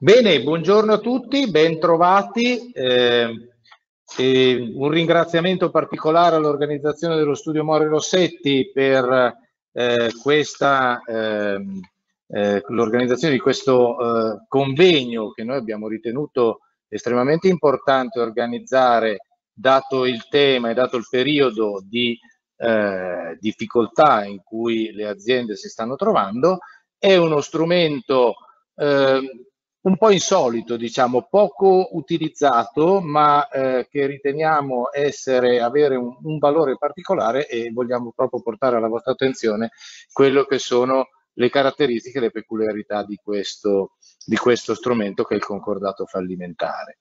Bene, buongiorno a tutti, ben trovati. E un ringraziamento particolare all'organizzazione dello Studio Mori Rossetti per l'organizzazione di questo convegno che noi abbiamo ritenuto estremamente importante organizzare, dato il tema e dato il periodo di difficoltà in cui le aziende si stanno trovando. È uno strumento un po' insolito, diciamo, poco utilizzato, ma che riteniamo avere un valore particolare, e vogliamo proprio portare alla vostra attenzione quello che sono le caratteristiche e le peculiarità di questo strumento, che è il concordato fallimentare.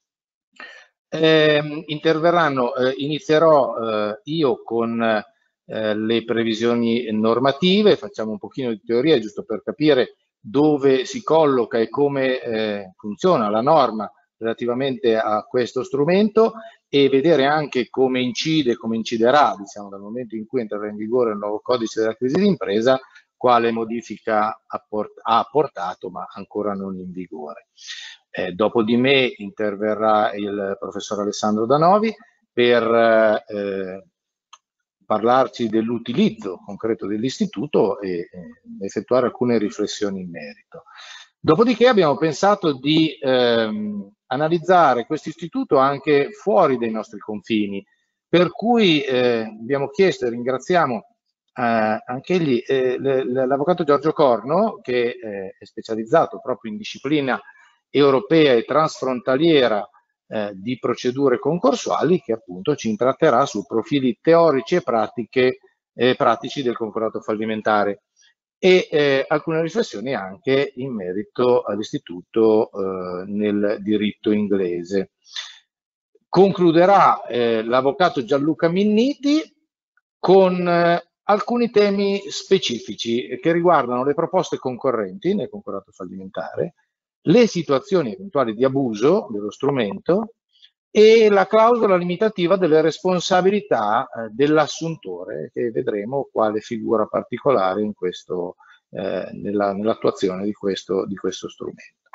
Inizierò io con le previsioni normative. Facciamo un pochino di teoria giusto per capire dove si colloca e come funziona la norma relativamente a questo strumento, e vedere anche come incide, come inciderà, diciamo, dal momento in cui entrerà in vigore il nuovo codice della crisi d'impresa, quale modifica ha apportato ma ancora non in vigore. Dopo di me interverrà il professor Alessandro Danovi per parlarci dell'utilizzo concreto dell'istituto e effettuare alcune riflessioni in merito. Dopodiché abbiamo pensato di analizzare questo istituto anche fuori dai nostri confini, per cui abbiamo chiesto e ringraziamo anch'egli l'avvocato Giorgio Corno, che è specializzato proprio in disciplina europea e transfrontaliera di procedure concorsuali, che appunto ci intratterà su profili teorici e pratici del concordato fallimentare, e alcune riflessioni anche in merito all'istituto nel diritto inglese. Concluderà l'avvocato Gianluca Minniti con alcuni temi specifici che riguardano le proposte concorrenti nel concordato fallimentare, le situazioni eventuali di abuso dello strumento e la clausola limitativa delle responsabilità dell'assuntore, che vedremo quale figura particolare in nell'attuazione di questo strumento.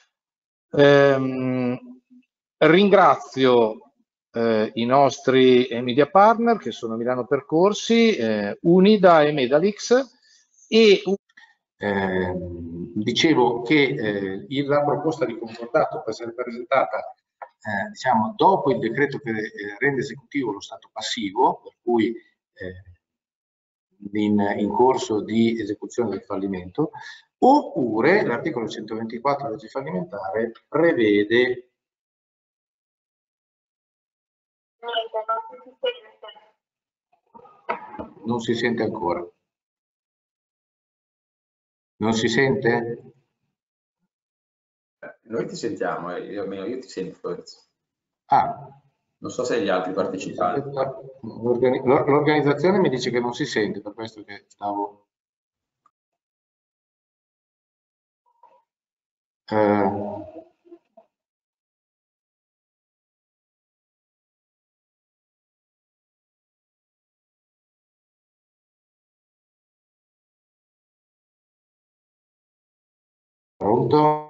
Ringrazio i nostri media partner, che sono Milano Percorsi, Unida e Medalix. Dicevo che la proposta di concordato può essere presentata diciamo, dopo il decreto che rende esecutivo lo stato passivo, per cui in corso di esecuzione del fallimento, oppure l'articolo 124 della legge fallimentare prevede non si sente ancora. Non si sente? Noi ti sentiamo, almeno io ti sento. Ah. Non so se gli altri partecipanti. L'organizzazione mi dice che non si sente, per questo che stavo... Pronto?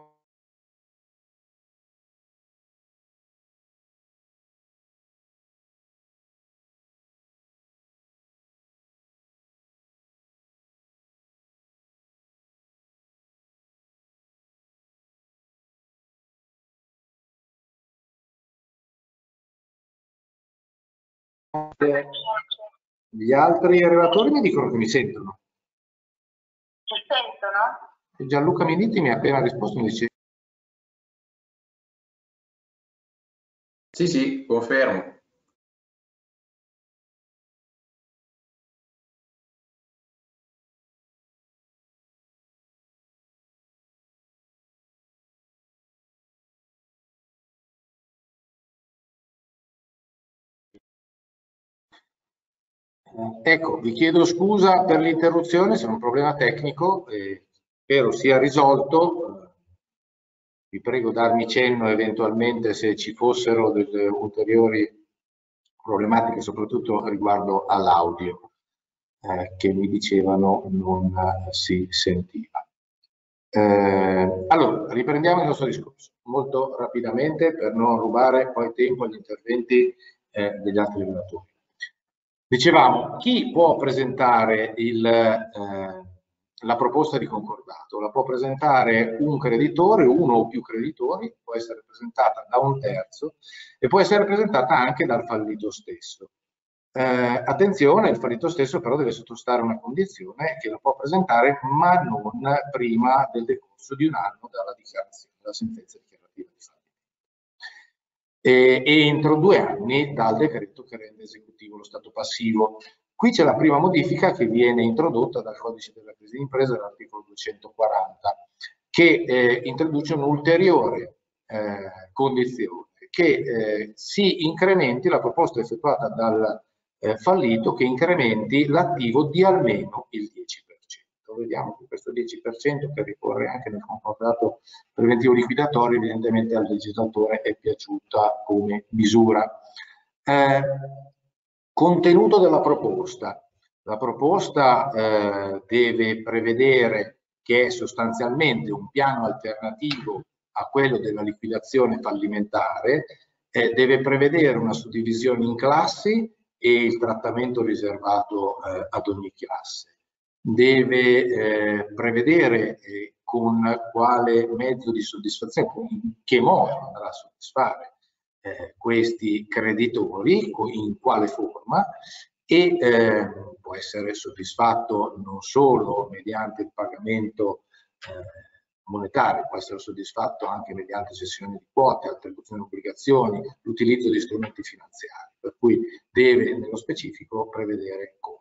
Gli altri relatori mi dicono che mi sentono. Ci sentono? Gianluca Minniti mi ha appena risposto, mi dice... Sì, confermo. Ecco, vi chiedo scusa per l'interruzione, se è un problema tecnico, spero sia risolto. Vi prego darmi cenno eventualmente se ci fossero delle ulteriori problematiche, soprattutto riguardo all'audio, che mi dicevano non si sentiva. Allora, riprendiamo il nostro discorso molto rapidamente per non rubare poi tempo agli interventi degli altri relatori. Dicevamo, chi può presentare la proposta di concordato? La può presentare un creditore, uno o più creditori, può essere presentata da un terzo e può essere presentata anche dal fallito stesso. Attenzione, il fallito stesso però deve sottostare a una condizione, che la può presentare ma non prima del decorso di un anno dalla dichiarazione, dalla sentenza dichiarativa di fallimento. E entro 2 anni dal decreto che rende esecutivo lo stato passivo. Qui c'è la prima modifica che viene introdotta dal codice della crisi d'impresa, l'articolo 240, che introduce un'ulteriore condizione, che si incrementi la proposta effettuata dal fallito, che incrementi l'attivo di almeno il 10%. Vediamo che questo 10% che ricorre anche nel concordato preventivo liquidatorio, evidentemente al legislatore è piaciuta come misura. Contenuto della proposta. La proposta deve prevedere, che è sostanzialmente un piano alternativo a quello della liquidazione fallimentare, deve prevedere una suddivisione in classi e il trattamento riservato ad ogni classe. Deve prevedere con quale mezzo di soddisfazione, in che modo andrà a soddisfare questi creditori, in quale forma, e può essere soddisfatto non solo mediante il pagamento monetario, può essere soddisfatto anche mediante cessione di quote, attribuzione di obbligazioni, l'utilizzo di strumenti finanziari, per cui deve nello specifico prevedere come.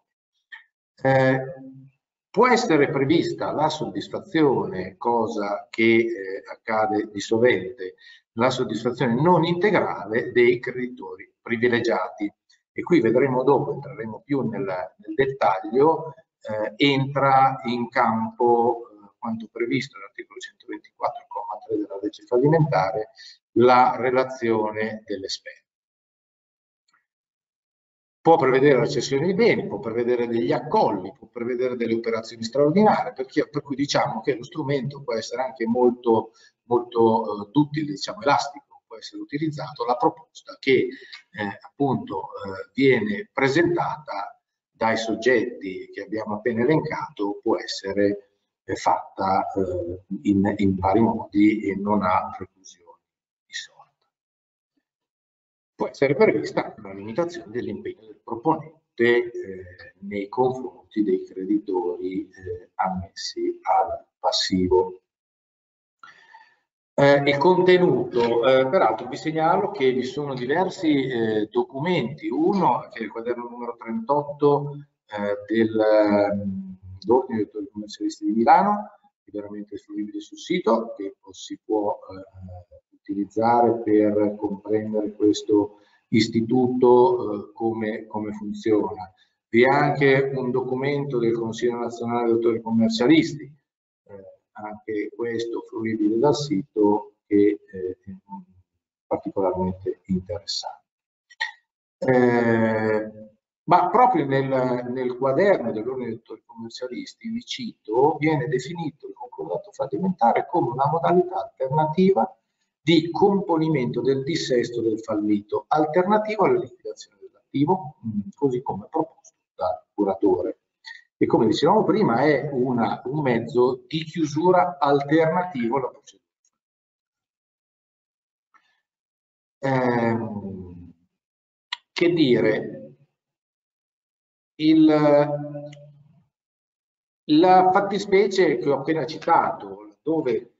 Può essere prevista la soddisfazione, cosa che accade di sovente, la soddisfazione non integrale dei creditori privilegiati, e qui vedremo dopo, entreremo più nel dettaglio, entra in campo quanto previsto nell'articolo 124,3 della legge fallimentare, la relazione dell'esperto. Può prevedere la cessione di beni, può prevedere degli accolli, può prevedere delle operazioni straordinarie, per cui diciamo che lo strumento può essere anche molto duttile, diciamo elastico, può essere utilizzato. La proposta che appunto viene presentata dai soggetti che abbiamo appena elencato può essere fatta in vari modi e non ha preclusioni di sorta. Può essere prevista una limitazione dell'impegno del proponente nei confronti dei creditori ammessi al passivo. Il contenuto, peraltro vi segnalo che vi sono diversi documenti, uno che è il quaderno numero 38 dell'Ordine dei Dottori Commercialisti di Milano, liberamente fruibile sul sito, che si può utilizzare per comprendere questo istituto come funziona. Vi è anche un documento del Consiglio Nazionale dei Dottori Commercialisti, anche questo fruibile dal sito, che è particolarmente interessante. Ma proprio nel quaderno dell'Ordine dei Dottori Commercialisti, vi cito, viene definito il concordato fallimentare come una modalità alternativa di componimento del dissesto del fallito, alternativo alla liquidazione dell'attivo, così come proposto dal curatore. E come dicevamo prima è un mezzo di chiusura alternativo alla procedura. Che dire, la fattispecie che ho appena citato, dove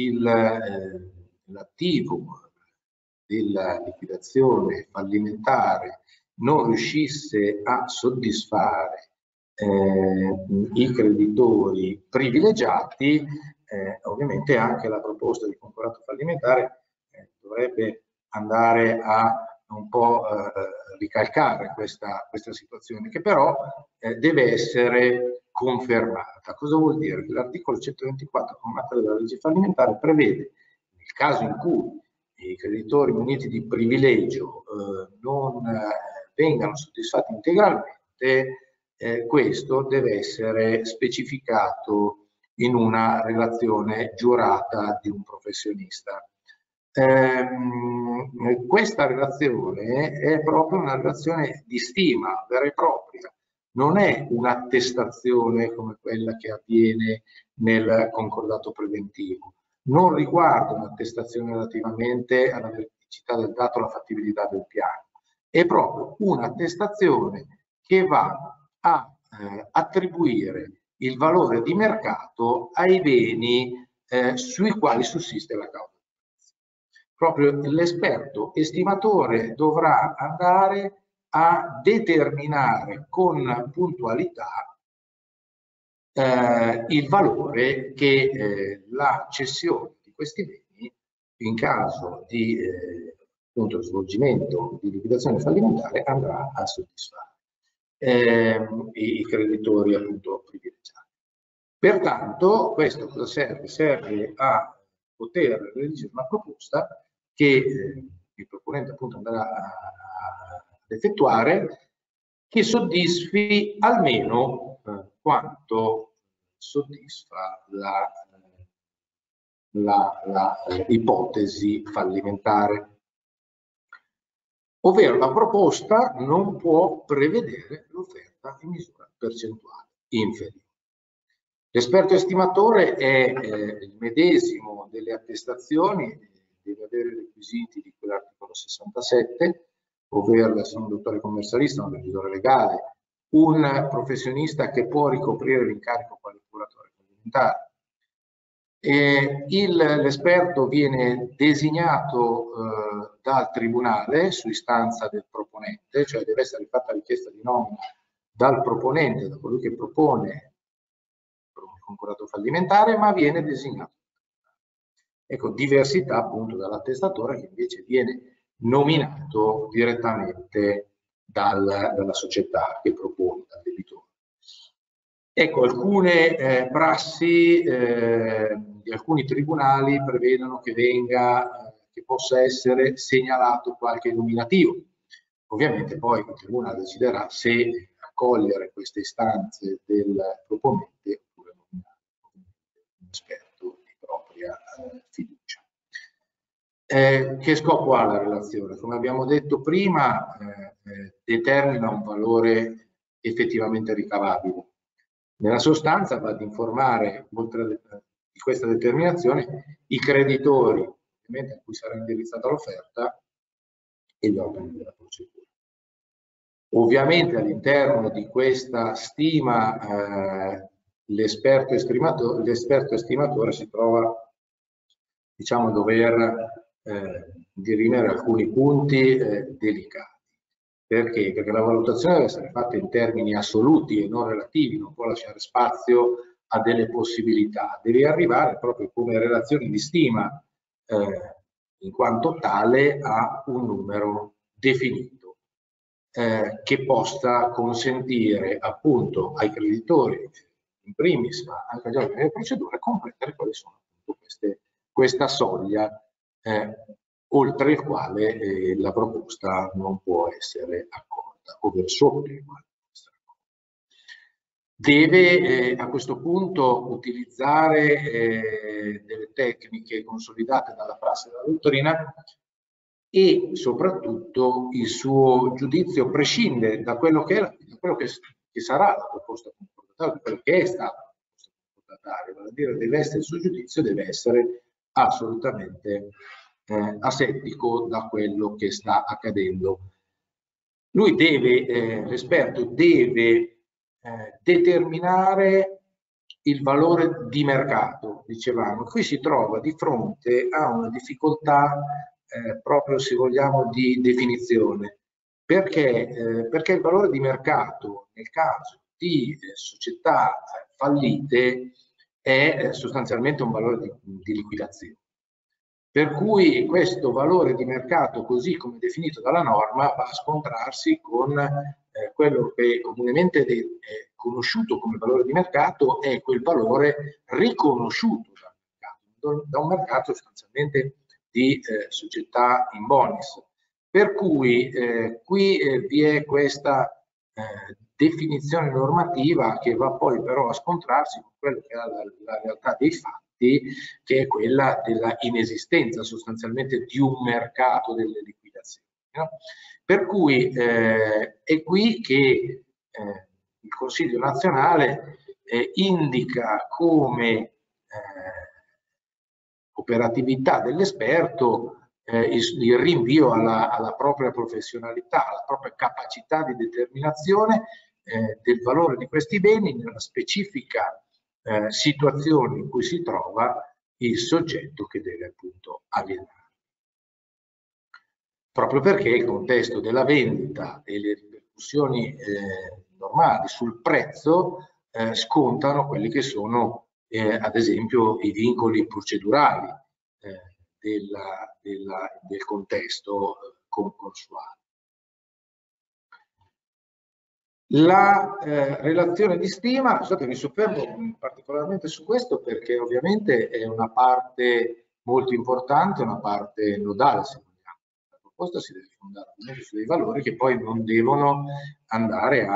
l'attivo della liquidazione fallimentare non riuscisse a soddisfare i creditori privilegiati, ovviamente anche la proposta di concordato fallimentare dovrebbe andare a un po' ricalcare questa situazione, che però deve essere confermata. Cosa vuol dire? Che l'articolo 124,3 della legge fallimentare prevede, nel caso in cui i creditori muniti di privilegio non vengano soddisfatti integralmente, questo deve essere specificato in una relazione giurata di un professionista. Questa relazione è proprio una relazione di stima vera e propria, non è un'attestazione come quella che avviene nel concordato preventivo, non riguarda un'attestazione relativamente alla veridicità del dato o alla fattibilità del piano, è proprio un'attestazione che va a attribuire il valore di mercato ai beni sui quali sussiste la causa. Proprio l'esperto estimatore dovrà andare a determinare con puntualità il valore che la cessione di questi beni in caso di appunto svolgimento di liquidazione fallimentare andrà a soddisfare i creditori appunto privilegiati. Pertanto questo cosa serve? Serve a poter redigere una proposta che il proponente appunto andrà ad effettuare, che soddisfi almeno quanto soddisfa ipotesi fallimentare. Ovvero la proposta non può prevedere l'offerta in misura percentuale inferiore. L'esperto estimatore è il medesimo delle attestazioni, deve avere i requisiti di quell'articolo 67, ovvero essere un dottore commercialista, un revisore legale, un professionista che può ricoprire l'incarico quale curatore fallimentare. L'esperto viene designato dal tribunale su istanza del proponente, cioè deve essere fatta richiesta di nomina dal proponente, da colui che propone il concordato fallimentare, ma viene designato. Ecco, diversità appunto dall'attestatore che invece viene nominato direttamente dalla società che propone, dal debitore. Ecco, alcune prassi di alcuni tribunali prevedono che che possa essere segnalato qualche nominativo. Ovviamente poi il tribunale deciderà se accogliere queste istanze del proponente oppure nominare un esperto di propria fiducia. Che scopo ha la relazione? Come abbiamo detto prima, determina un valore effettivamente ricavabile. Nella sostanza va ad informare, oltre di questa determinazione, i creditori ovviamente a cui sarà indirizzata l'offerta e gli organi della procedura. Ovviamente all'interno di questa stima l'esperto estimatore si trova, diciamo, a dover dirimere alcuni punti delicati. Perché? Perché la valutazione deve essere fatta in termini assoluti e non relativi, non può lasciare spazio a delle possibilità. Devi arrivare proprio come relazione di stima, in quanto tale, a un numero definito, che possa consentire appunto ai creditori, in primis, ma anche agli organi delle procedure, comprendere quali sono appunto questa soglia oltre il quale la proposta non può essere accolta, ovvero sotto il quale può essere accolta. Deve a questo punto utilizzare delle tecniche consolidate dalla prassi della dottrina e soprattutto il suo giudizio prescinde da quello che sarà la proposta concordataria, da quello che è stata la proposta concordataria, vale a dire il suo giudizio deve essere assolutamente asettico da quello che sta accadendo. Lui l'esperto deve determinare il valore di mercato, dicevamo. Qui si trova di fronte a una difficoltà proprio, se vogliamo, di definizione. Perché? Perché il valore di mercato nel caso di società fallite è sostanzialmente un valore di liquidazione. Per cui questo valore di mercato, così come definito dalla norma, va a scontrarsi con quello che comunemente è conosciuto come valore di mercato, è quel valore riconosciuto da un mercato sostanzialmente di società in bonis. Per cui qui vi è questa definizione normativa che va poi però a scontrarsi con quello che è la realtà dei fatti, che è quella della inesistenza sostanzialmente di un mercato delle liquidazioni, no? Per cui è qui che il Consiglio nazionale indica come operatività dell'esperto il rinvio alla propria professionalità, alla propria capacità di determinazione del valore di questi beni nella specifica situazione in cui si trova il soggetto che deve appunto alienare. Proprio perché il contesto della vendita e le ripercussioni normali sul prezzo scontano quelli che sono ad esempio i vincoli procedurali del contesto concorsuale. La relazione di stima, mi soffermo particolarmente su questo perché ovviamente è una parte molto importante, una parte nodale, se vogliamo. La proposta si deve fondare su dei valori che poi non devono andare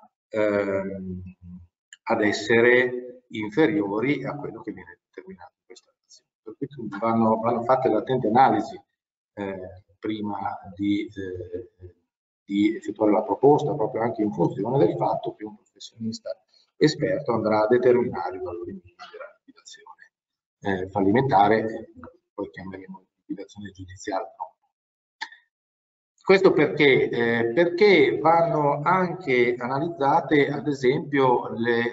ad essere inferiori a quello che viene determinato in questa relazione. Per cui vanno fatte le attente analisi prima di effettuare la proposta, proprio anche in funzione del fatto che un professionista esperto andrà a determinare i valori minimi della liquidazione fallimentare, poi chiameremo liquidazione giudiziale. No. Questo perché? Perché vanno anche analizzate, ad esempio,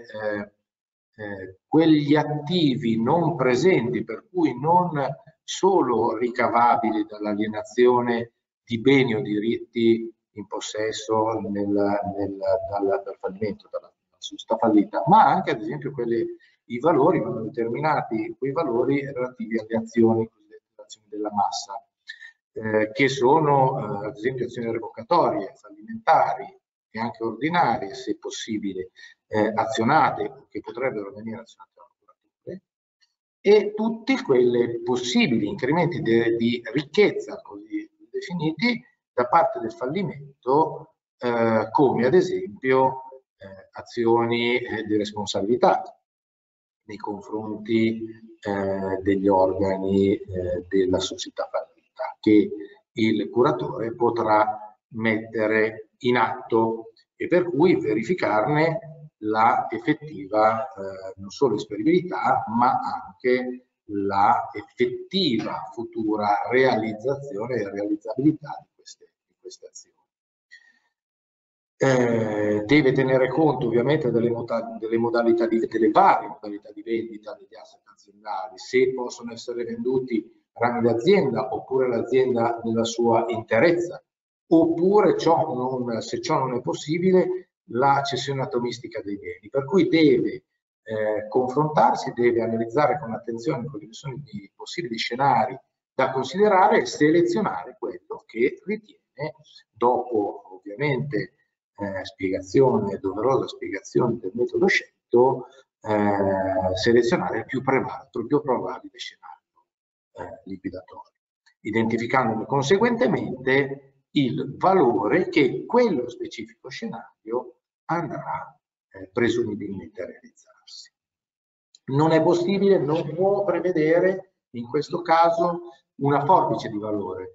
quegli attivi non presenti, per cui non solo ricavabili dall'alienazione di beni o diritti in possesso dal fallimento, dalla società fallita, ma anche ad esempio i valori vanno determinati, quei valori relativi alle azioni, cosiddette azioni della massa, che sono ad esempio azioni revocatorie, fallimentari e anche ordinarie, se possibile, azionate, che potrebbero venire azionate da procuratore, e tutti quei possibili incrementi di ricchezza, così definiti, da parte del fallimento, come ad esempio azioni di responsabilità nei confronti degli organi della società fallita, che il curatore potrà mettere in atto e per cui verificarne la effettiva non solo esperibilità, ma anche la effettiva futura realizzazione e realizzabilità di queste azioni. Deve tenere conto ovviamente delle varie modalità di vendita degli asset aziendali, se possono essere venduti rami d'azienda oppure l'azienda nella sua interezza, oppure se ciò non è possibile, la cessione atomistica dei beni. Per cui deve confrontarsi, deve analizzare con attenzione quelli che sono i possibili scenari da considerare e selezionare quello che ritiene, dopo ovviamente doverosa spiegazione del metodo scelto, selezionare il più probabile scenario liquidatorio, identificando conseguentemente il valore che quello specifico scenario andrà presumibilmente a realizzarsi. Non è possibile, non può prevedere in questo caso una forbice di valore,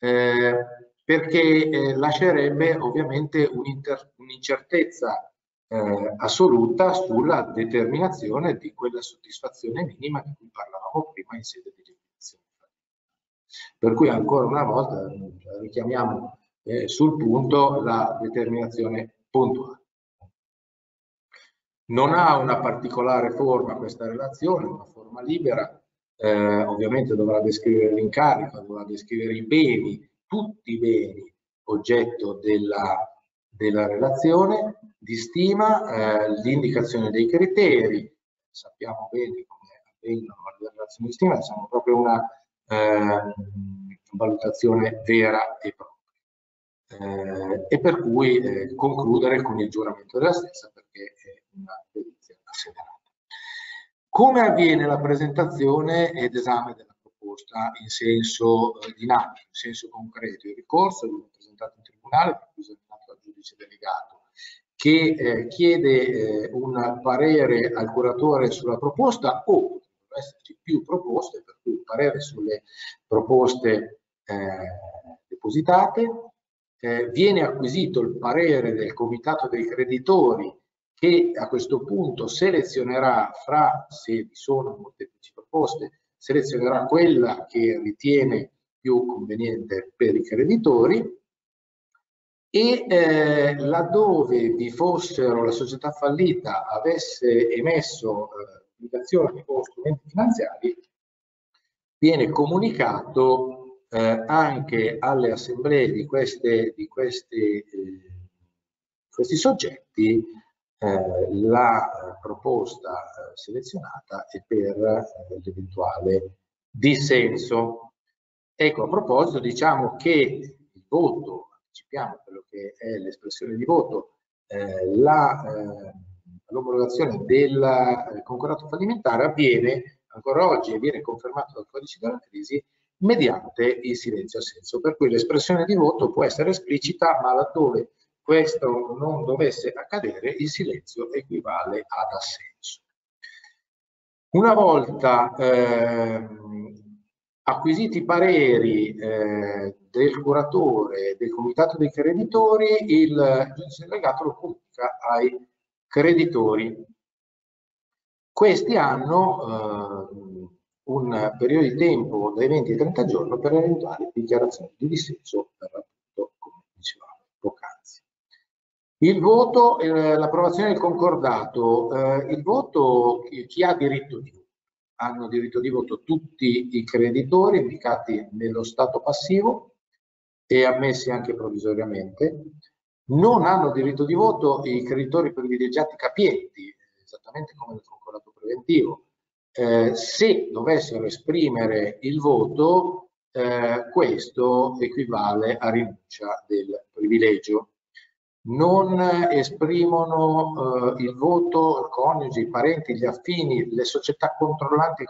perché lascerebbe ovviamente un'incertezza assoluta sulla determinazione di quella soddisfazione minima di cui parlavamo prima in sede di liquidazione. Per cui ancora una volta richiamiamo sul punto la determinazione puntuale. Non ha una particolare forma questa relazione, una forma libera, ovviamente dovrà descrivere l'incarico, dovrà descrivere i beni, tutti i beni oggetto della relazione di stima, l'indicazione dei criteri. Sappiamo bene come avvengono le relazioni di stima, sono proprio una valutazione vera e propria. E per cui concludere con il giuramento della stessa, perché è una perizia asseverata. Come avviene la presentazione ed esame della proposta in senso dinamico, in senso concreto? Il ricorso viene presentato in tribunale, per cui esaminato dal giudice delegato, che chiede un parere al curatore sulla proposta, o potrebbero esserci più proposte, per cui il parere sulle proposte depositate. Viene acquisito il parere del comitato dei creditori, che a questo punto selezionerà fra, se vi sono molteplici proposte, selezionerà quella che ritiene più conveniente per i creditori, e laddove vi fossero, la società fallita avesse emesso obbligazioni o strumenti finanziari, viene comunicato anche alle assemblee di questi soggetti la proposta selezionata e per l'eventuale dissenso. Ecco, a proposito, diciamo che il voto, anticipiamo quello che è l'espressione di voto, l'omologazione del concordato fallimentare avviene ancora oggi e viene confermato dal codice della crisi mediante il silenzio assenso, per cui l'espressione di voto può essere esplicita, ma laddove questo non dovesse accadere, il silenzio equivale ad assenso. Una volta acquisiti i pareri del curatore, del comitato dei creditori, il giudice delegato lo comunica ai creditori. Questi hanno un periodo di tempo dai 20 ai 30 giorni per eventuali dichiarazioni di dissenso, per appunto, come dicevamo poc'anzi. Il voto, l'approvazione del concordato, il voto, chi ha diritto di voto? Hanno diritto di voto tutti i creditori indicati nello stato passivo e ammessi anche provvisoriamente. Non hanno diritto di voto i creditori privilegiati capienti, esattamente come nel concordato preventivo. Se dovessero esprimere il voto, questo equivale a rinuncia del privilegio. Non esprimono il voto coniugi, i parenti, gli affini, le società controllanti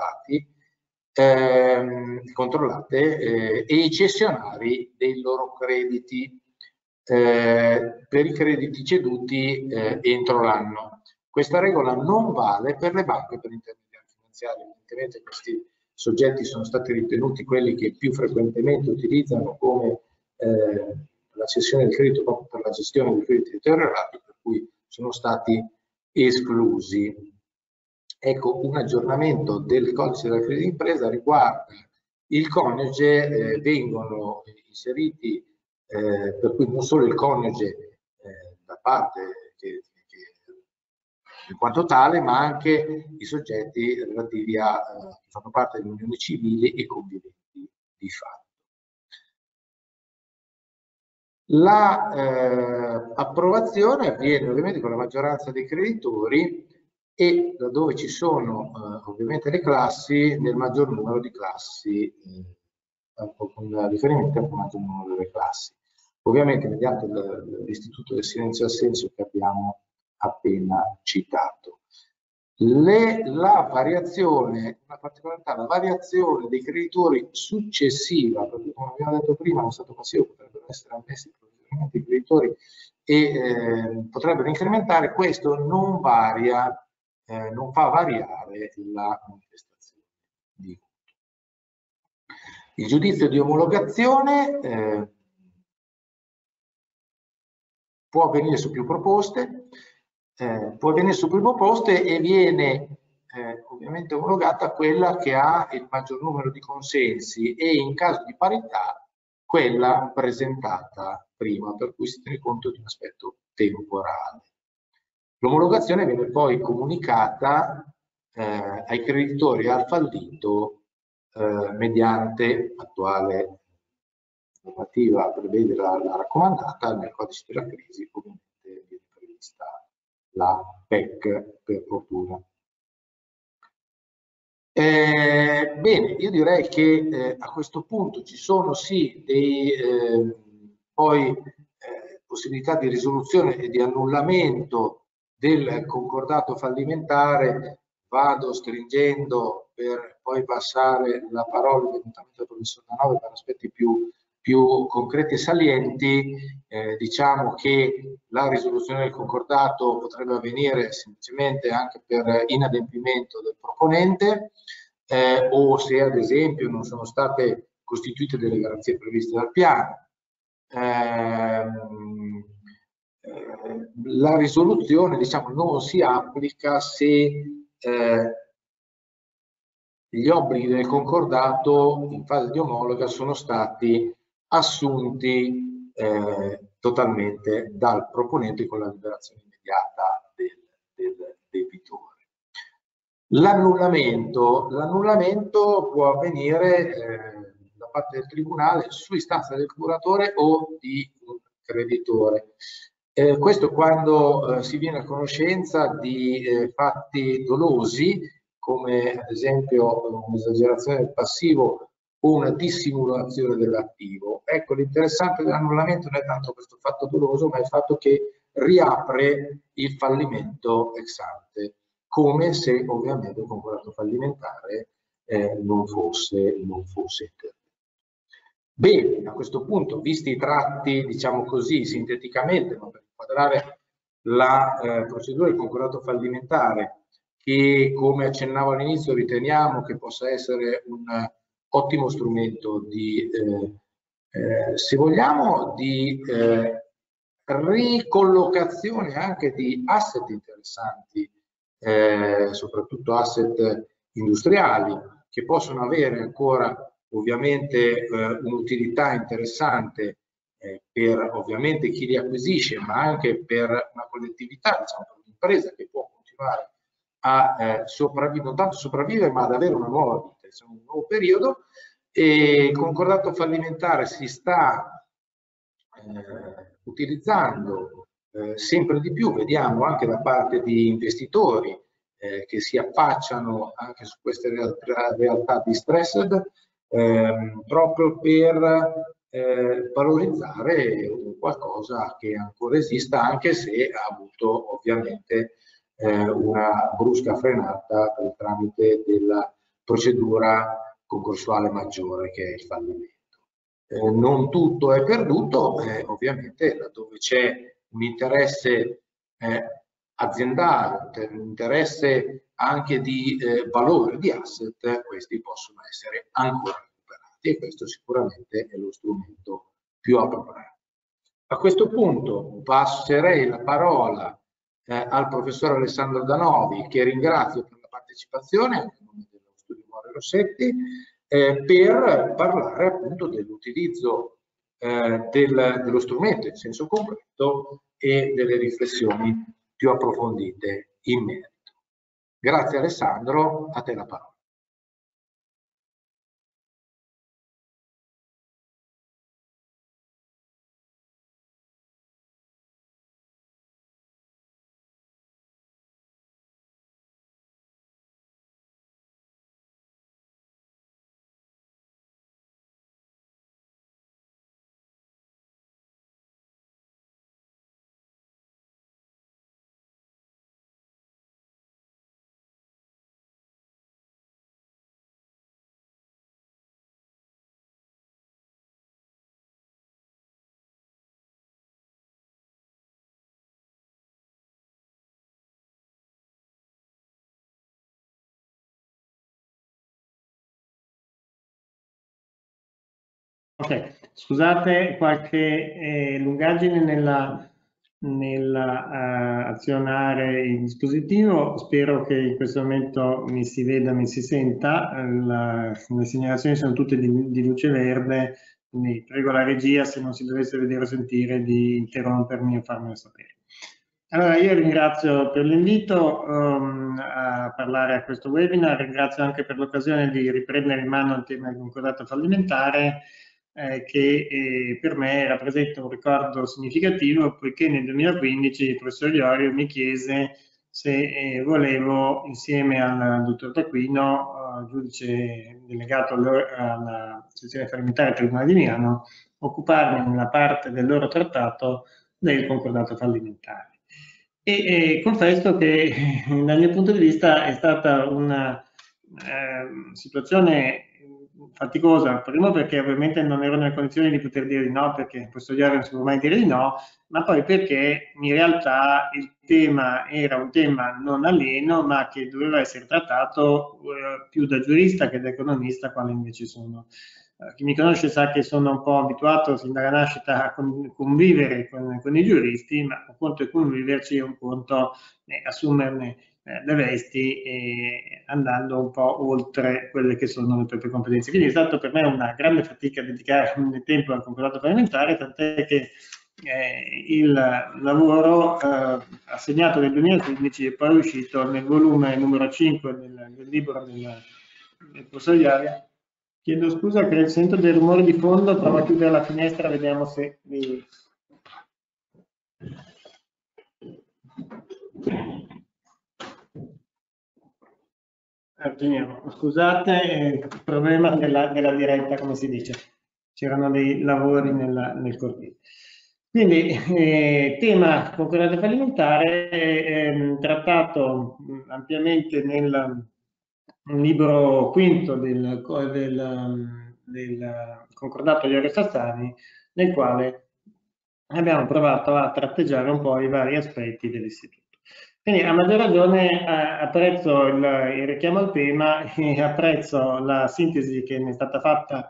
e controllate e i cessionari dei loro crediti per i crediti ceduti entro l'anno. Questa regola non vale per le banche e per gli intermediari finanziari. Evidentemente questi soggetti sono stati ritenuti quelli che più frequentemente utilizzano come la cessione del credito proprio per la gestione dei crediti deteriorati, per cui sono stati esclusi. Ecco, un aggiornamento del codice della crisi d'impresa riguarda il coniuge, vengono inseriti, per cui non solo il coniuge da parte che in quanto tale, ma anche i soggetti relativi a che fanno parte delle unioni civili e conviventi di fatto. L'approvazione avviene ovviamente con la maggioranza dei creditori e laddove ci sono ovviamente le classi, nel maggior numero di classi, con riferimento al maggior numero delle classi. Ovviamente mediante l'istituto del silenzio assenso che abbiamo appena citato. La variazione, una particolarità, la variazione dei creditori successiva, perché come abbiamo detto prima, lo stato passivo potrebbero essere ammessi provvisoriamente i creditori e potrebbero incrementare, questo non varia, non fa variare la manifestazione di voto. Il giudizio di omologazione può avvenire su più proposte. E viene ovviamente omologata quella che ha il maggior numero di consensi e in caso di parità quella presentata prima, per cui si tiene conto di un aspetto temporale. L'omologazione viene poi comunicata ai creditori e al fallito mediante attuale normativa prevede la raccomandata, nel codice della crisi ovviamente viene prevista la PEC, per fortuna. Bene, io direi che a questo punto ci sono sì poi possibilità di risoluzione e di annullamento del concordato fallimentare. Vado stringendo per poi passare la parola eventualmente al professor Danove per aspetti più più concreti e salienti, diciamo che la risoluzione del concordato potrebbe avvenire semplicemente anche per inadempimento del proponente, o se ad esempio non sono state costituite delle garanzie previste dal piano. La risoluzione, diciamo, non si applica se gli obblighi del concordato in fase di omologa sono stati assunti totalmente dal proponente con la liberazione immediata del debitore. L'annullamento può avvenire da parte del tribunale su istanza del curatore o di un creditore. Questo quando si viene a conoscenza di fatti dolosi, come ad esempio un'esagerazione del passivo o una dissimulazione dell'attivo. Ecco, l'interessante dell'annullamento non è tanto questo fatto doloso, ma il fatto che riapre il fallimento ex ante, come se ovviamente il concordato fallimentare non fosse intervenuto. Bene, a questo punto, visti i tratti, diciamo così, sinteticamente, ma per inquadrare la procedura del concordato fallimentare, che come accennavo all'inizio riteniamo che possa essere un ottimo strumento di, se vogliamo, di ricollocazione anche di asset interessanti, soprattutto asset industriali, che possono avere ancora ovviamente un'utilità interessante per ovviamente chi li acquisisce, ma anche per una collettività, diciamo, per un'impresa che può continuare a non tanto sopravvivere, ma ad avere una nuova vita, insomma, un nuovo periodo. E il concordato fallimentare si sta utilizzando sempre di più, vediamo anche da parte di investitori che si affacciano anche su queste realtà distressed, proprio per valorizzare qualcosa che ancora esista, anche se ha avuto ovviamente una brusca frenata per il tramite della procedura concorsuale maggiore, che è il fallimento. Non tutto è perduto, ovviamente laddove c'è un interesse aziendale, un interesse anche di valore di asset, questi possono essere ancora recuperati, e questo sicuramente è lo strumento più appropriato. A questo punto passerei la parola al professor Alessandro Danovi, che ringrazio per la partecipazione anche in nome dello studio Mori Rossetti, per parlare appunto dell'utilizzo dello strumento in senso concreto e delle riflessioni più approfondite in merito. Grazie Alessandro, a te la parola. Ok, scusate qualche lungaggine azionare il dispositivo. Spero che in questo momento mi si veda, mi si senta. Le segnalazioni sono tutte di luce verde, quindi prego la regia, se non si dovesse vedere o sentire, di interrompermi o farmelo sapere. Allora, io ringrazio per l'invito a parlare a questo webinar, ringrazio anche per l'occasione di riprendere in mano il tema del concordato fallimentare, che per me rappresenta un ricordo significativo, poiché nel 2015 il professor Iorio mi chiese se volevo, insieme al dottor Tacquino, giudice delegato alla sezione fallimentare del Tribunale di Milano, occuparmi nella parte del loro trattato del concordato fallimentare. E confesso che dal mio punto di vista è stata una situazione faticosa, primo perché ovviamente non ero nelle condizioni di poter dire di no, perché questo diario non si può mai dire di no, ma poi perché in realtà il tema era un tema non alieno, ma che doveva essere trattato più da giurista che da economista, quale invece sono. Chi mi conosce sa che sono un po' abituato sin dalla nascita a convivere con i giuristi, ma un conto è conviverci e un conto assumerne le vesti andando un po' oltre quelle che sono le proprie competenze. Quindi è stato per me una grande fatica dedicare il tempo al concordato parlamentare, tant'è che il lavoro assegnato nel 2015 è poi uscito nel volume numero 5 del libro del professor Iaria. Chiedo scusa che sento dei rumori di fondo, provo a chiudere la finestra, vediamo se mi... Scusate, il problema della diretta, come si dice, c'erano dei lavori nel cortile. Quindi, tema concordato fallimentare, trattato ampiamente nel libro quinto del concordato di Ore Sassani, nel quale abbiamo provato a tratteggiare un po' i vari aspetti dell'istituto. Quindi a maggior ragione apprezzo il richiamo al tema e apprezzo la sintesi che mi è stata fatta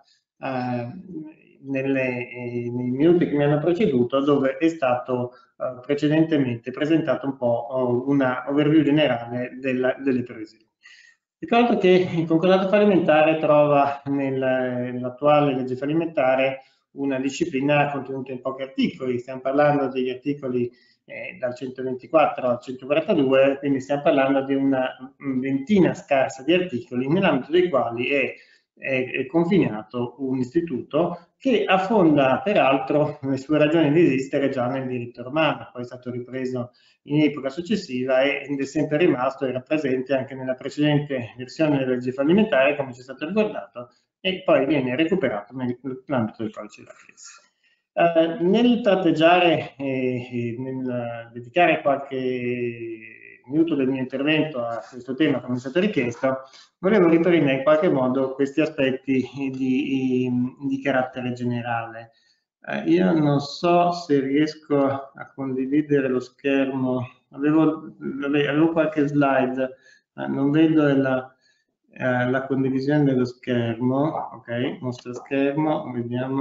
nei minuti che mi hanno preceduto, dove è stato precedentemente presentato un po' una overview generale delle previsioni. Ricordo che il concordato fallimentare trova nell'attuale legge fallimentare una disciplina contenuta in pochi articoli, stiamo parlando degli articoli dal 124 al 142, quindi stiamo parlando di una ventina scarsa di articoli nell'ambito dei quali è confinato un istituto che affonda peraltro le sue ragioni di esistere già nel diritto romano, poi è stato ripreso in epoca successiva ed è sempre rimasto e era presente anche nella precedente versione della legge fallimentare, come ci è stato ricordato, e poi viene recuperato nell'ambito del codice d'access. Nel tratteggiare e nel dedicare qualche minuto del mio intervento a questo tema, come è stato richiesto, volevo riprendere in qualche modo questi aspetti di carattere generale. Io non so se riesco a condividere lo schermo, avevo qualche slide, non vedo la condivisione dello schermo. Ok, mostra schermo, vediamo.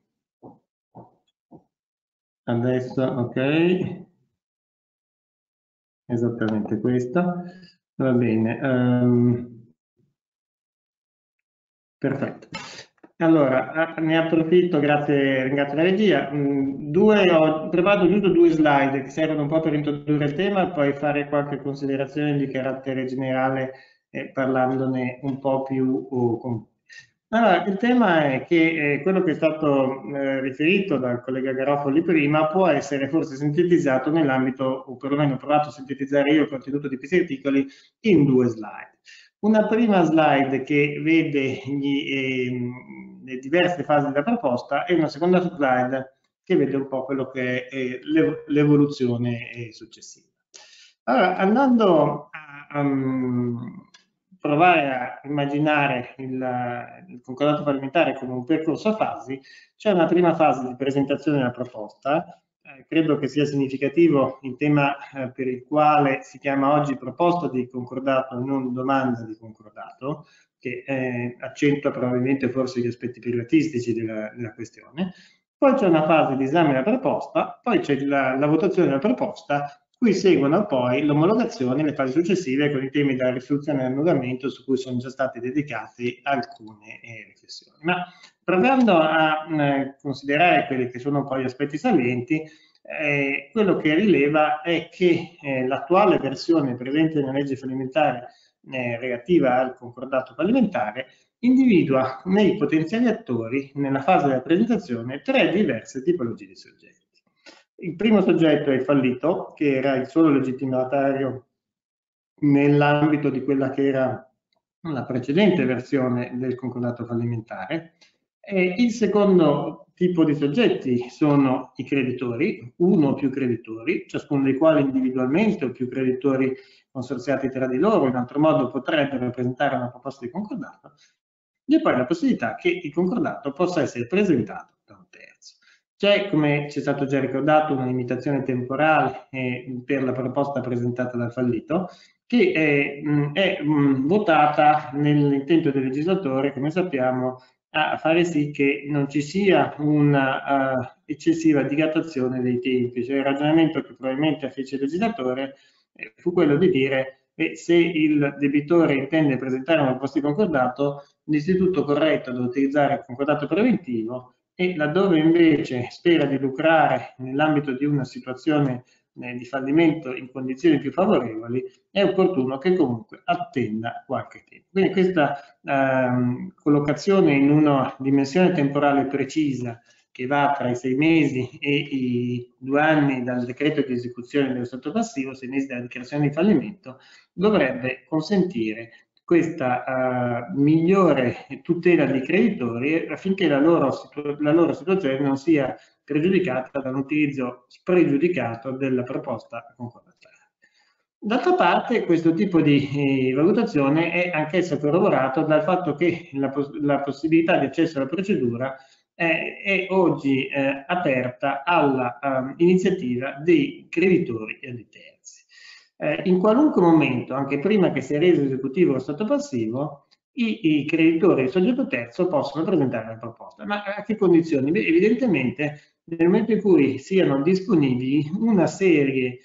Adesso, ok, esattamente questo, va bene, perfetto. Allora, ne approfitto, ringrazio la regia. Ho preparato giusto 2 slide che servono un po' per introdurre il tema e poi fare qualche considerazione di carattere generale parlandone un po' più con. Allora, il tema è che quello che è stato riferito dal collega Garofoli prima può essere forse sintetizzato nell'ambito, o perlomeno ho provato a sintetizzare io il contenuto di questi articoli, in 2 slide. Una prima slide che vede le diverse fasi della proposta e una seconda slide che vede un po' quello che è l'evoluzione successiva. Allora, andando a provare a immaginare il concordato fallimentare come un percorso a fasi, c'è una prima fase di presentazione della proposta. Credo che sia significativo il tema per il quale si chiama oggi proposta di concordato e non domanda di concordato, che accentua probabilmente forse gli aspetti privatistici della questione. Poi c'è una fase di esame della proposta, poi c'è la votazione della proposta, qui seguono poi l'omologazione e le fasi successive con i temi della risoluzione e dell'annullamento su cui sono già state dedicate alcune riflessioni. Ma provando a considerare quelli che sono poi gli aspetti salienti, quello che rileva è che l'attuale versione presente nella legge fallimentare relativa al concordato fallimentare individua nei potenziali attori, nella fase della presentazione, 3 diverse tipologie di soggetti. Il primo soggetto è il fallito, che era il solo legittimatario nell'ambito di quella che era la precedente versione del concordato fallimentare. E il secondo tipo di soggetti sono i creditori, uno o più creditori, ciascuno dei quali individualmente o più creditori consorziati tra di loro, in altro modo potrebbero presentare una proposta di concordato. e poi la possibilità che il concordato possa essere presentato da un terzo. C'è, come ci è stato già ricordato, una limitazione temporale per la proposta presentata dal fallito, che è votata nell'intento del legislatore, come sappiamo, a fare sì che non ci sia una eccessiva dilatazione dei tempi. Cioè il ragionamento che probabilmente fece il legislatore fu quello di dire se il debitore intende presentare una proposta di concordato, l'istituto corretto è da utilizzare il concordato preventivo, e laddove invece spera di lucrare nell'ambito di una situazione di fallimento in condizioni più favorevoli, è opportuno che comunque attenda qualche tempo. Quindi questa collocazione in una dimensione temporale precisa che va tra i 6 mesi e i 2 anni dal decreto di esecuzione dello stato passivo, 6 mesi dalla dichiarazione di fallimento, dovrebbe consentire questa migliore tutela dei creditori affinché la loro situazione non sia pregiudicata da un utilizzo spregiudicato della proposta concordataria. D'altra parte, questo tipo di valutazione è anch'essa corroborato dal fatto che la possibilità di accesso alla procedura è oggi aperta all'iniziativa dei creditori e dei terzi. In qualunque momento, anche prima che sia reso esecutivo lo stato passivo, i creditori e il soggetto terzo possono presentare la proposta. Ma a che condizioni? Beh, evidentemente nel momento in cui siano disponibili una serie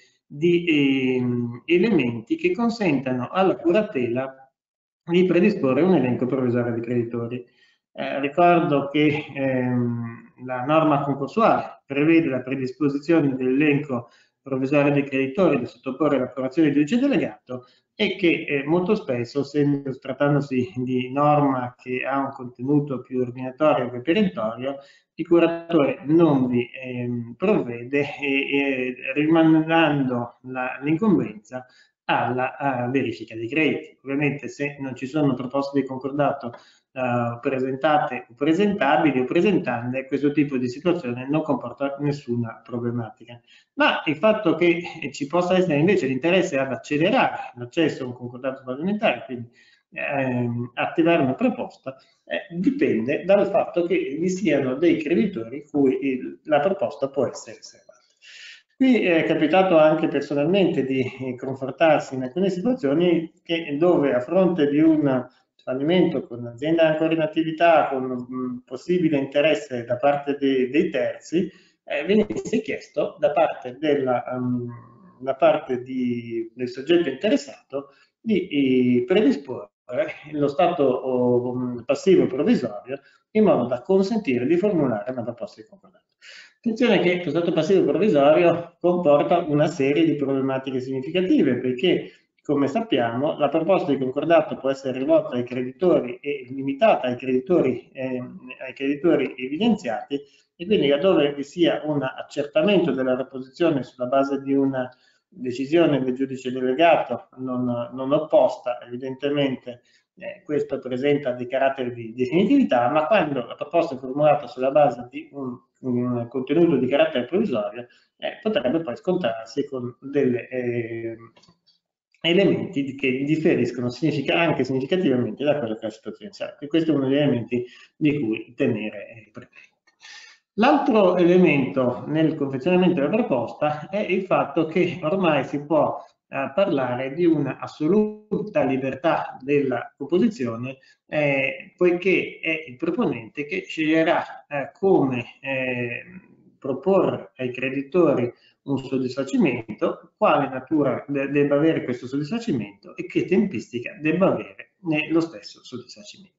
di elementi che consentano alla curatela di predisporre un elenco provvisorio di creditori. Ricordo che la norma concorsuale prevede la predisposizione dell'elenco provvisorio dei creditori da sottoporre all'approvazione del giudice delegato, e che molto spesso, trattandosi di norma che ha un contenuto più ordinatorio che perentorio, il curatore non vi provvede, rimandando l'incombenza alla verifica dei crediti. Ovviamente se non ci sono proposte di concordato presentate o presentabili o presentande, questo tipo di situazione non comporta nessuna problematica. Ma il fatto che ci possa essere invece l'interesse ad accelerare l'accesso a un concordato fallimentare, quindi attivare una proposta, dipende dal fatto che vi siano dei creditori cui la proposta può essere riservata. Qui è capitato anche personalmente di confortarsi in alcune situazioni dove, a fronte di un fallimento con un'azienda ancora in attività, con un possibile interesse da parte dei terzi, venisse chiesto da parte del soggetto interessato di predisporre lo stato passivo provvisorio in modo da consentire di formulare una proposta di concordato. Attenzione che lo stato passivo provvisorio comporta una serie di problematiche significative, perché, come sappiamo, la proposta di concordato può essere rivolta ai creditori e limitata ai creditori evidenziati, e quindi laddove vi sia un accertamento della reposizione sulla base di una decisione del giudice delegato non opposta, evidentemente questo presenta dei caratteri di definitività, ma quando la proposta è formulata sulla base di un contenuto di carattere provvisorio, potrebbe poi scontrarsi con degli elementi che differiscono anche significativamente da quello che è la situazione iniziale. E questo è uno degli elementi di cui tenere presente. L'altro elemento nel confezionamento della proposta è il fatto che ormai si può parlare di un'assoluta libertà della composizione, poiché è il proponente che sceglierà come proporre ai creditori un soddisfacimento, quale natura debba avere questo soddisfacimento e che tempistica debba avere lo stesso soddisfacimento.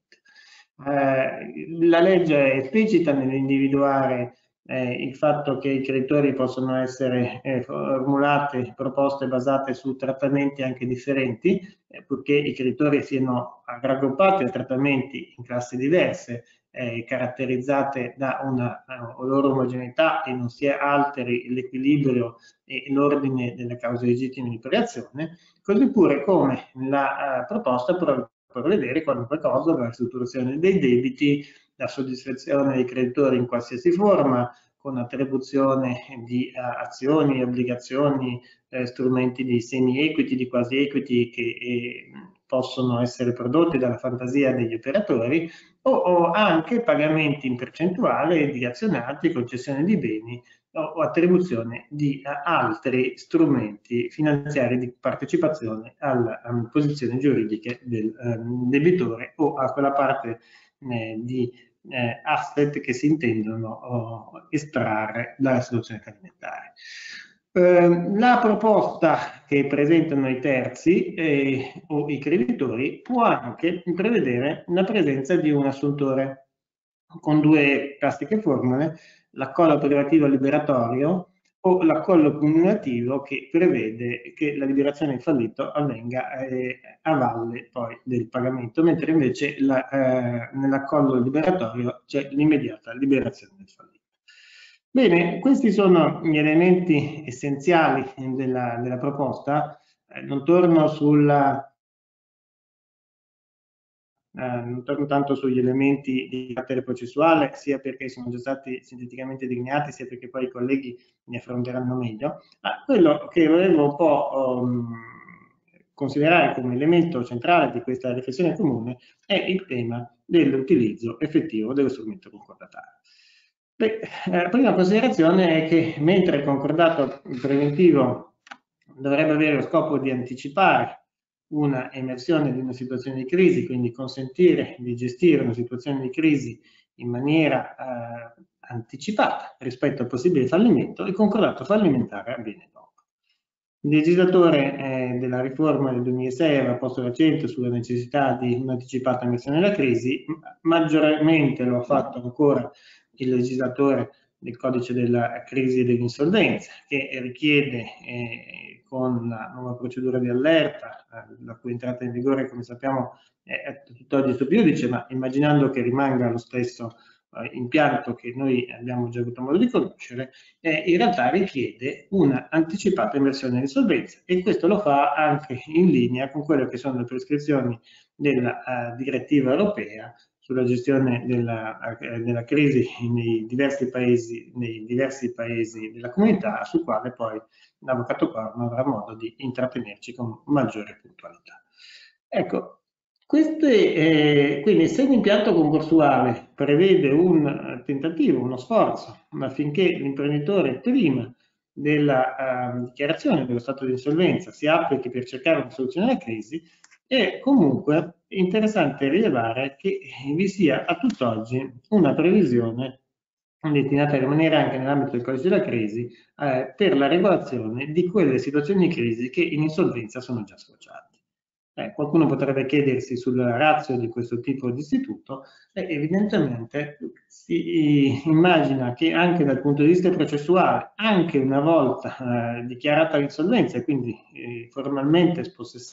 La legge è esplicita nell'individuare il fatto che i creditori possono essere formulate proposte basate su trattamenti anche differenti, purché i creditori siano raggruppati da trattamenti in classi diverse, caratterizzate da una loro omogeneità e non si alteri l'equilibrio e l'ordine delle cause legittime di preazione, così pure come la proposta prevedere qualunque cosa, la ristrutturazione dei debiti, la soddisfazione dei creditori in qualsiasi forma, con attribuzione di azioni, obbligazioni, strumenti di semi-equity, di quasi-equity che possono essere prodotti dalla fantasia degli operatori, o anche pagamenti in percentuale di azionati, concessione di beni o attribuzione di altri strumenti finanziari di partecipazione alle posizioni giuridiche del debitore o a quella parte di asset che si intendono estrarre dalla situazione fallimentare. La proposta che presentano i terzi o i creditori può anche prevedere la presenza di un assuntore con due classiche formule: l'accollo privativo liberatorio o l'accollo cumulativo, che prevede che la liberazione del fallito avvenga a valle poi del pagamento, mentre invece nell'accollo liberatorio c'è l'immediata liberazione del fallito. Bene, questi sono gli elementi essenziali della proposta. Non torno non torno tanto sugli elementi di carattere processuale, sia perché sono già stati sinteticamente delineati, sia perché poi i colleghi ne affronteranno meglio. Ma quello che volevo un po' considerare come elemento centrale di questa riflessione comune è il tema dell'utilizzo effettivo dello strumento concordatario. La prima considerazione è che mentre il concordato preventivo dovrebbe avere lo scopo di anticipare una emersione di una situazione di crisi, quindi consentire di gestire una situazione di crisi in maniera anticipata rispetto al possibile fallimento, il concordato fallimentare avviene dopo. Il legislatore della riforma del 2006 aveva posto l'accento sulla necessità di un'anticipata emersione della crisi, maggiormente lo ha fatto ancora il legislatore del codice della crisi e dell'insolvenza, che richiede con la nuova procedura di allerta, la cui entrata in vigore, come sappiamo, è tutt'oggi sub iudice, ma immaginando che rimanga lo stesso impianto che noi abbiamo già avuto modo di conoscere, in realtà richiede una anticipata emersione dell'insolvenza, e questo lo fa anche in linea con quelle che sono le prescrizioni della direttiva europea sulla gestione della crisi nei diversi paesi della comunità, sul quale poi l'avvocato Corno avrà modo di intrattenerci con maggiore puntualità. Ecco, quindi se un impianto concorsuale prevede un tentativo, uno sforzo, affinché l'imprenditore prima della dichiarazione dello stato di insolvenza si applichi per cercare una soluzione alla crisi, è comunque interessante rilevare che vi sia a tutt'oggi una previsione destinata a rimanere anche nell'ambito del codice della crisi per la regolazione di quelle situazioni di crisi che in insolvenza sono già sfociate. Qualcuno potrebbe chiedersi sulla ratio di questo tipo di istituto. Evidentemente si immagina che anche dal punto di vista processuale, anche una volta dichiarata l'insolvenza e quindi formalmente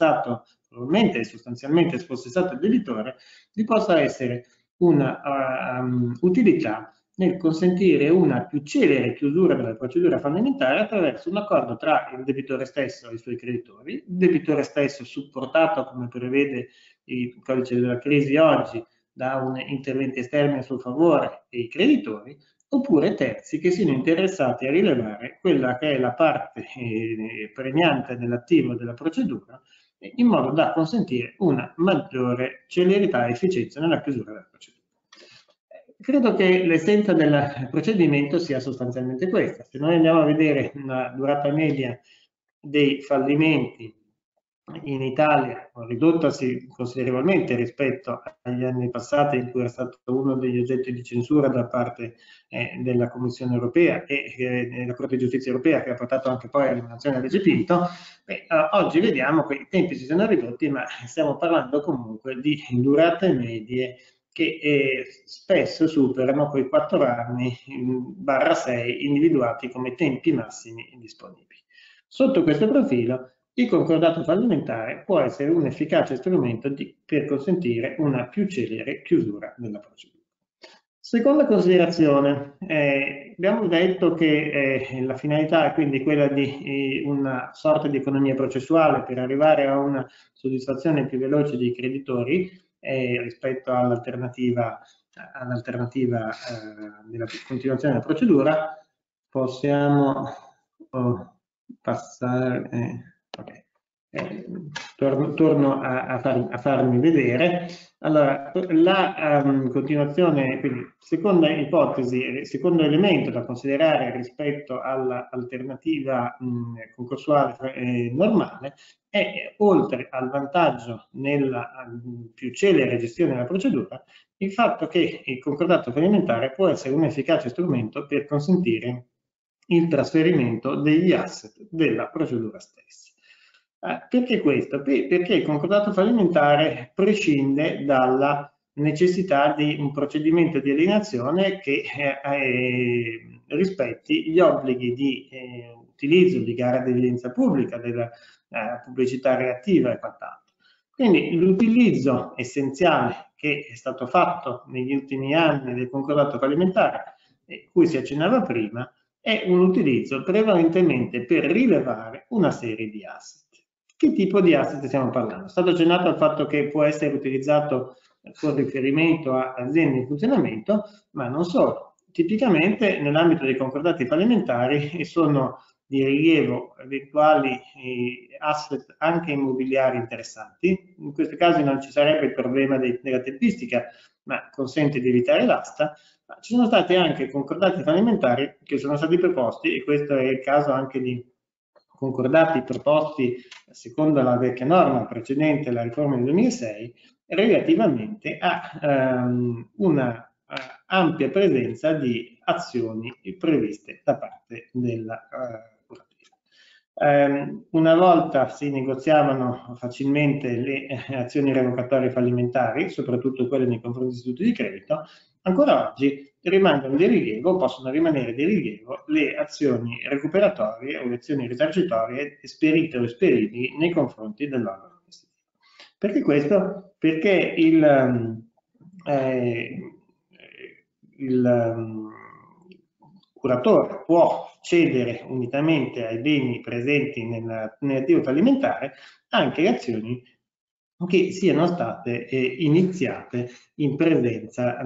e sostanzialmente spossessato il debitore, vi possa essere una utilità nel consentire una più celere chiusura della procedura fallimentare attraverso un accordo tra il debitore stesso e i suoi creditori, il debitore stesso supportato, come prevede il codice della crisi oggi, da un intervento esterno a suo favore e i creditori, oppure terzi che siano interessati a rilevare quella che è la parte pregnante dell'attivo della procedura, in modo da consentire una maggiore celerità e efficienza nella chiusura della procedura. Credo che l'essenza del procedimento sia sostanzialmente questa. Se noi andiamo a vedere una durata media dei fallimenti in Italia, ridottasi considerevolmente rispetto agli anni passati, in cui era stato uno degli oggetti di censura da parte della Commissione europea e della Corte di Giustizia europea, che ha portato anche poi all'eliminazione del Regge Pinto, oggi vediamo che i tempi si sono ridotti, ma stiamo parlando comunque di durate medie che spesso superano quei 4 anni / 6 individuati come tempi massimi disponibili. Sotto questo profilo, il concordato fallimentare può essere un efficace strumento per consentire una più celere chiusura della procedura. Seconda considerazione, abbiamo detto che la finalità è quindi quella di una sorta di economia processuale per arrivare a una soddisfazione più veloce dei creditori rispetto all'alternativa della continuazione della procedura. Possiamo passare. Okay. torno a farmi vedere. Allora, la continuazione, quindi seconda ipotesi, secondo elemento da considerare rispetto all'alternativa concorsuale normale è, oltre al vantaggio nella più celere gestione della procedura, il fatto che il concordato fallimentare può essere un efficace strumento per consentire il trasferimento degli asset della procedura stessa. Perché questo? Perché il concordato fallimentare prescinde dalla necessità di un procedimento di alienazione che rispetti gli obblighi di utilizzo di gara di evidenza pubblica, della pubblicità reattiva e quant'altro. Quindi l'utilizzo essenziale che è stato fatto negli ultimi anni del concordato fallimentare, cui si accennava prima, è un utilizzo prevalentemente per rilevare una serie di asset. Che tipo di asset stiamo parlando? È stato accennato al fatto che può essere utilizzato con riferimento a aziende in funzionamento, ma non solo. Tipicamente nell'ambito dei concordati fallimentari sono di rilievo eventuali asset anche immobiliari interessanti. In questi casi non ci sarebbe il problema della tempistica, ma consente di evitare l'asta. Ma ci sono stati anche concordati fallimentari che sono stati proposti, e questo è il caso anche di concordati proposti secondo la vecchia norma precedente alla riforma del 2006, relativamente a una ampia presenza di azioni previste da parte della curativa. Una volta si negoziavano facilmente le azioni revocatorie fallimentari, soprattutto quelle nei confronti di istituti di credito. Ancora oggi rimangono di rilievo, possono rimanere di rilievo le azioni recuperatorie o le azioni risarcitorie esperite o esperibili nei confronti dell'organo amministrativo. Perché questo? Perché il curatore può cedere unitamente ai beni presenti nell'attivo fallimentare anche le azioni che siano state iniziate in pendenza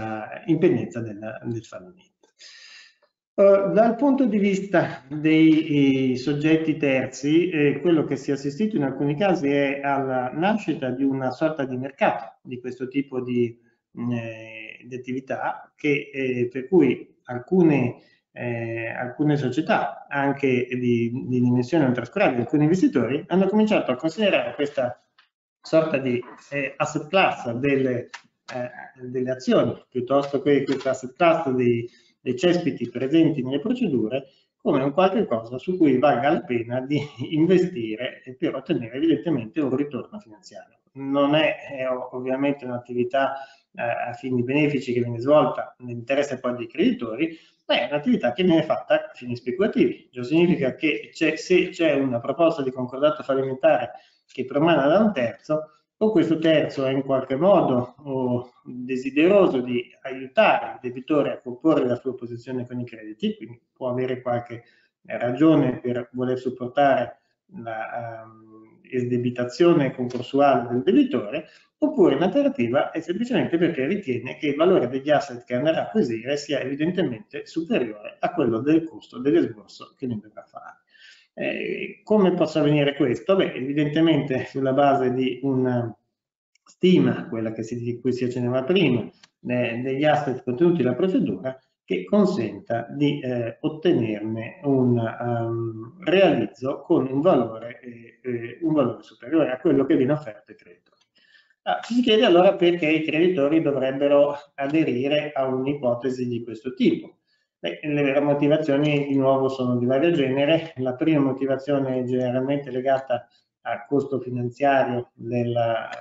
del fallimento. Dal punto di vista dei soggetti terzi, quello che si è assistito in alcuni casi è alla nascita di una sorta di mercato di questo tipo di attività, per cui alcune società, anche di dimensione non trascurabile, alcuni investitori, hanno cominciato a considerare questa sorta di asset class delle azioni, piuttosto che questa asset class dei cespiti presenti nelle procedure, come un qualche cosa su cui valga la pena di investire per ottenere evidentemente un ritorno finanziario. Non è ovviamente un'attività a fini benefici che viene svolta nell'interesse poi dei creditori, ma è un'attività che viene fatta a fini speculativi. Ciò significa che se c'è una proposta di concordato fallimentare che promana da un terzo, o questo terzo è in qualche modo desideroso di aiutare il debitore a comporre la sua posizione con i crediti, quindi può avere qualche ragione per voler supportare la esdebitazione concorsuale del debitore, oppure l'alternativa è semplicemente perché ritiene che il valore degli asset che andrà a acquisire sia evidentemente superiore a quello del costo dell'esborso che ne dovrà fare. Come possa avvenire questo? Beh, evidentemente sulla base di una stima, quella di cui si accennava prima, degli asset contenuti nella procedura, che consenta di ottenerne un realizzo con un valore superiore a quello che viene offerto ai creditori. Ci si chiede allora perché i creditori dovrebbero aderire a un'ipotesi di questo tipo. Le motivazioni di nuovo sono di vario genere. La prima motivazione è generalmente legata al costo finanziario del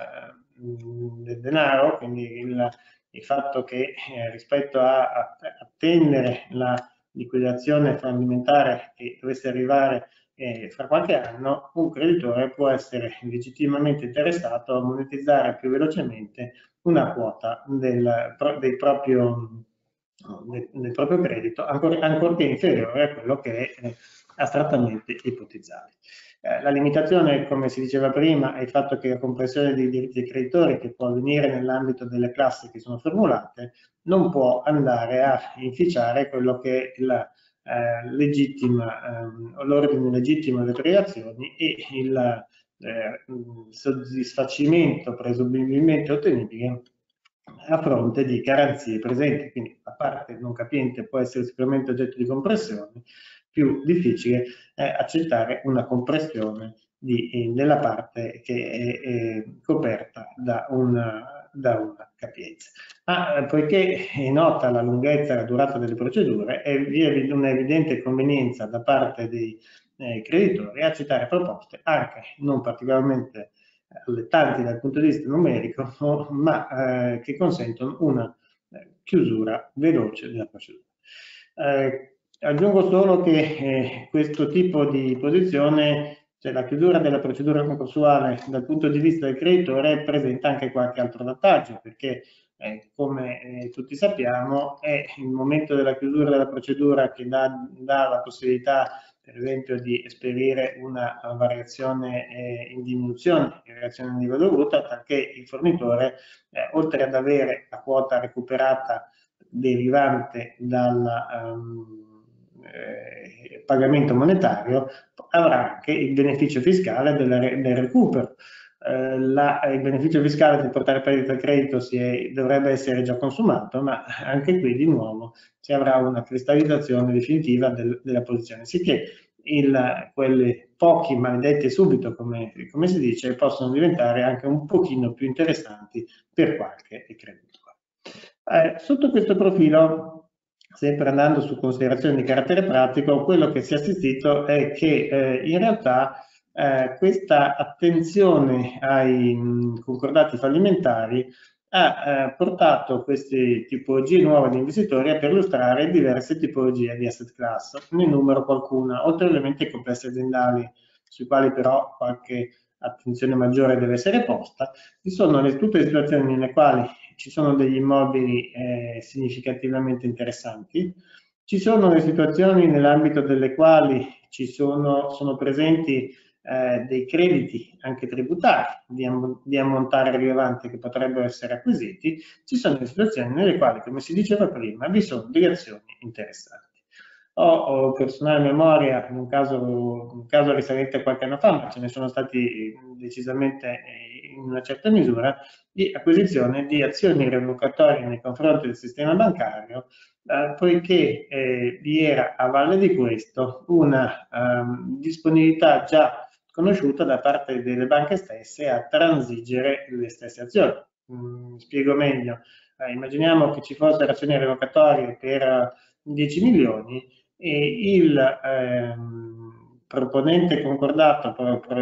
denaro, quindi il fatto che rispetto a attendere la liquidazione fallimentare che dovesse arrivare fra qualche anno, un creditore può essere legittimamente interessato a monetizzare più velocemente una quota del proprio credito, ancorché inferiore a quello che è astrattamente ipotizzabile. La limitazione, come si diceva prima, è il fatto che la comprensione dei diritti dei creditori, che può avvenire nell'ambito delle classi che sono formulate, non può andare a inficiare quello che è l'ordine legittimo delle operazioni e soddisfacimento presumibilmente ottenibile a fronte di garanzie presenti. Quindi la parte non capiente può essere sicuramente oggetto di compressione, più difficile è accettare una compressione della parte che è coperta da una capienza. Ma poiché è nota la lunghezza e la durata delle procedure, vi è un'evidente convenienza da parte dei creditori a accettare proposte anche non particolarmente allettanti dal punto di vista numerico, ma che consentono una chiusura veloce della procedura. Aggiungo solo che questo tipo di posizione, cioè la chiusura della procedura concorsuale dal punto di vista del creditore, presenta anche qualche altro vantaggio, perché come tutti sappiamo è il momento della chiusura della procedura che dà la possibilità, per esempio, di esperire una variazione in diminuzione in relazione al livello dovuto, perché il fornitore, oltre ad avere la quota recuperata derivante dal pagamento monetario, avrà anche il beneficio fiscale del recupero. Il beneficio fiscale del portare perdita al credito dovrebbe essere già consumato, ma anche qui di nuovo si avrà una cristallizzazione definitiva della posizione, sicché quelli pochi maledetti subito, come si dice, possono diventare anche un pochino più interessanti per qualche creditore. Sotto questo profilo, sempre andando su considerazioni di carattere pratico, quello che si è assistito è che in realtà questa attenzione ai concordati fallimentari ha portato queste tipologie nuove di investitori a perlustrare diverse tipologie di asset class. Ne numero qualcuna, oltre ovviamente ai complessi aziendali, sui quali però qualche attenzione maggiore deve essere posta. Ci sono tutte le situazioni nelle quali ci sono degli immobili significativamente interessanti, ci sono le situazioni nell'ambito delle quali sono presenti dei crediti anche tributari di ammontare rilevante che potrebbero essere acquisiti, ci sono le situazioni nelle quali, come si diceva prima, vi sono obbligazioni interessanti. Ho personale memoria, in un caso risalente a qualche anno fa, ma ce ne sono stati decisamente in una certa misura, di acquisizione di azioni revocatorie nei confronti del sistema bancario, poiché vi era a valle di questo una disponibilità già conosciuta da parte delle banche stesse a transigere le stesse azioni. Spiego meglio. Immaginiamo che ci fossero azioni revocatorie per 10 milioni e il proponente concordato,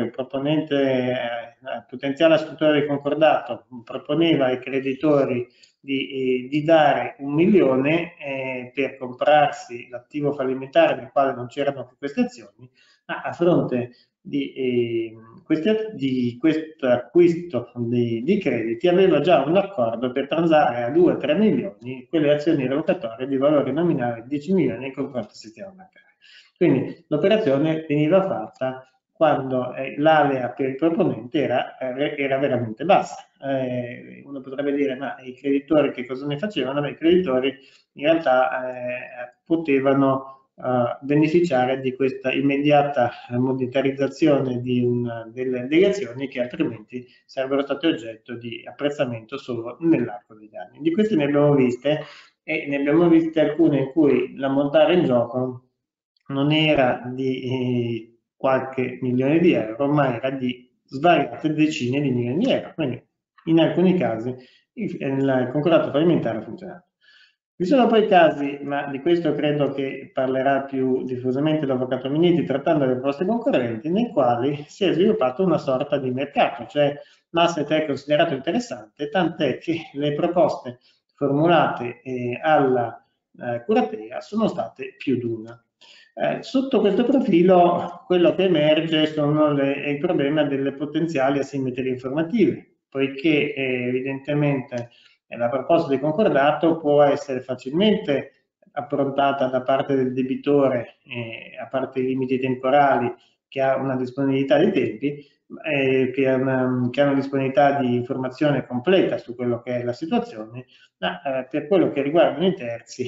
potenziale ascoltatore concordato proponeva ai creditori di dare 1 milione per comprarsi l'attivo fallimentare nel quale non c'erano più queste azioni, ma a fronte di questo acquisto di crediti aveva già un accordo per transare a 2-3 milioni quelle azioni revocatorie di valore nominale di 10 milioni nei confronti del sistema bancario. Quindi l'operazione veniva fatta quando l'alea per il proponente era veramente bassa. Uno potrebbe dire, ma i creditori che cosa ne facevano? I creditori in realtà potevano beneficiare di questa immediata monetarizzazione delle azioni che altrimenti sarebbero state oggetto di apprezzamento solo nell'arco degli anni. Di queste ne abbiamo viste e ne abbiamo viste alcune in cui l'ammontare in gioco non era di qualche milione di euro, ma era di svariate decine di milioni di euro. Quindi in alcuni casi il concordato fallimentare ha funzionato. Vi sono poi casi, ma di questo credo che parlerà più diffusamente l'avvocato Minniti trattando le proposte concorrenti, nei quali si è sviluppato una sorta di mercato, cioè l'asset è considerato interessante, tant'è che le proposte formulate alla curatea sono state più di una. Sotto questo profilo quello che emerge è il problema delle potenziali asimmetrie informative, poiché evidentemente la proposta di concordato può essere facilmente approntata da parte del debitore, a parte i limiti temporali, che ha una disponibilità di tempi, che ha una disponibilità di informazione completa su quello che è la situazione, ma per quello che riguarda i terzi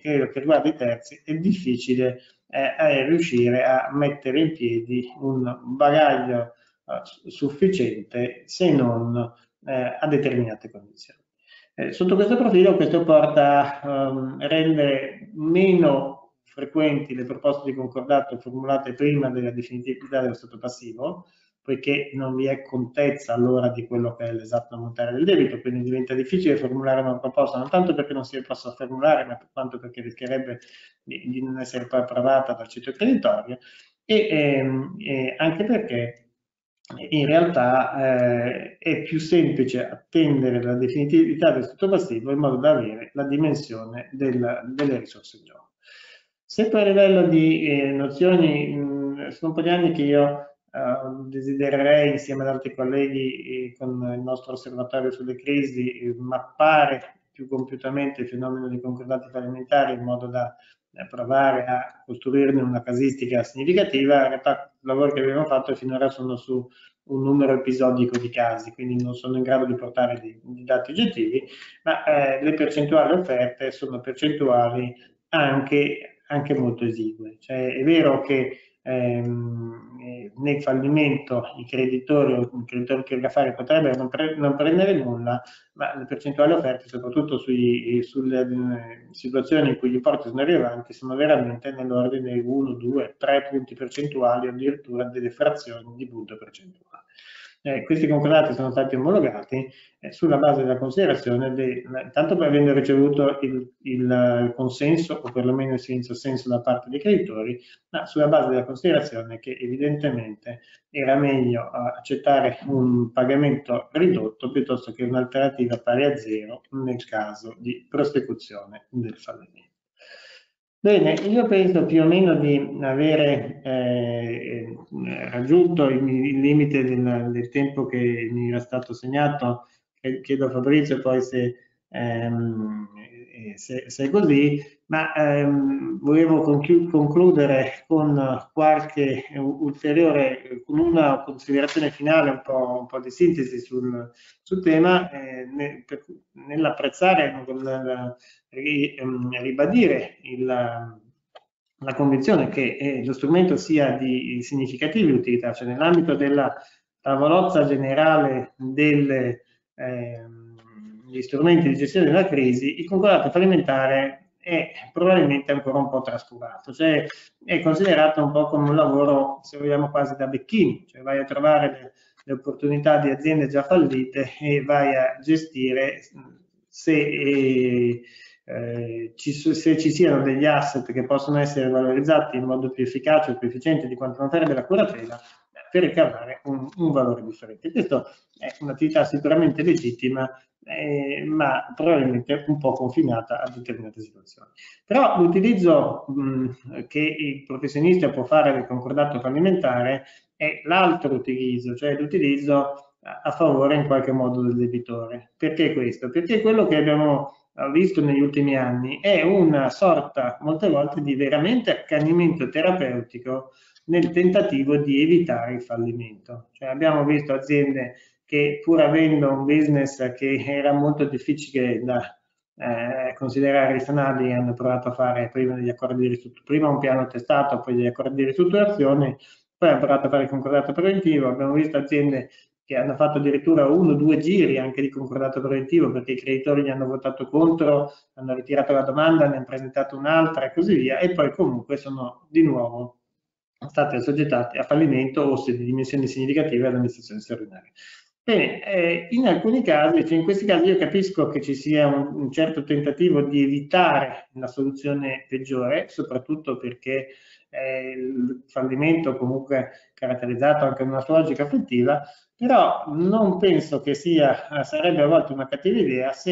è difficile riuscire a mettere in piedi un bagaglio sufficiente, se non a determinate condizioni. Sotto questo profilo, questo porta a rendere meno frequenti le proposte di concordato formulate prima della definitività dello stato passivo, poiché non vi è contezza allora di quello che è l'esatto ammontare del debito, quindi diventa difficile formulare una proposta, non tanto perché non si possa formulare, ma quanto perché rischierebbe di non essere poi approvata dal ceto creditorio, e anche perché in realtà è più semplice attendere la definitività del stato passivo in modo da avere la dimensione delle risorse in gioco. Sempre a livello di nozioni, sono un po' di anni che io desidererei, insieme ad altri colleghi con il nostro osservatorio sulle crisi, mappare più compiutamente il fenomeno dei concordati fallimentari in modo da provare a costruirne una casistica significativa. In realtà i lavori che abbiamo fatto finora sono su un numero episodico di casi, quindi non sono in grado di portare di dati oggettivi, ma le percentuali offerte sono percentuali anche molto esigue. Cioè, è vero che nel fallimento i creditori o il creditore che l'affare potrebbero non prendere nulla, ma le percentuali offerte, soprattutto sulle situazioni in cui gli importi sono rilevanti, sono veramente nell'ordine di 1, 2, 3 punti percentuali o addirittura delle frazioni di punto percentuale. Questi concordati sono stati omologati sulla base della considerazione, tanto per avendo ricevuto il consenso o perlomeno il senso assenso da parte dei creditori, ma sulla base della considerazione che evidentemente era meglio accettare un pagamento ridotto piuttosto che un'alternativa pari a zero nel caso di prosecuzione del fallimento. Bene, io penso più o meno di avere raggiunto il limite del tempo che mi era stato assegnato. Chiedo a Fabrizio poi se è così, ma volevo concludere con qualche ulteriore, con una considerazione finale, un po' di sintesi sul tema, nell'apprezzare, ribadire la convinzione che lo strumento sia di significativa utilità, cioè nell'ambito della tavolozza generale degli strumenti di gestione della crisi, il concordato fallimentare è probabilmente ancora un po' trascurato, cioè è considerato un po' come un lavoro, se vogliamo, quasi da becchini, cioè vai a trovare le opportunità di aziende già fallite e vai a gestire se ci siano degli asset che possono essere valorizzati in modo più efficace o più efficiente di quanto non farebbe la curatela, per ricavare un valore differente. Questa è un'attività sicuramente legittima, ma probabilmente un po' confinata a determinate situazioni. Però l'utilizzo che il professionista può fare del concordato fallimentare è l'altro utilizzo, cioè l'utilizzo a favore in qualche modo del debitore. Perché questo? Perché quello che abbiamo visto negli ultimi anni è una sorta, molte volte, di veramente accanimento terapeutico nel tentativo di evitare il fallimento. Cioè abbiamo visto aziende che, pur avendo un business che era molto difficile da considerare risanabili, hanno provato a fare prima un piano testato, poi degli accordi di ristrutturazione, poi hanno provato a fare il concordato preventivo. Abbiamo visto aziende che hanno fatto addirittura 1 o 2 giri anche di concordato preventivo, perché i creditori gli hanno votato contro, hanno ritirato la domanda, ne hanno presentato un'altra e così via, e poi comunque sono di nuovo state assoggettate a fallimento o, se di dimensioni significative, all'amministrazione straordinaria. Bene, in alcuni casi, cioè in questi casi, io capisco che ci sia un certo tentativo di evitare la soluzione peggiore, soprattutto perché il fallimento comunque caratterizzato anche da una sua logica affettiva, però non penso che sarebbe a volte una cattiva idea se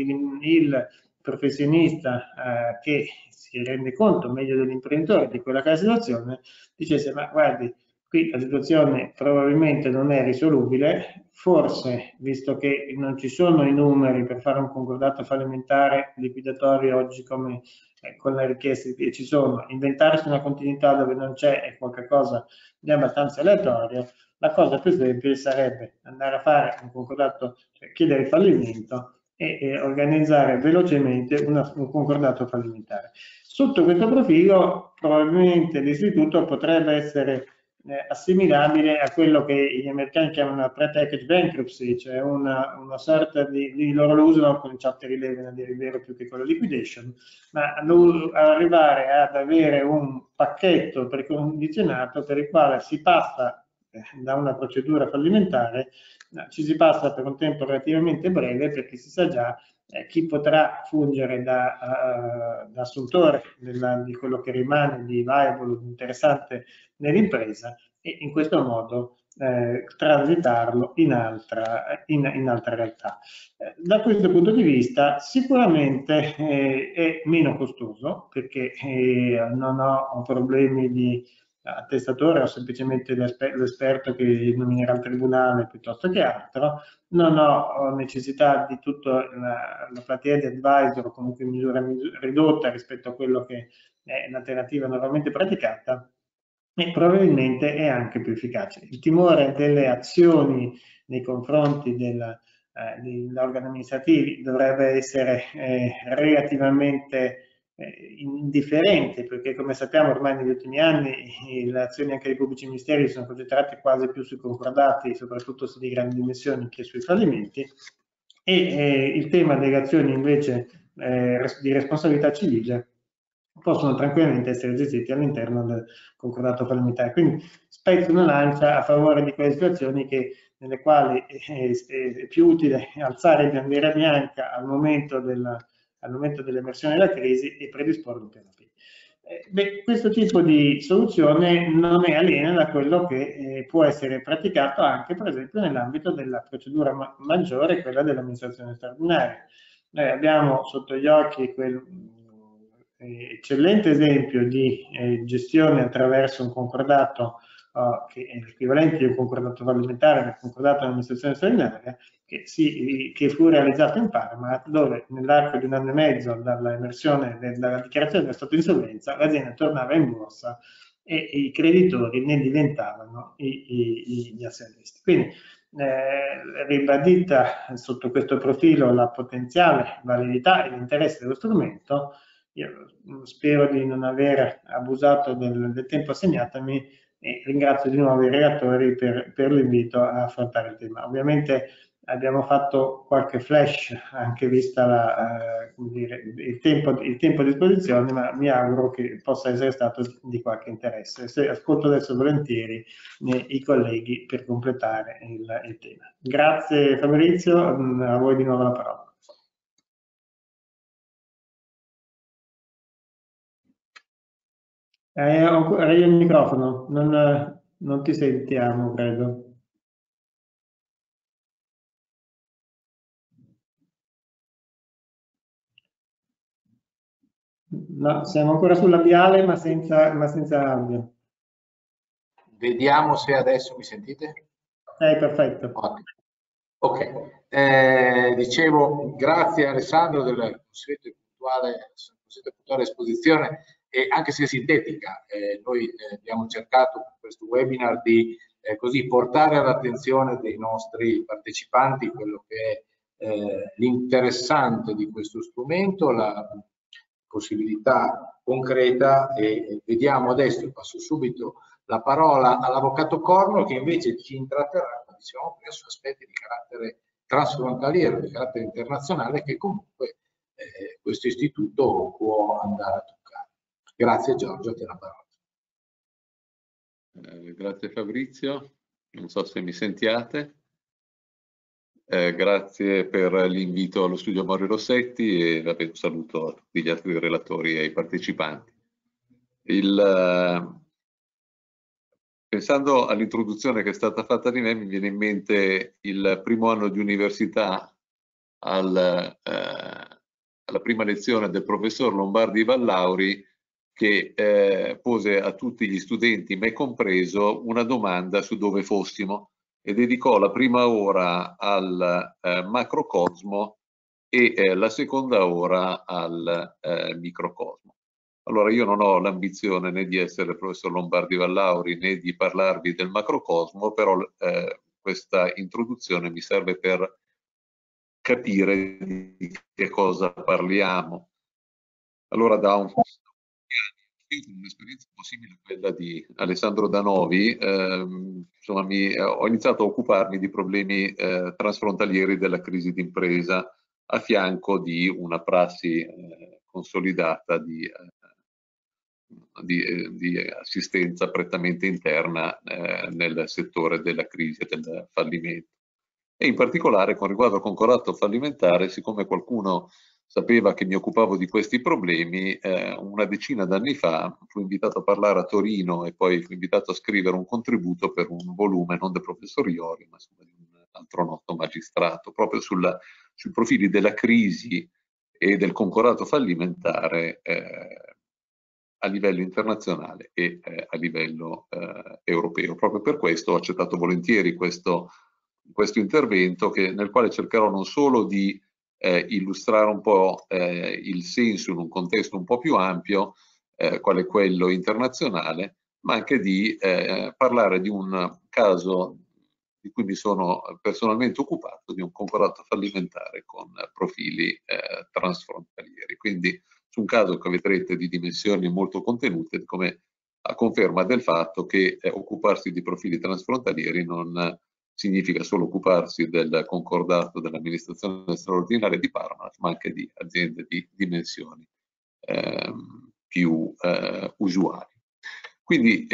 il professionista che si rende conto meglio dell'imprenditore di quella che è la situazione dicesse: ma guardi, qui la situazione probabilmente non è risolubile, forse, visto che non ci sono i numeri per fare un concordato fallimentare liquidatorio oggi come con le richieste che ci sono, inventarsi una continuità dove non c'è è qualcosa di abbastanza aleatorio. La cosa più semplice sarebbe andare a fare un concordato, cioè chiedere il fallimento e organizzare velocemente un concordato fallimentare. Sotto questo profilo probabilmente l'istituto potrebbe essere assimilabile a quello che gli americani chiamano una pre-package bankruptcy, cioè una sorta di loro lo usano con il chapter 11 a dire il vero più che con la liquidation, ma arrivare ad avere un pacchetto precondizionato per il quale si passa da una procedura fallimentare, ci si passa per un tempo relativamente breve, perché si sa già chi potrà fungere da assuntore di quello che rimane di viable, di interessante nell'impresa, e in questo modo transitarlo in altra realtà. Da questo punto di vista sicuramente è meno costoso, perché non ho problemi di attestatore, ho semplicemente l'esperto che nominerà il tribunale piuttosto che altro, non ho necessità di tutta la platea di advisor, o comunque in misura ridotta rispetto a quello che è l'alternativa normalmente praticata, e probabilmente è anche più efficace. Il timore delle azioni nei confronti degli organi amministrativi dovrebbe essere relativamente indifferente, perché come sappiamo ormai negli ultimi anni le azioni anche dei pubblici ministeri sono concentrate quasi più sui concordati, soprattutto su di grandi dimensioni, che sui fallimenti, e il tema delle azioni invece di responsabilità civile possono tranquillamente essere gestiti all'interno del concordato fallimentare. Quindi spezzo una lancia a favore di quelle situazioni nelle quali è più utile alzare bandiera bianca al momento dell'emersione della crisi e predisporre un piano B. Questo tipo di soluzione non è aliena da quello che può essere praticato anche, per esempio, nell'ambito della procedura maggiore, quella dell'amministrazione straordinaria. Noi abbiamo sotto gli occhi quel eccellente esempio di gestione attraverso un concordato che è l'equivalente di un concordato fallimentare, un concordato dell'amministrazione straordinaria, che fu realizzato in Parma, dove nell'arco di 1 anno e mezzo dall'emersione dalla dichiarazione dello stato di insolvenza l'azienda tornava in borsa e i creditori ne diventavano gli azionisti. Quindi ribadita sotto questo profilo la potenziale validità e l'interesse dello strumento, io spero di non aver abusato del tempo assegnatomi e ringrazio di nuovo i relatori per l'invito a affrontare il tema. Ovviamente abbiamo fatto qualche flash, anche vista il tempo a disposizione, ma mi auguro che possa essere stato di qualche interesse. Ascolto adesso volentieri i colleghi per completare il tema. Grazie Fabrizio, a voi di nuovo la parola. Hai il microfono, non ti sentiamo, credo. No, siamo ancora sul labiale, ma senza audio. Vediamo se adesso mi sentite. Perfetto. Ok, dicevo grazie Alessandro della consueta puntuale esposizione, e anche se sintetica. Noi abbiamo cercato con questo webinar di così portare all'attenzione dei nostri partecipanti quello che è l'interessante di questo strumento, la possibilità concreta, e vediamo adesso, passo subito la parola all'avvocato Corno, che invece ci intratterà, come dicevamo prima, su aspetti di carattere transfrontaliero, di carattere internazionale, che comunque questo istituto può andare a toccare. Grazie Giorgio, a te la parola. Grazie Fabrizio, non so se mi sentiate. Grazie per l'invito allo studio Mori Rossetti e un saluto a tutti gli altri relatori e ai partecipanti. Pensando all'introduzione che è stata fatta di me, mi viene in mente il primo anno di università alla prima lezione del professor Lombardi Vallauri, che pose a tutti gli studenti, me compreso, una domanda su dove fossimo, e dedicò la prima ora al macrocosmo e la seconda ora al microcosmo. Allora, io non ho l'ambizione né di essere il professor Lombardi Vallauri né di parlarvi del macrocosmo, però questa introduzione mi serve per capire di che cosa parliamo. Allora, da un io con un'esperienza un po' simile a quella di Alessandro Danovi, insomma, ho iniziato a occuparmi di problemi transfrontalieri della crisi d'impresa a fianco di una prassi consolidata di assistenza prettamente interna nel settore della crisi e del fallimento. E in particolare con riguardo al concordato fallimentare, siccome qualcuno sapeva che mi occupavo di questi problemi, una decina d'anni fa fui invitato a parlare a Torino e poi fui invitato a scrivere un contributo per un volume, non del professor Iori, ma insomma, di un altro noto magistrato, proprio sui profili della crisi e del concordato fallimentare a livello internazionale e a livello europeo. Proprio per questo ho accettato volentieri questo intervento nel quale cercherò non solo di illustrare un po' il senso in un contesto un po' più ampio, quale quello internazionale, ma anche di parlare di un caso di cui mi sono personalmente occupato, di un concordato fallimentare con profili transfrontalieri. Quindi su un caso che vedrete di dimensioni molto contenute, come a conferma del fatto che occuparsi di profili transfrontalieri non significa solo occuparsi del concordato dell'amministrazione straordinaria di Parma, ma anche di aziende di dimensioni più usuali. Quindi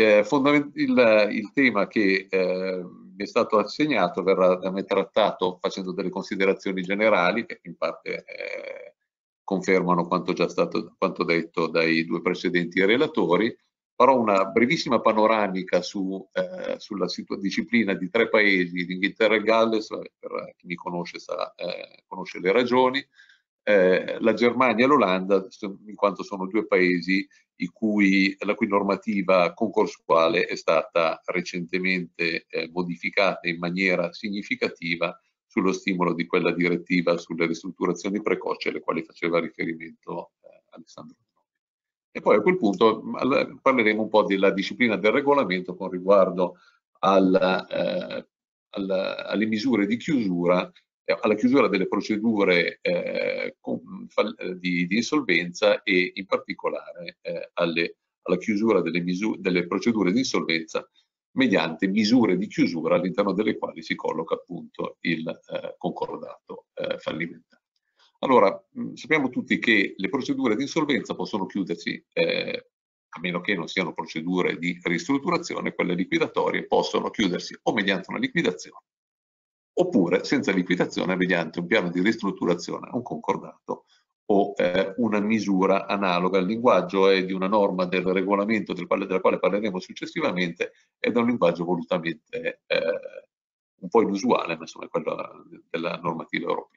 il tema che mi è stato assegnato verrà da me trattato facendo delle considerazioni generali che in parte confermano quanto detto dai due precedenti relatori. Farò una brevissima panoramica sulla disciplina di 3 paesi, l'Inghilterra e il Galles, per chi mi conosce conosce le ragioni, la Germania e l'Olanda, in quanto sono 2 paesi la cui normativa concorsuale è stata recentemente modificata in maniera significativa sullo stimolo di quella direttiva sulle ristrutturazioni precoci alle quali faceva riferimento Alessandro. E poi a quel punto parleremo un po' della disciplina del regolamento con riguardo alle misure di chiusura, alla chiusura delle procedure di insolvenza e in particolare alla chiusura delle procedure di insolvenza mediante misure di chiusura all'interno delle quali si colloca appunto il concordato fallimentare. Allora, sappiamo tutti che le procedure di insolvenza possono chiudersi, a meno che non siano procedure di ristrutturazione, quelle liquidatorie possono chiudersi o mediante una liquidazione, oppure senza liquidazione mediante un piano di ristrutturazione, un concordato o una misura analoga. Il linguaggio è di una norma del regolamento della quale parleremo successivamente, ed è un linguaggio volutamente un po' inusuale, ma insomma è quello della normativa europea.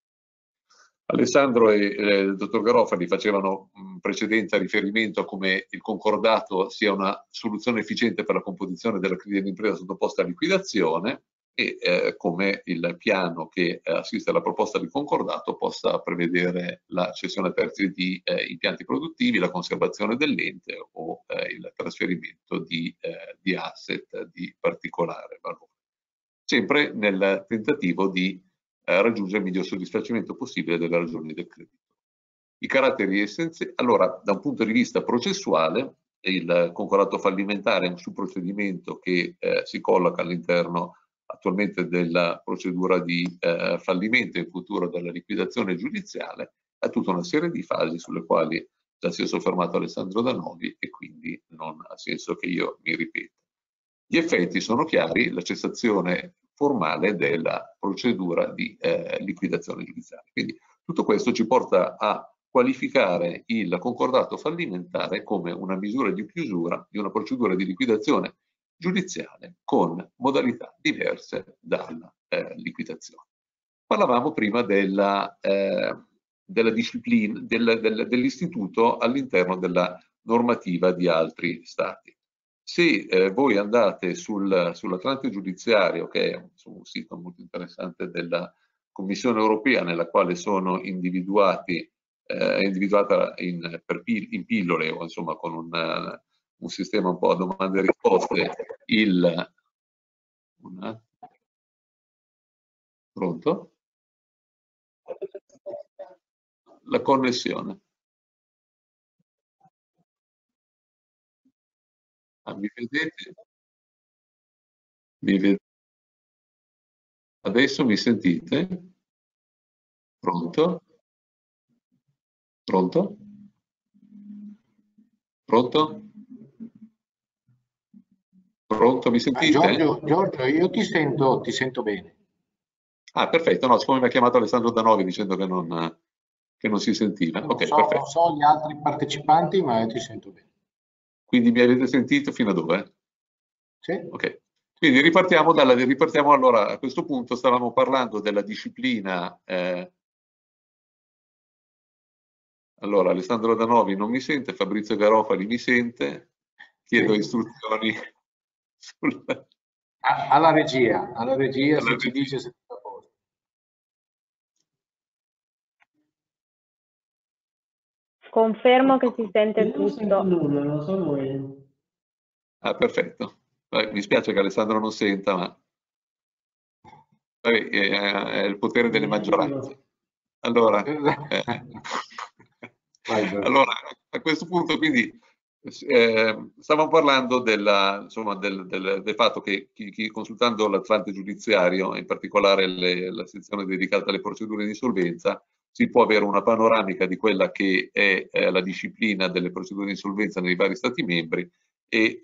Alessandro e il dottor Garofani facevano in precedenza riferimento a come il concordato sia una soluzione efficiente per la composizione della crisi d'impresa sottoposta a liquidazione e come il piano che assiste alla proposta di concordato possa prevedere la cessione a terzi di impianti produttivi, la conservazione dell'ente o il trasferimento di asset di particolare valore, sempre nel tentativo di raggiungere il miglior soddisfacimento possibile delle ragioni del credito. I caratteri essenziali, allora, da un punto di vista processuale, il concordato fallimentare è un subprocedimento che si colloca all'interno attualmente della procedura di fallimento e in futuro della liquidazione giudiziale, ha tutta una serie di fasi sulle quali già si è soffermato Alessandro Danovi e quindi non ha senso che io mi ripeta. Gli effetti sono chiari: la cessazione formale della procedura di liquidazione giudiziale. Quindi tutto questo ci porta a qualificare il concordato fallimentare come una misura di chiusura di una procedura di liquidazione giudiziale con modalità diverse dalla liquidazione. Parlavamo prima della disciplina dell'istituto all'interno della normativa di altri stati. Se voi andate sull'Atlante giudiziario, che è un sito molto interessante della Commissione europea, nella quale sono individuata in pillole o insomma con un sistema un po' a domande e risposte, pronto? La connessione. Mi vedete? Adesso mi sentite? Pronto? Pronto? Pronto? Pronto, mi sentite? Giorgio, io ti sento bene. Ah, perfetto. No, siccome mi ha chiamato Alessandro Danovi dicendo che non si sentiva. Ok, perfetto. Non so gli altri partecipanti, ma io ti sento bene. Quindi mi avete sentito fino a dove? Sì. Ok. Quindi ripartiamo allora, a questo punto stavamo parlando della disciplina. Allora, Alessandro Danovi non mi sente, Fabrizio Garofali mi sente, chiedo istruzioni alla regia se ci dice se sta a posto. Confermo che si sente Io non sento tutto. nulla, non so voi. Ah, perfetto. Mi spiace che Alessandro non senta, ma è il potere delle maggioranze. Allora, allora, a questo punto quindi stavamo parlando del fatto che chi consultando l'Atlante giudiziario, in particolare la sezione dedicata alle procedure di insolvenza, si può avere una panoramica di quella che è la disciplina delle procedure di insolvenza nei vari Stati membri e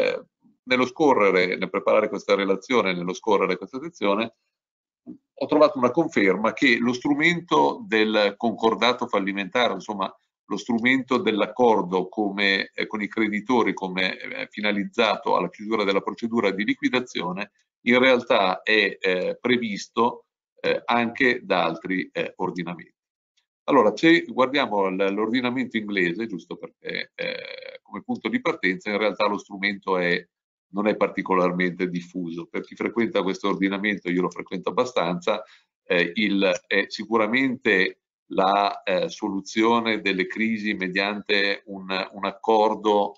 nel preparare questa relazione, nello scorrere questa sezione, ho trovato una conferma che lo strumento del concordato fallimentare, insomma lo strumento dell'accordo con i creditori come finalizzato alla chiusura della procedura di liquidazione, in realtà è previsto anche da altri ordinamenti. Allora, se guardiamo l'ordinamento inglese, giusto perché come punto di partenza, in realtà lo strumento non è particolarmente diffuso. Per chi frequenta questo ordinamento, io lo frequento abbastanza, è sicuramente la soluzione delle crisi mediante un accordo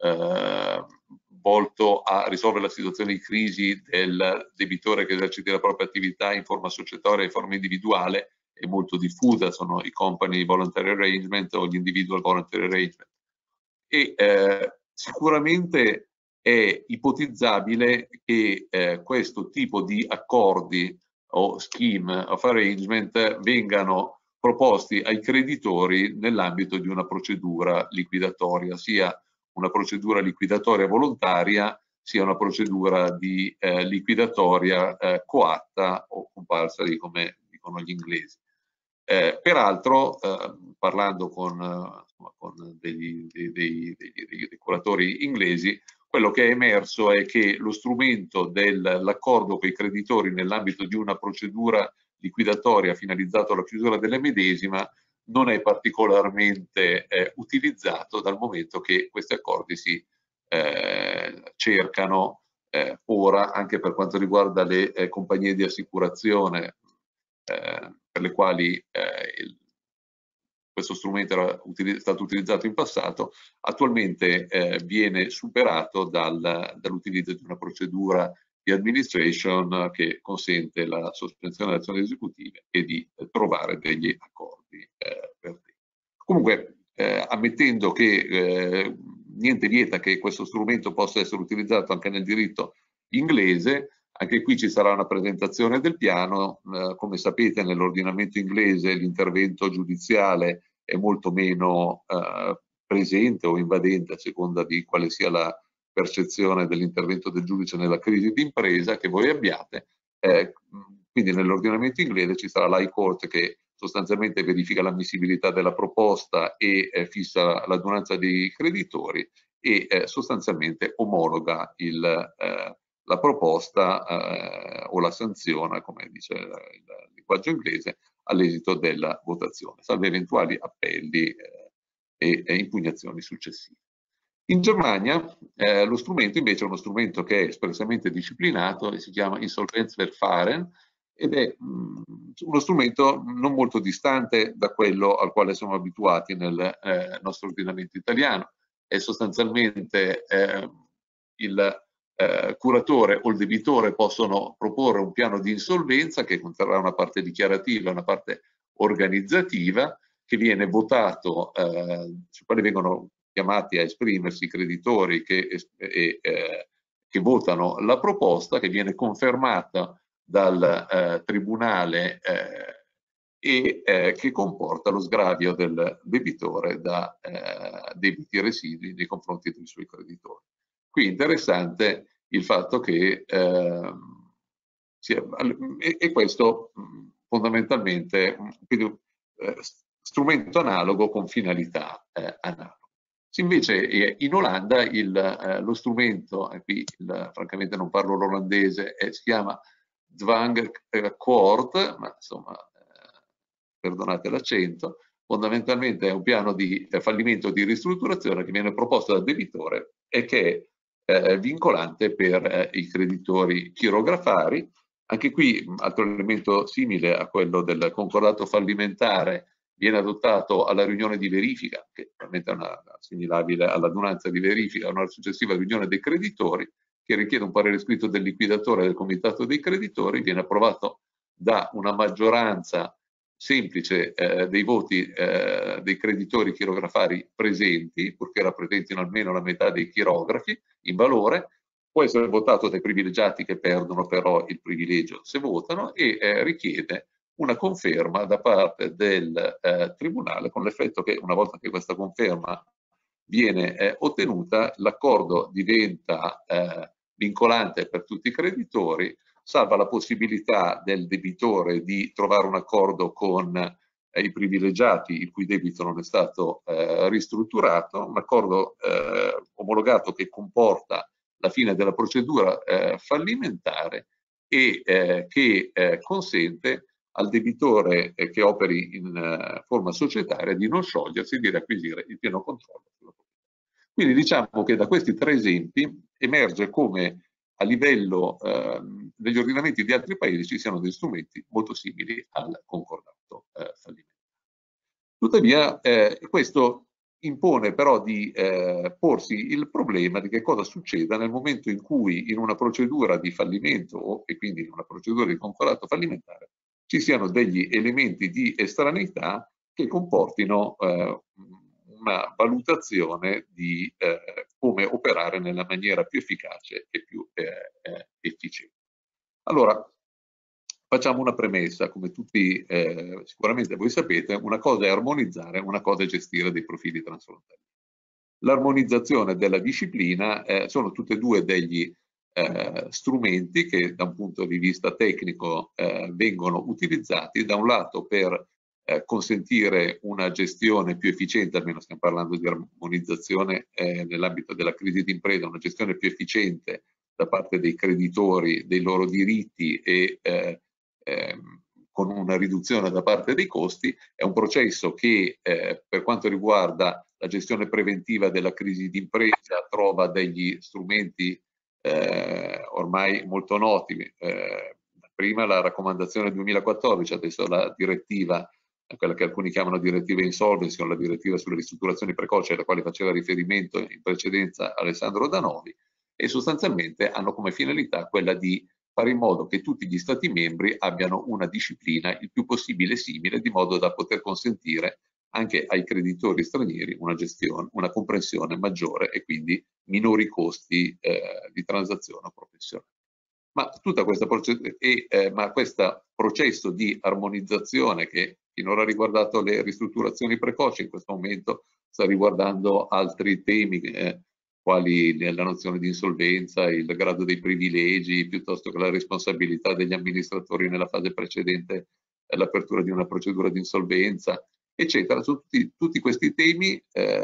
volto a risolvere la situazione di crisi del debitore che esercita la propria attività in forma societaria e in forma individuale è molto diffusa, sono i company voluntary arrangement o gli individual voluntary arrangement. E sicuramente è ipotizzabile che questo tipo di accordi o scheme of arrangement vengano proposti ai creditori nell'ambito di una procedura liquidatoria, sia una procedura liquidatoria volontaria, sia una procedura di liquidatoria coatta o compulsory, come dicono gli inglesi. Peraltro, parlando con dei curatori inglesi, quello che è emerso è che lo strumento dell'accordo con i creditori nell'ambito di una procedura liquidatoria finalizzato alla chiusura della medesima non è particolarmente utilizzato, dal momento che questi accordi si cercano ora anche per quanto riguarda le compagnie di assicurazione per le quali questo strumento era stato utilizzato in passato, attualmente viene superato dall'utilizzo di una procedura di administration che consente la sospensione delle azioni esecutive e di trovare degli accordi per te. Comunque, ammettendo che niente vieta che questo strumento possa essere utilizzato anche nel diritto inglese, anche qui ci sarà una presentazione del piano. Come sapete, nell'ordinamento inglese l'intervento giudiziale è molto meno presente o invadente a seconda di quale sia la percezione dell'intervento del giudice nella crisi d'impresa che voi abbiate. Quindi nell'ordinamento inglese ci sarà l'High Court che sostanzialmente verifica l'ammissibilità della proposta e fissa l'adunanza dei creditori e sostanzialmente omologa la proposta o la sanziona, come dice il linguaggio inglese, all'esito della votazione, salvo eventuali appelli e impugnazioni successive. In Germania lo strumento invece è uno strumento che è espressamente disciplinato e si chiama Insolvenzverfahren ed è uno strumento non molto distante da quello al quale siamo abituati nel nostro ordinamento italiano. È sostanzialmente il curatore o il debitore possono proporre un piano di insolvenza che conterrà una parte dichiarativa e una parte organizzativa che viene votato, su quale vengono chiamati a esprimersi i creditori che votano la proposta, che viene confermata dal Tribunale e che comporta lo sgravio del debitore da debiti residui nei confronti dei suoi creditori. Qui è interessante il fatto che e questo fondamentalmente quindi, strumento analogo con finalità analoga. Invece in Olanda lo strumento, e qui francamente non parlo l'olandese, si chiama dwangakkoord, ma insomma perdonate l'accento, fondamentalmente è un piano di fallimento di ristrutturazione che viene proposto dal debitore e che è vincolante per i creditori chirografari. Anche qui altro elemento simile a quello del concordato fallimentare viene adottato alla riunione di verifica, che probabilmente è assimilabile all'adunanza di verifica, una successiva riunione dei creditori, che richiede un parere scritto del liquidatore e del comitato dei creditori, viene approvato da una maggioranza semplice dei voti dei creditori chirografari presenti, purché rappresentino almeno la metà dei chirografi in valore, può essere votato dai privilegiati che perdono però il privilegio se votano e richiede una conferma da parte del Tribunale, con l'effetto che una volta che questa conferma viene ottenuta, l'accordo diventa vincolante per tutti i creditori, salva la possibilità del debitore di trovare un accordo con i privilegiati il cui debito non è stato ristrutturato, un accordo omologato che comporta la fine della procedura fallimentare e che consente al debitore che operi in forma societaria di non sciogliersi e di riacquisire il pieno controllo sulla proprietà. Quindi diciamo che da questi tre esempi emerge come a livello degli ordinamenti di altri paesi ci siano degli strumenti molto simili al concordato fallimentare. Tuttavia questo impone però di porsi il problema di che cosa succeda nel momento in cui in una procedura di fallimento e quindi in una procedura di concordato fallimentare ci siano degli elementi di estraneità che comportino una valutazione di come operare nella maniera più efficace e più efficiente. Allora, facciamo una premessa, come tutti sicuramente voi sapete, una cosa è armonizzare, una cosa è gestire dei profili transfrontalieri. L'armonizzazione della disciplina sono tutte e due degli strumenti che da un punto di vista tecnico vengono utilizzati da un lato per consentire una gestione più efficiente, almeno stiamo parlando di armonizzazione nell'ambito della crisi d'impresa, una gestione più efficiente da parte dei creditori dei loro diritti e con una riduzione da parte dei costi. È un processo che per quanto riguarda la gestione preventiva della crisi d'impresa trova degli strumenti ormai molto noti, prima la raccomandazione 2014, adesso la direttiva, quella che alcuni chiamano direttiva insolvency o la direttiva sulle ristrutturazioni precoci alla quale faceva riferimento in precedenza Alessandro Danovi, e sostanzialmente hanno come finalità quella di fare in modo che tutti gli Stati membri abbiano una disciplina il più possibile simile, di modo da poter consentire anche ai creditori stranieri una gestione, una comprensione maggiore e quindi minori costi di transazione professionale. Ma tutta questa questo processo di armonizzazione che finora ha riguardato le ristrutturazioni precoci, in questo momento sta riguardando altri temi quali la nozione di insolvenza, il grado dei privilegi, piuttosto che la responsabilità degli amministratori nella fase precedente all'apertura di una procedura di insolvenza, eccetera. Su tutti questi temi,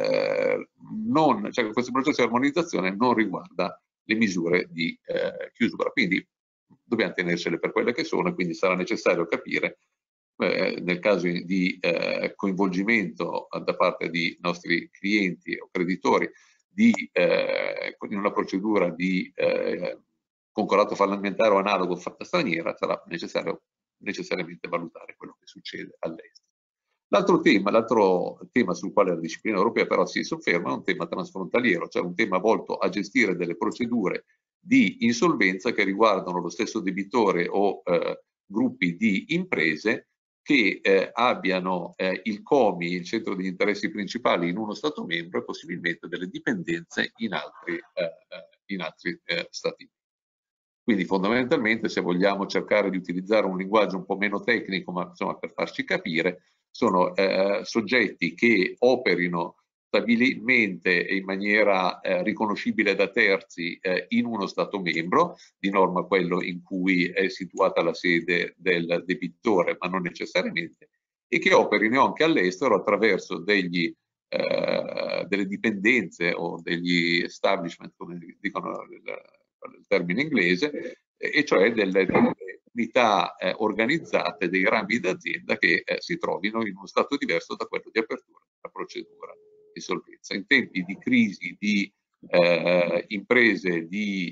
cioè questo processo di armonizzazione non riguarda le misure di chiusura, quindi dobbiamo tenercele per quelle che sono, e quindi sarà necessario capire nel caso di coinvolgimento da parte di nostri clienti o creditori in una procedura di concordato fallimentare o analogo fatta straniera, sarà necessario necessariamente valutare quello che succede all'estero. L'altro tema sul quale la disciplina europea però si sofferma è un tema transfrontaliero, cioè un tema volto a gestire delle procedure di insolvenza che riguardano lo stesso debitore o gruppi di imprese che abbiano il COMI, il centro degli interessi principali, in uno Stato membro e possibilmente delle dipendenze in altri Stati. Quindi fondamentalmente, se vogliamo cercare di utilizzare un linguaggio un po' meno tecnico, ma insomma per farci capire, sono soggetti che operino stabilmente e in maniera riconoscibile da terzi in uno Stato membro, di norma quello in cui è situata la sede del debitore, ma non necessariamente, e che operino anche all'estero attraverso delle dipendenze o degli establishment, come dicono il termine inglese, e cioè delle unità organizzate, dei rami d'azienda che si trovino in uno stato diverso da quello di apertura della procedura di insolvenza. In tempi di crisi di imprese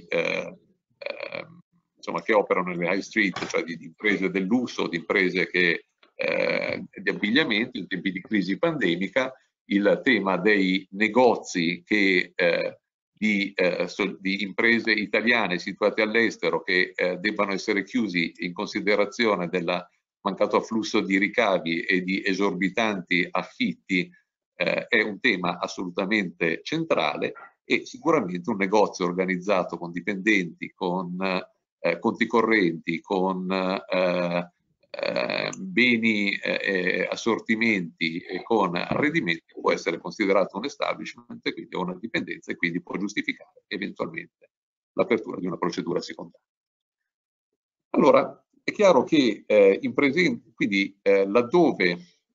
insomma, che operano nelle high street, cioè di imprese del lusso, di imprese di abbigliamento, in tempi di crisi pandemica, il tema dei negozi di imprese italiane situate all'estero che debbano essere chiusi in considerazione del mancato afflusso di ricavi e di esorbitanti affitti è un tema assolutamente centrale, e sicuramente un negozio organizzato con dipendenti, con conti correnti, con beni, assortimenti e con arredimenti può essere considerato un establishment e quindi una dipendenza, e quindi può giustificare eventualmente l'apertura di una procedura secondaria. Allora, è chiaro che quindi laddove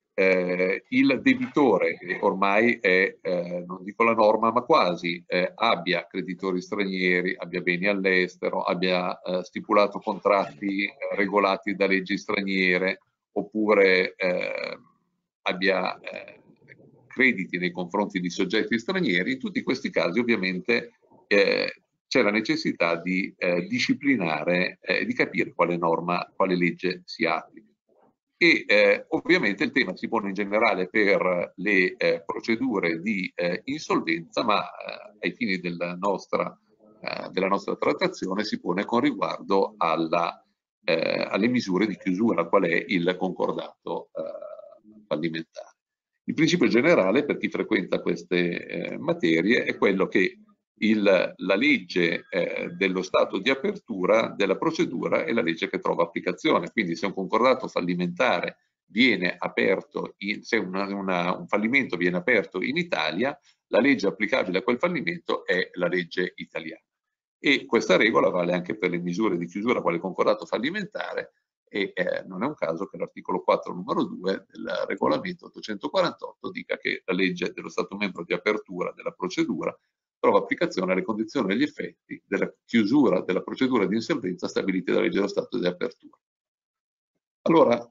il debitore, ormai è, non dico la norma, ma quasi, abbia creditori stranieri, abbia beni all'estero, abbia stipulato contratti regolati da leggi straniere, oppure abbia crediti nei confronti di soggetti stranieri, in tutti questi casi ovviamente c'è la necessità di disciplinare e di capire quale norma, quale legge si applica. E ovviamente il tema si pone in generale per le procedure di insolvenza, ma ai fini della nostra trattazione si pone con riguardo alle misure di chiusura, qual è il concordato fallimentare. Il principio generale per chi frequenta queste materie è quello che la legge dello stato di apertura della procedura è la legge che trova applicazione. Quindi se un concordato fallimentare viene aperto, se un fallimento viene aperto in Italia, la legge applicabile a quel fallimento è la legge italiana. E questa regola vale anche per le misure di chiusura quale concordato fallimentare, e non è un caso che l'articolo 4 numero 2 del regolamento 848 dica che la legge dello Stato membro di apertura della procedura trova applicazione alle condizioni e agli effetti della chiusura della procedura di insolvenza stabiliti dalla legge dello Stato di apertura. Allora,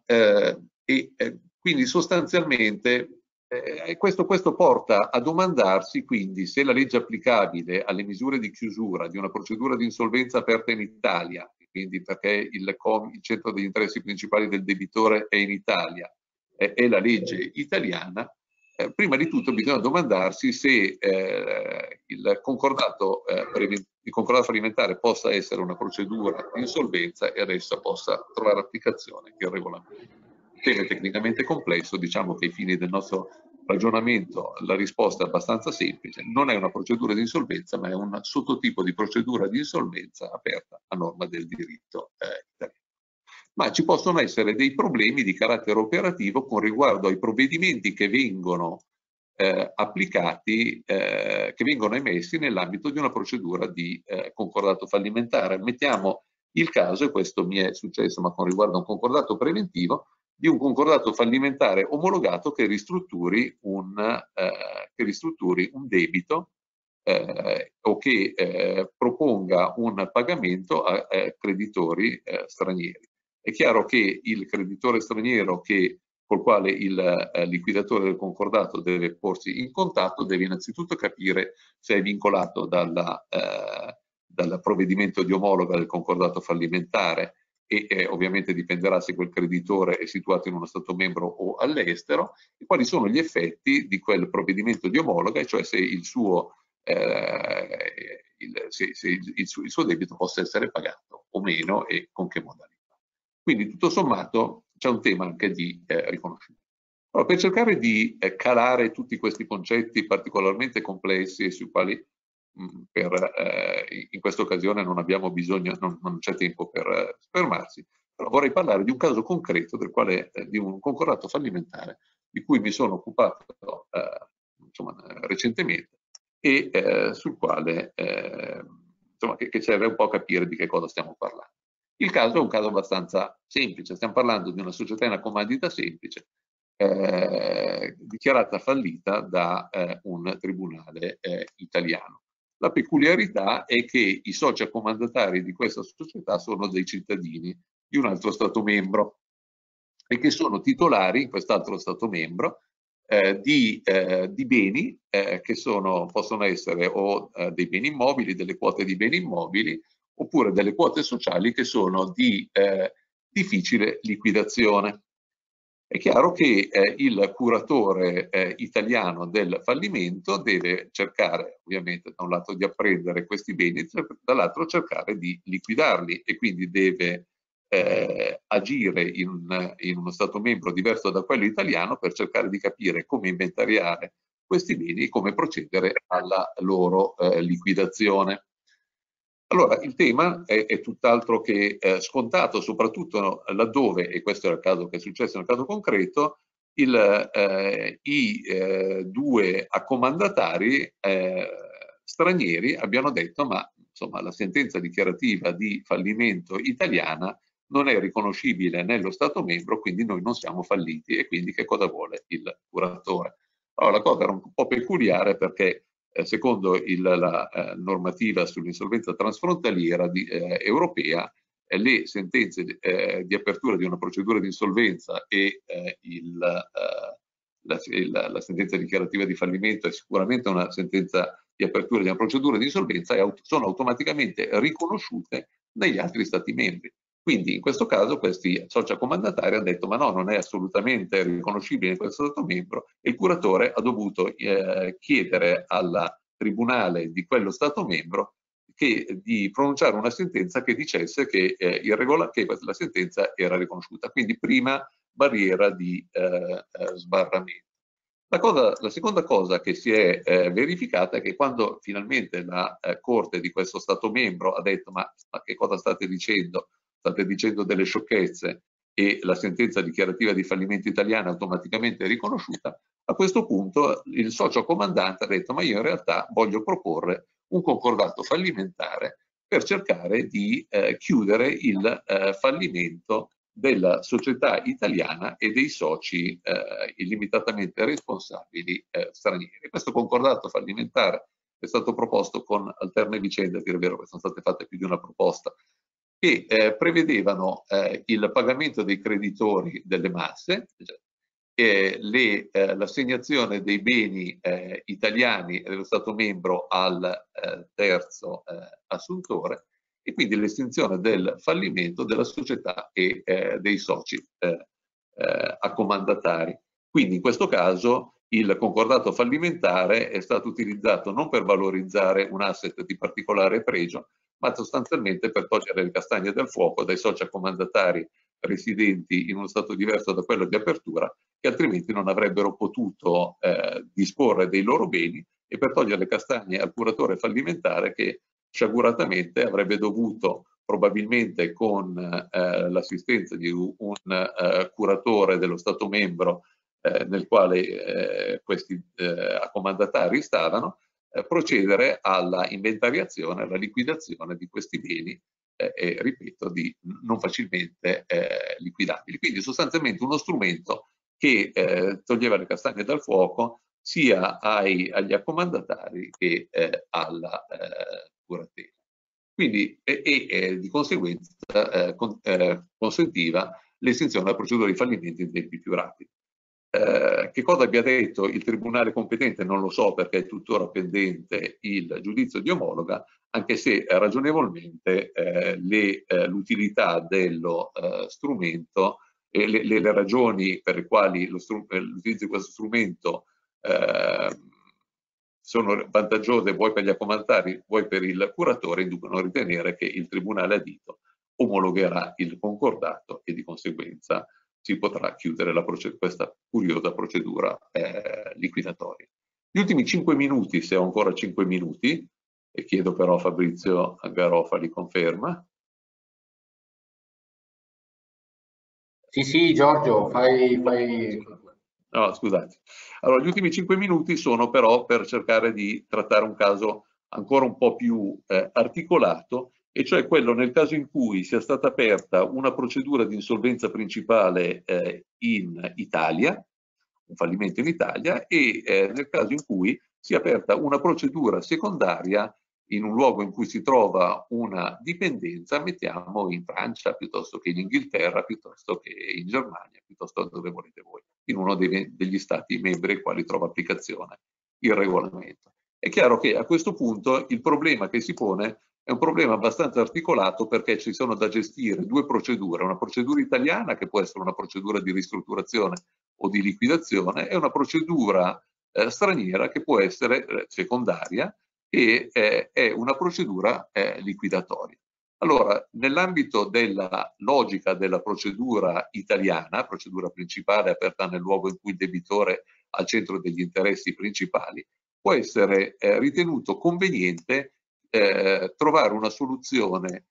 quindi sostanzialmente questo porta a domandarsi quindi se la legge applicabile alle misure di chiusura di una procedura di insolvenza aperta in Italia, quindi perché il centro degli interessi principali del debitore è in Italia, è la legge italiana. Prima di tutto bisogna domandarsi se il concordato fallimentare possa essere una procedura di insolvenza e ad essa possa trovare applicazione il regolamento. Il tema è tecnicamente complesso, diciamo che ai fini del nostro ragionamento la risposta è abbastanza semplice: non è una procedura di insolvenza, ma è un sottotipo di procedura di insolvenza aperta a norma del diritto italiano. Ma ci possono essere dei problemi di carattere operativo con riguardo ai provvedimenti che vengono applicati, che vengono emessi nell'ambito di una procedura di concordato fallimentare. Mettiamo il caso, e questo mi è successo ma con riguardo a un concordato preventivo, di un concordato fallimentare omologato che ristrutturi un debito o che proponga un pagamento a creditori stranieri. È chiaro che il creditore straniero col quale il liquidatore del concordato deve porsi in contatto deve innanzitutto capire se è vincolato dal provvedimento di omologa del concordato fallimentare, e ovviamente dipenderà se quel creditore è situato in uno Stato membro o all'estero, e quali sono gli effetti di quel provvedimento di omologa, e cioè se il suo debito possa essere pagato o meno e con che modalità. Quindi tutto sommato c'è un tema anche di riconoscimento. Allora, per cercare di calare tutti questi concetti particolarmente complessi e sui quali in questa occasione non abbiamo bisogno, non c'è tempo per fermarsi, però vorrei parlare di un caso concreto di un concordato fallimentare di cui mi sono occupato insomma, recentemente e sul quale insomma, che serve un po' a capire di che cosa stiamo parlando. Il caso è un caso abbastanza semplice, stiamo parlando di una società in accomandita semplice dichiarata fallita da un tribunale italiano. La peculiarità è che i soci accomandatari di questa società sono dei cittadini di un altro Stato membro e che sono titolari in quest'altro Stato membro di beni che possono essere o dei beni immobili, delle quote di beni immobili, oppure delle quote sociali che sono di difficile liquidazione. È chiaro che il curatore italiano del fallimento deve cercare, ovviamente, da un lato di apprendere questi beni, dall'altro cercare di liquidarli e quindi deve agire in uno Stato membro diverso da quello italiano per cercare di capire come inventariare questi beni e come procedere alla loro liquidazione. Allora, il tema è tutt'altro che scontato, soprattutto laddove, e questo è il caso che è successo nel caso concreto, i due accomandatari stranieri abbiano detto ma insomma la sentenza dichiarativa di fallimento italiana non è riconoscibile nello Stato membro, quindi noi non siamo falliti e quindi che cosa vuole il curatore? Allora, la cosa era un po' peculiare perché secondo la normativa sull'insolvenza transfrontaliera europea, le sentenze di apertura di una procedura di insolvenza e la sentenza dichiarativa di fallimento è sicuramente una sentenza di apertura di una procedura di insolvenza e sono automaticamente riconosciute negli altri Stati membri. Quindi in questo caso questi soci accomandatari hanno detto ma no, non è assolutamente riconoscibile in questo Stato membro e il curatore ha dovuto chiedere al tribunale di quello Stato membro di pronunciare una sentenza che dicesse che la sentenza era riconosciuta. Quindi prima barriera di sbarramento. La seconda cosa che si è verificata è che quando finalmente la Corte di questo Stato membro ha detto ma che cosa state dicendo? State dicendo delle sciocchezze e la sentenza dichiarativa di fallimento italiana è automaticamente riconosciuta, a questo punto il socio comandante ha detto ma io in realtà voglio proporre un concordato fallimentare per cercare di chiudere il fallimento della società italiana e dei soci illimitatamente responsabili stranieri. Questo concordato fallimentare è stato proposto con alterne vicende, a dire il vero che sono state fatte più di una proposta, che prevedevano il pagamento dei creditori delle masse, l'assegnazione dei beni italiani dello Stato membro al terzo assuntore e quindi l'estinzione del fallimento della società e dei soci accomandatari. Quindi in questo caso il concordato fallimentare è stato utilizzato non per valorizzare un asset di particolare pregio, ma sostanzialmente per togliere le castagne dal fuoco dai soci accomandatari residenti in uno stato diverso da quello di apertura, che altrimenti non avrebbero potuto disporre dei loro beni, e per togliere le castagne al curatore fallimentare che sciaguratamente avrebbe dovuto, probabilmente con l'assistenza di un curatore dello Stato membro nel quale questi accomandatari stavano, procedere alla inventariazione, alla liquidazione di questi beni e, ripeto, non facilmente liquidabili. Quindi sostanzialmente uno strumento che toglieva le castagne dal fuoco sia agli accomandatari che alla curatela. Quindi di conseguenza consentiva l'estinzione della procedura di fallimento in tempi più rapidi. Che cosa abbia detto il tribunale competente non lo so, perché è tuttora pendente il giudizio di omologa, anche se ragionevolmente l'utilità dello strumento e le ragioni per le quali l'utilizzo di questo strumento sono vantaggiose vuoi per gli accomandatari vuoi per il curatore, inducono a ritenere che il tribunale adito omologherà il concordato e di conseguenza si potrà chiudere questa curiosa procedura liquidatoria. Gli ultimi 5 minuti, se ho ancora 5 minuti, e chiedo però a Fabrizio Garofali conferma. Sì, Giorgio, fai... No, scusate. Allora, gli ultimi 5 minuti sono però per cercare di trattare un caso ancora un po' più articolato, e cioè quello nel caso in cui sia stata aperta una procedura di insolvenza principale in Italia, un fallimento in Italia, e nel caso in cui sia aperta una procedura secondaria in un luogo in cui si trova una dipendenza, mettiamo in Francia, piuttosto che in Inghilterra, piuttosto che in Germania, piuttosto dove volete voi, in uno degli stati membri ai quali trova applicazione il regolamento. È chiaro che a questo punto il problema che si pone è un problema abbastanza articolato, perché ci sono da gestire due procedure: una procedura italiana, che può essere una procedura di ristrutturazione o di liquidazione, e una procedura straniera, che può essere secondaria, e è una procedura liquidatoria. Allora, nell'ambito della logica della procedura italiana, procedura principale aperta nel luogo in cui il debitore è al centro degli interessi principali, può essere ritenuto conveniente trovare una soluzione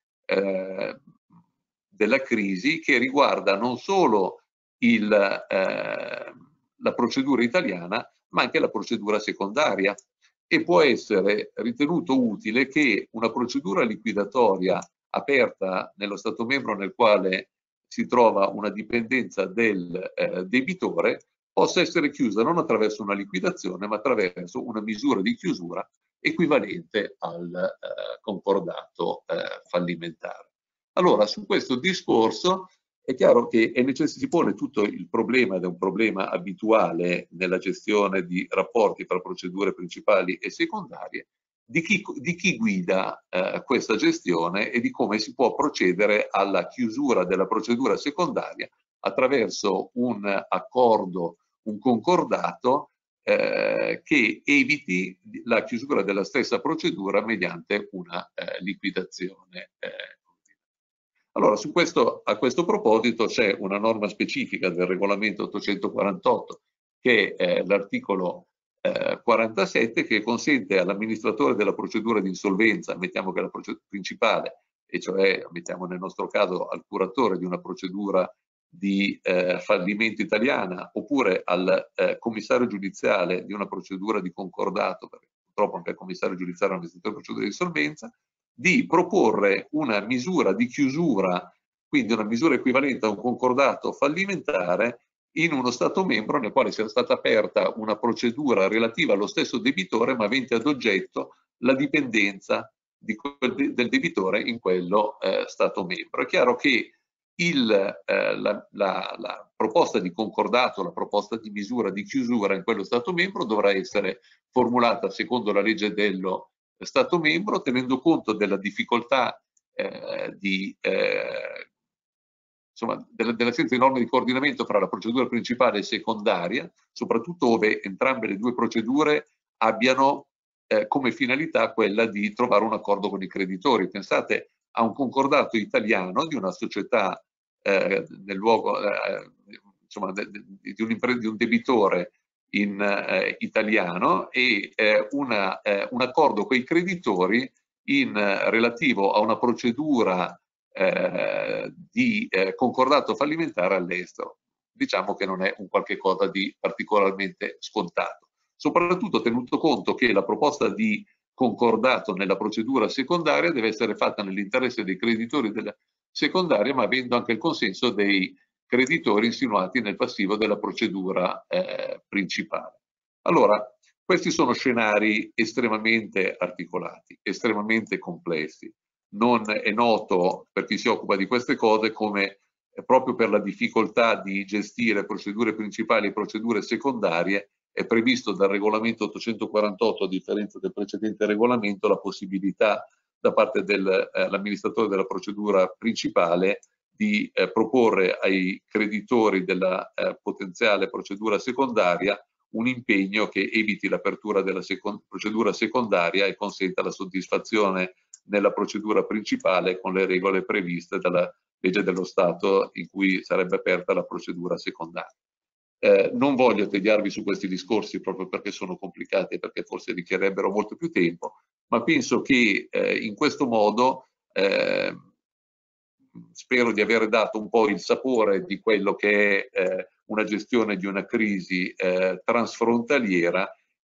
della crisi che riguarda non solo la procedura italiana, ma anche la procedura secondaria. E può essere ritenuto utile che una procedura liquidatoria aperta nello Stato membro nel quale si trova una dipendenza del debitore possa essere chiusa non attraverso una liquidazione, ma attraverso una misura di chiusura equivalente al concordato fallimentare. Allora, su questo discorso è chiaro che si pone tutto il problema, ed è un problema abituale nella gestione di rapporti tra procedure principali e secondarie, di chi guida questa gestione e di come si può procedere alla chiusura della procedura secondaria attraverso un accordo, un concordato che eviti la chiusura della stessa procedura mediante una liquidazione. Allora, a questo proposito c'è una norma specifica del regolamento 848, che è l'articolo 47, che consente all'amministratore della procedura di insolvenza, mettiamo che la procedura principale, e cioè mettiamo nel nostro caso al curatore di una procedura di fallimento italiana, oppure al commissario giudiziale di una procedura di concordato, perché purtroppo anche il commissario giudiziario è un amministratore di procedura di insolvenza, di proporre una misura di chiusura, quindi una misura equivalente a un concordato fallimentare, in uno Stato membro nel quale sia stata aperta una procedura relativa allo stesso debitore, ma avente ad oggetto la dipendenza del debitore in quello Stato membro. È chiaro che la proposta di concordato, la proposta di misura di chiusura in quello Stato membro dovrà essere formulata secondo la legge dello Stato membro, tenendo conto della difficoltà dell'assenza di norme di coordinamento fra la procedura principale e secondaria, soprattutto dove entrambe le due procedure abbiano come finalità quella di trovare un accordo con i creditori. Pensate a un concordato italiano di una società nel luogo di un debitore italiano e un accordo con i creditori relativo a una procedura di concordato fallimentare all'estero. Diciamo che non è un qualche cosa di particolarmente scontato, soprattutto tenuto conto che la proposta di concordato nella procedura secondaria deve essere fatta nell'interesse dei creditori della secondaria, ma avendo anche il consenso dei creditori insinuati nel passivo della procedura principale. Allora, questi sono scenari estremamente articolati, estremamente complessi. Non è noto per chi si occupa di queste cose come proprio per la difficoltà di gestire procedure principali e procedure secondarie è previsto dal regolamento 848, a differenza del precedente regolamento, la possibilità da parte dell'amministratore della procedura principale di proporre ai creditori della potenziale procedura secondaria un impegno che eviti l'apertura della procedura secondaria e consenta la soddisfazione nella procedura principale con le regole previste dalla legge dello Stato in cui sarebbe aperta la procedura secondaria. Non voglio tediarvi su questi discorsi proprio perché sono complicati e perché forse richiederebbero molto più tempo, ma penso che in questo modo spero di aver dato un po' il sapore di quello che è una gestione di una crisi transfrontaliera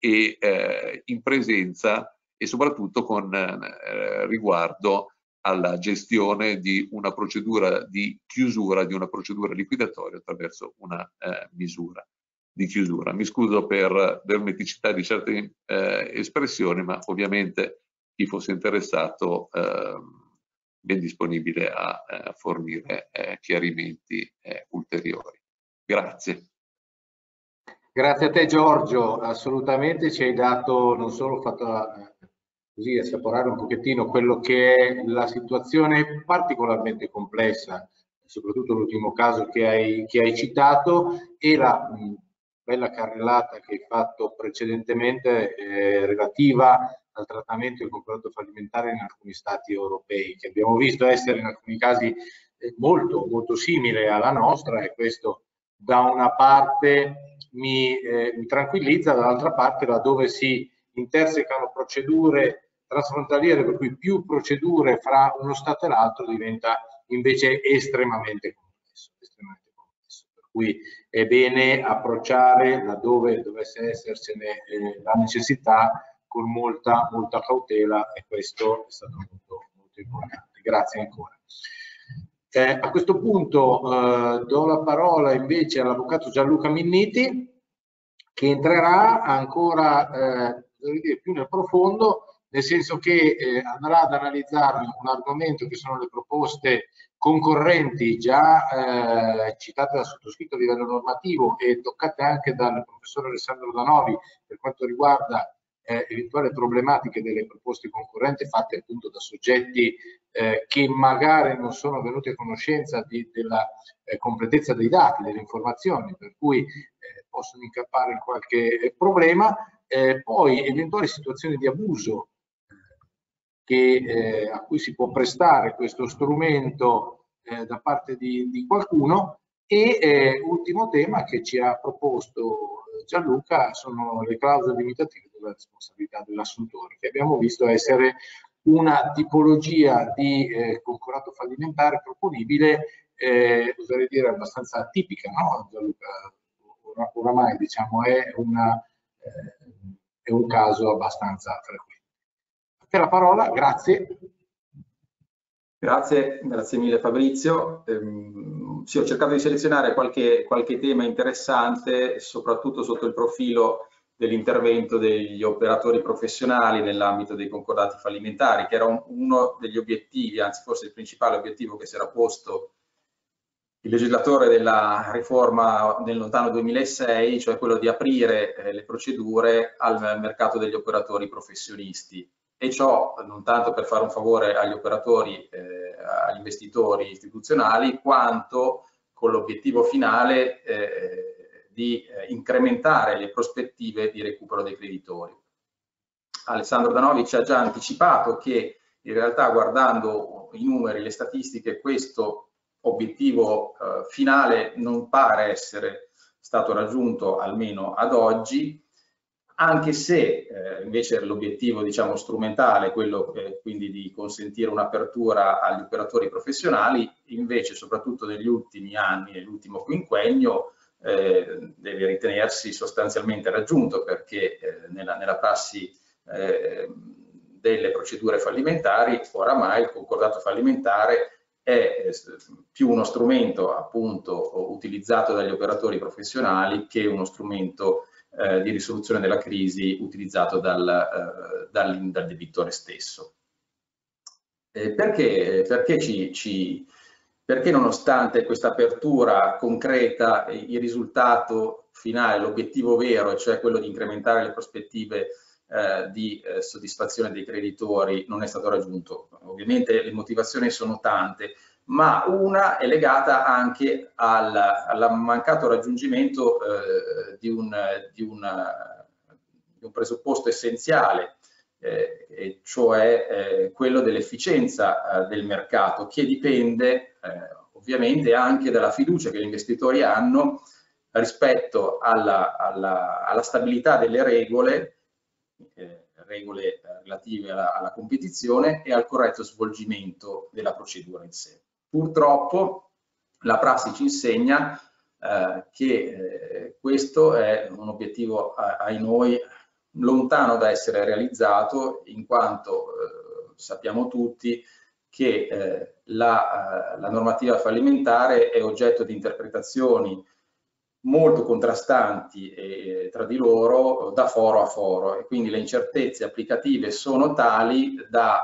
e in presenza e soprattutto con riguardo alla gestione di una procedura di chiusura, di una procedura liquidatoria attraverso una misura di chiusura. Mi scuso per l'ermeticità di certe espressioni, ma ovviamente chi fosse interessato ben disponibile a fornire chiarimenti ulteriori. Grazie. Grazie a te Giorgio, assolutamente ci hai dato, non solo fatto così assaporare un pochettino quello che è la situazione particolarmente complessa, soprattutto l'ultimo caso che hai citato, e la bella carrellata che hai fatto precedentemente relativa al trattamento del concordato fallimentare in alcuni stati europei, che abbiamo visto essere in alcuni casi molto, molto simile alla nostra, e questo da una parte mi tranquillizza, dall'altra parte laddove si intersecano procedure transfrontaliere, per cui più procedure fra uno Stato e l'altro diventa invece estremamente complesso. Per cui è bene approcciare, laddove dovesse essercene la necessità, con molta cautela, e questo è stato molto, molto importante. Grazie ancora. A questo punto do la parola invece all'avvocato Gianluca Minniti, che entrerà ancora più nel profondo, nel senso che andrà ad analizzare un argomento che sono le proposte concorrenti già citate dal sottoscritto a livello normativo e toccate anche dal professore Alessandro Danovi per quanto riguarda eventuali problematiche delle proposte concorrenti fatte appunto da soggetti che magari non sono venuti a conoscenza della completezza dei dati, delle informazioni, per cui possono incappare in qualche problema, poi eventuali situazioni di abuso a cui si può prestare questo strumento da parte di qualcuno, e ultimo tema che ci ha proposto Gianluca sono le clausole limitative della responsabilità dell'assuntore, che abbiamo visto essere una tipologia di concordato fallimentare proponibile, oserei dire abbastanza tipica, no Gianluca? Oramai diciamo è un caso abbastanza frequente. A te la parola, grazie. Grazie mille Fabrizio. Sì, ho cercato di selezionare qualche tema interessante, soprattutto sotto il profilo dell'intervento degli operatori professionali nell'ambito dei concordati fallimentari, che era uno degli obiettivi, anzi forse il principale obiettivo che si era posto il legislatore della riforma nel lontano 2006, cioè quello di aprire le procedure al mercato degli operatori professionisti. E ciò non tanto per fare un favore agli operatori, agli investitori istituzionali, quanto con l'obiettivo finale di incrementare le prospettive di recupero dei creditori. Alessandro Danovi ci ha già anticipato che in realtà, guardando i numeri, le statistiche, questo obiettivo finale non pare essere stato raggiunto, almeno ad oggi, anche se invece l'obiettivo, diciamo, strumentale, quello quindi di consentire un'apertura agli operatori professionali, invece soprattutto negli ultimi anni, nell'ultimo quinquennio, deve ritenersi sostanzialmente raggiunto, perché nella prassi delle procedure fallimentari oramai il concordato fallimentare è più uno strumento appunto utilizzato dagli operatori professionali che uno strumento di risoluzione della crisi utilizzato dal debitore stesso. Perché nonostante questa apertura concreta, il risultato finale, l'obiettivo vero, cioè quello di incrementare le prospettive di soddisfazione dei creditori, non è stato raggiunto? Ovviamente le motivazioni sono tante, ma una è legata anche al mancato raggiungimento di un presupposto essenziale, cioè quello dell'efficienza del mercato, che dipende ovviamente anche dalla fiducia che gli investitori hanno rispetto alla stabilità delle regole relative alla competizione e al corretto svolgimento della procedura in sé. Purtroppo la prassi ci insegna che questo è un obiettivo ai noi lontano da essere realizzato, in quanto sappiamo tutti che la normativa fallimentare è oggetto di interpretazioni molto contrastanti tra di loro da foro a foro, e quindi le incertezze applicative sono tali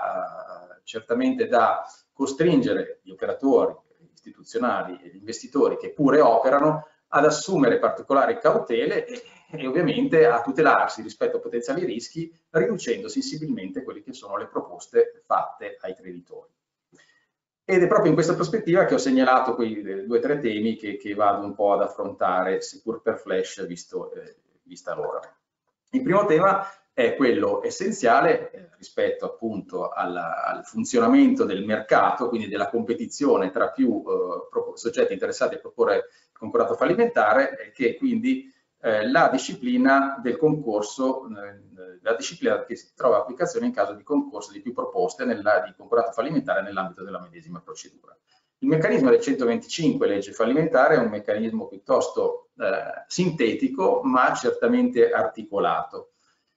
da certamente da costringere gli operatori istituzionali e gli investitori che pure operano ad assumere particolari cautele e ovviamente a tutelarsi rispetto a potenziali rischi, riducendo sensibilmente quelle che sono le proposte fatte ai creditori. Ed è proprio in questa prospettiva che ho segnalato quei 2 o 3 temi che vado un po' ad affrontare, seppur per flash, vista l'ora. Il primo tema è quello essenziale rispetto appunto al funzionamento del mercato, quindi della competizione tra più soggetti interessati a proporre il concordato fallimentare, che quindi la disciplina del concorso, la disciplina che si trova applicazione in caso di concorso di più proposte di concordato fallimentare nell'ambito della medesima procedura. Il meccanismo del 125 legge fallimentare è un meccanismo piuttosto sintetico, ma certamente articolato,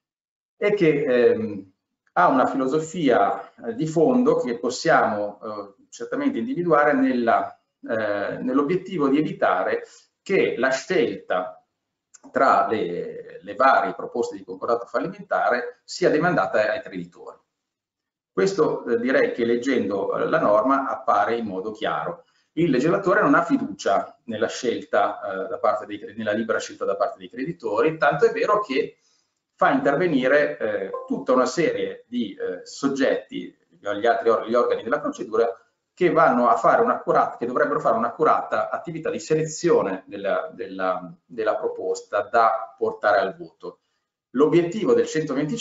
e che ha una filosofia di fondo che possiamo certamente individuare nell'obiettivo di evitare che la scelta tra le varie proposte di concordato fallimentare sia demandata ai creditori. Questo direi che leggendo la norma appare in modo chiaro. Il legislatore non ha fiducia nella scelta nella libera scelta da parte dei creditori, tanto è vero che fa intervenire tutta una serie di soggetti, gli organi della procedura, che dovrebbero fare un'accurata attività di selezione della proposta da portare al voto. L'obiettivo del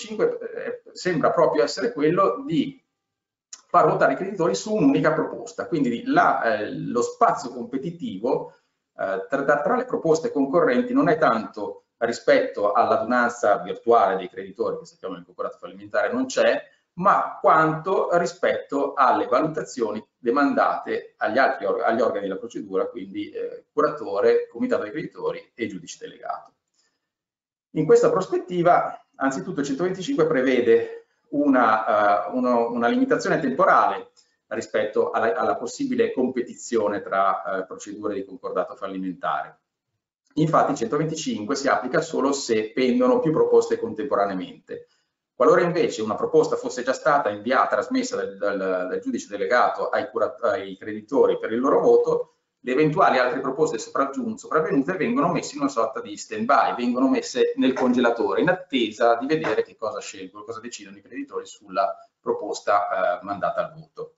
125 sembra proprio essere quello di far votare i creditori su un'unica proposta, quindi lo spazio competitivo tra le proposte concorrenti non è tanto rispetto all'adunanza virtuale dei creditori, che sappiamo nel concordato fallimentare non c'è, ma quanto rispetto alle valutazioni demandate agli organi della procedura, quindi curatore, comitato dei creditori e giudice delegato. In questa prospettiva, anzitutto il 125 prevede una limitazione temporale rispetto alla possibile competizione tra procedure di concordato fallimentare. Infatti il 125 si applica solo se pendono più proposte contemporaneamente. Qualora invece una proposta fosse già stata trasmessa dal giudice delegato ai creditori per il loro voto, le eventuali altre proposte sopravvenute vengono messe in una sorta di stand-by, vengono messe nel congelatore in attesa di vedere che cosa scelgono, cosa decidono i creditori sulla proposta mandata al voto.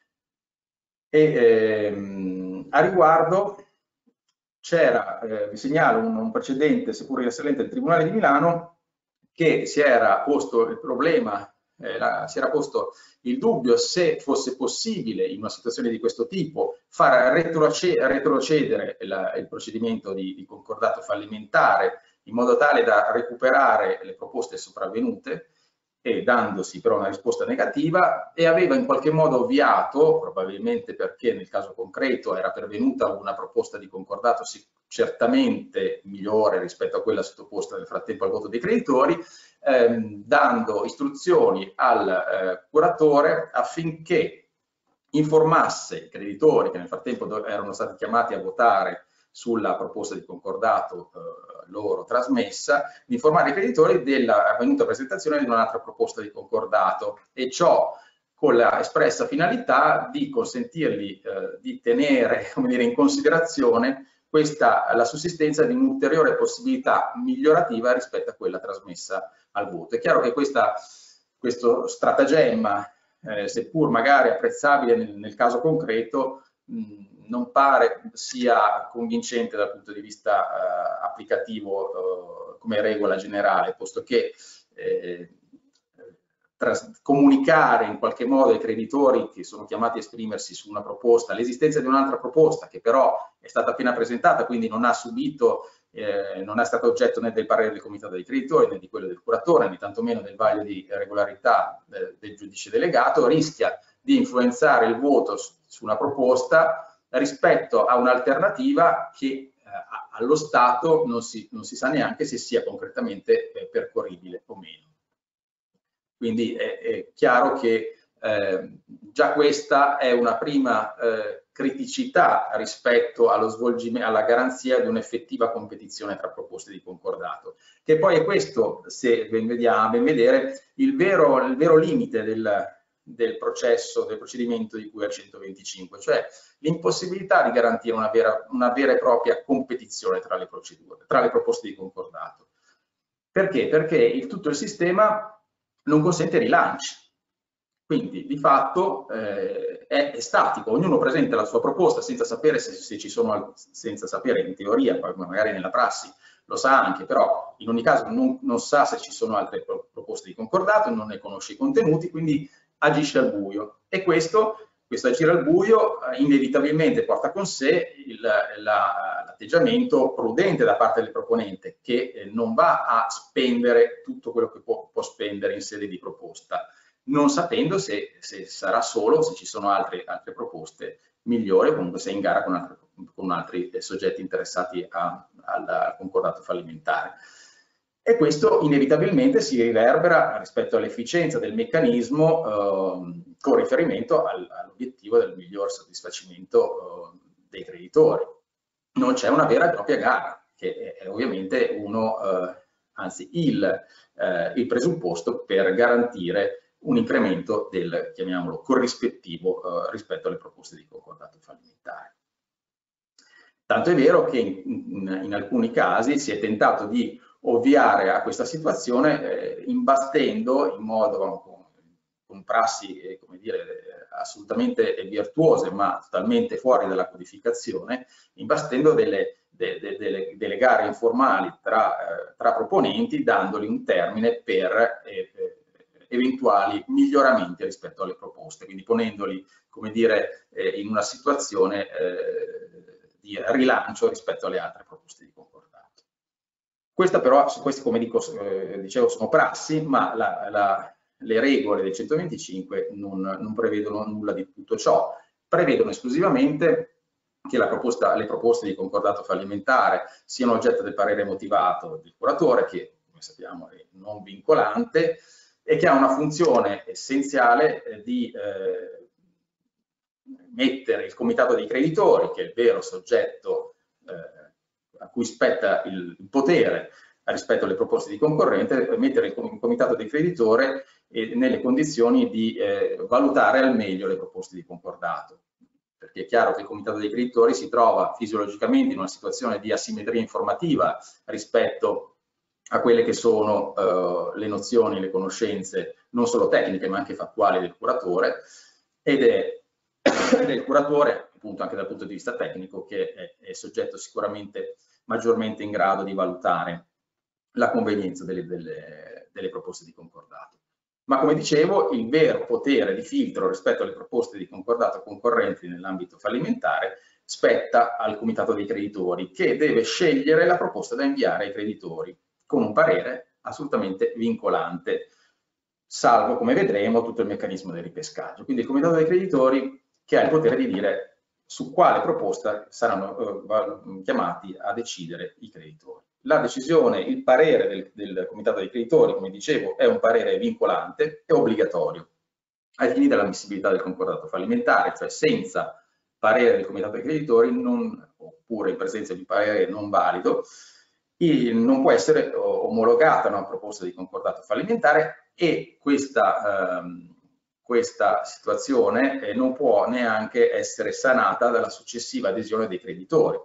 A riguardo vi segnalo un precedente, seppur eccellente, del Tribunale di Milano, che si era posto il problema, si era posto il dubbio se fosse possibile in una situazione di questo tipo far retrocedere il procedimento di concordato fallimentare in modo tale da recuperare le proposte sopravvenute, e dandosi però una risposta negativa, e aveva in qualche modo ovviato, probabilmente perché nel caso concreto era pervenuta una proposta di concordato certamente migliore rispetto a quella sottoposta nel frattempo al voto dei creditori, dando istruzioni al curatore affinché informasse i creditori che nel frattempo erano stati chiamati a votare sulla proposta di concordato loro trasmessa, di informare i creditori dell'avvenuta presentazione di un'altra proposta di concordato, e ciò con la espressa finalità di consentirgli di tenere, come dire, in considerazione la sussistenza di un'ulteriore possibilità migliorativa rispetto a quella trasmessa al voto. È chiaro che questo stratagemma, seppur magari apprezzabile nel caso concreto, non pare sia convincente dal punto di vista applicativo come regola generale, posto che comunicare in qualche modo ai creditori che sono chiamati a esprimersi su una proposta l'esistenza di un'altra proposta che però è stata appena presentata, quindi non ha subito, non è stato oggetto né del parere del comitato dei creditori né di quello del curatore, né tantomeno del vaglio di regolarità del giudice delegato, rischia di influenzare il voto su una proposta rispetto a un'alternativa che allo Stato non si sa neanche se sia concretamente percorribile o meno. Quindi è chiaro che già questa è una prima criticità rispetto allo svolgimento, alla garanzia di un'effettiva competizione tra proposte di concordato, che poi è questo, se ben vedere, il vero limite del procedimento di cui al 125, cioè l'impossibilità di garantire una vera e propria competizione tra le procedure, tra le proposte di concordato. Perché? Perché tutto il sistema non consente rilanci, quindi di fatto è statico, ognuno presenta la sua proposta senza sapere se ci sono, senza sapere in teoria, poi magari nella prassi lo sa anche, però in ogni caso non sa se ci sono altre proposte di concordato, non ne conosce i contenuti, quindi agisce al buio, e questo agire al buio inevitabilmente porta con sé l'atteggiamento prudente da parte del proponente, che non va a spendere tutto quello che può spendere in sede di proposta, non sapendo se sarà solo, se ci sono altre proposte migliori, o comunque se è in gara con altri soggetti interessati al concordato fallimentare. E questo inevitabilmente si riverbera rispetto all'efficienza del meccanismo con riferimento all'obiettivo del miglior soddisfacimento dei creditori. Non c'è una vera e propria gara, che è ovviamente anzi il presupposto per garantire un incremento del, chiamiamolo, corrispettivo rispetto alle proposte di concordato fallimentare. Tanto è vero che in alcuni casi si è tentato di ovviare a questa situazione imbastendo in modo con prassi come dire, assolutamente virtuose ma totalmente fuori dalla codificazione, imbastendo delle gare informali tra proponenti, dandoli un termine per eventuali miglioramenti rispetto alle proposte, quindi ponendoli, come dire, in una situazione di rilancio rispetto alle altre proposte di concordato. Queste però, come dicevo, sono prassi, ma le regole del 125 non prevedono nulla di tutto ciò, prevedono esclusivamente che le proposte di concordato fallimentare siano oggetto del parere motivato del curatore, che come sappiamo è non vincolante e che ha una funzione essenziale di mettere il comitato dei creditori, che è il vero soggetto a cui spetta il potere rispetto alle proposte di concorrente, mettere il comitato dei creditori nelle condizioni di valutare al meglio le proposte di concordato, perché è chiaro che il comitato dei creditori si trova fisiologicamente in una situazione di asimmetria informativa rispetto a quelle che sono le nozioni, le conoscenze non solo tecniche ma anche fattuali del curatore, ed è il curatore, appunto anche dal punto di vista tecnico, che è soggetto sicuramente maggiormente in grado di valutare la convenienza delle proposte di concordato. Ma come dicevo, il vero potere di filtro rispetto alle proposte di concordato concorrenti nell'ambito fallimentare spetta al comitato dei creditori, che deve scegliere la proposta da inviare ai creditori con un parere assolutamente vincolante, salvo, come vedremo, tutto il meccanismo del ripescaggio. Quindi il comitato dei creditori che ha il potere di dire su quale proposta saranno chiamati a decidere i creditori. La decisione, il parere del comitato dei creditori, come dicevo, è un parere vincolante e obbligatorio ai fini dell'ammissibilità del concordato fallimentare, cioè senza parere del comitato dei creditori, oppure in presenza di parere non valido, non può essere omologata una proposta di concordato fallimentare, e questa situazione non può neanche essere sanata dalla successiva adesione dei creditori.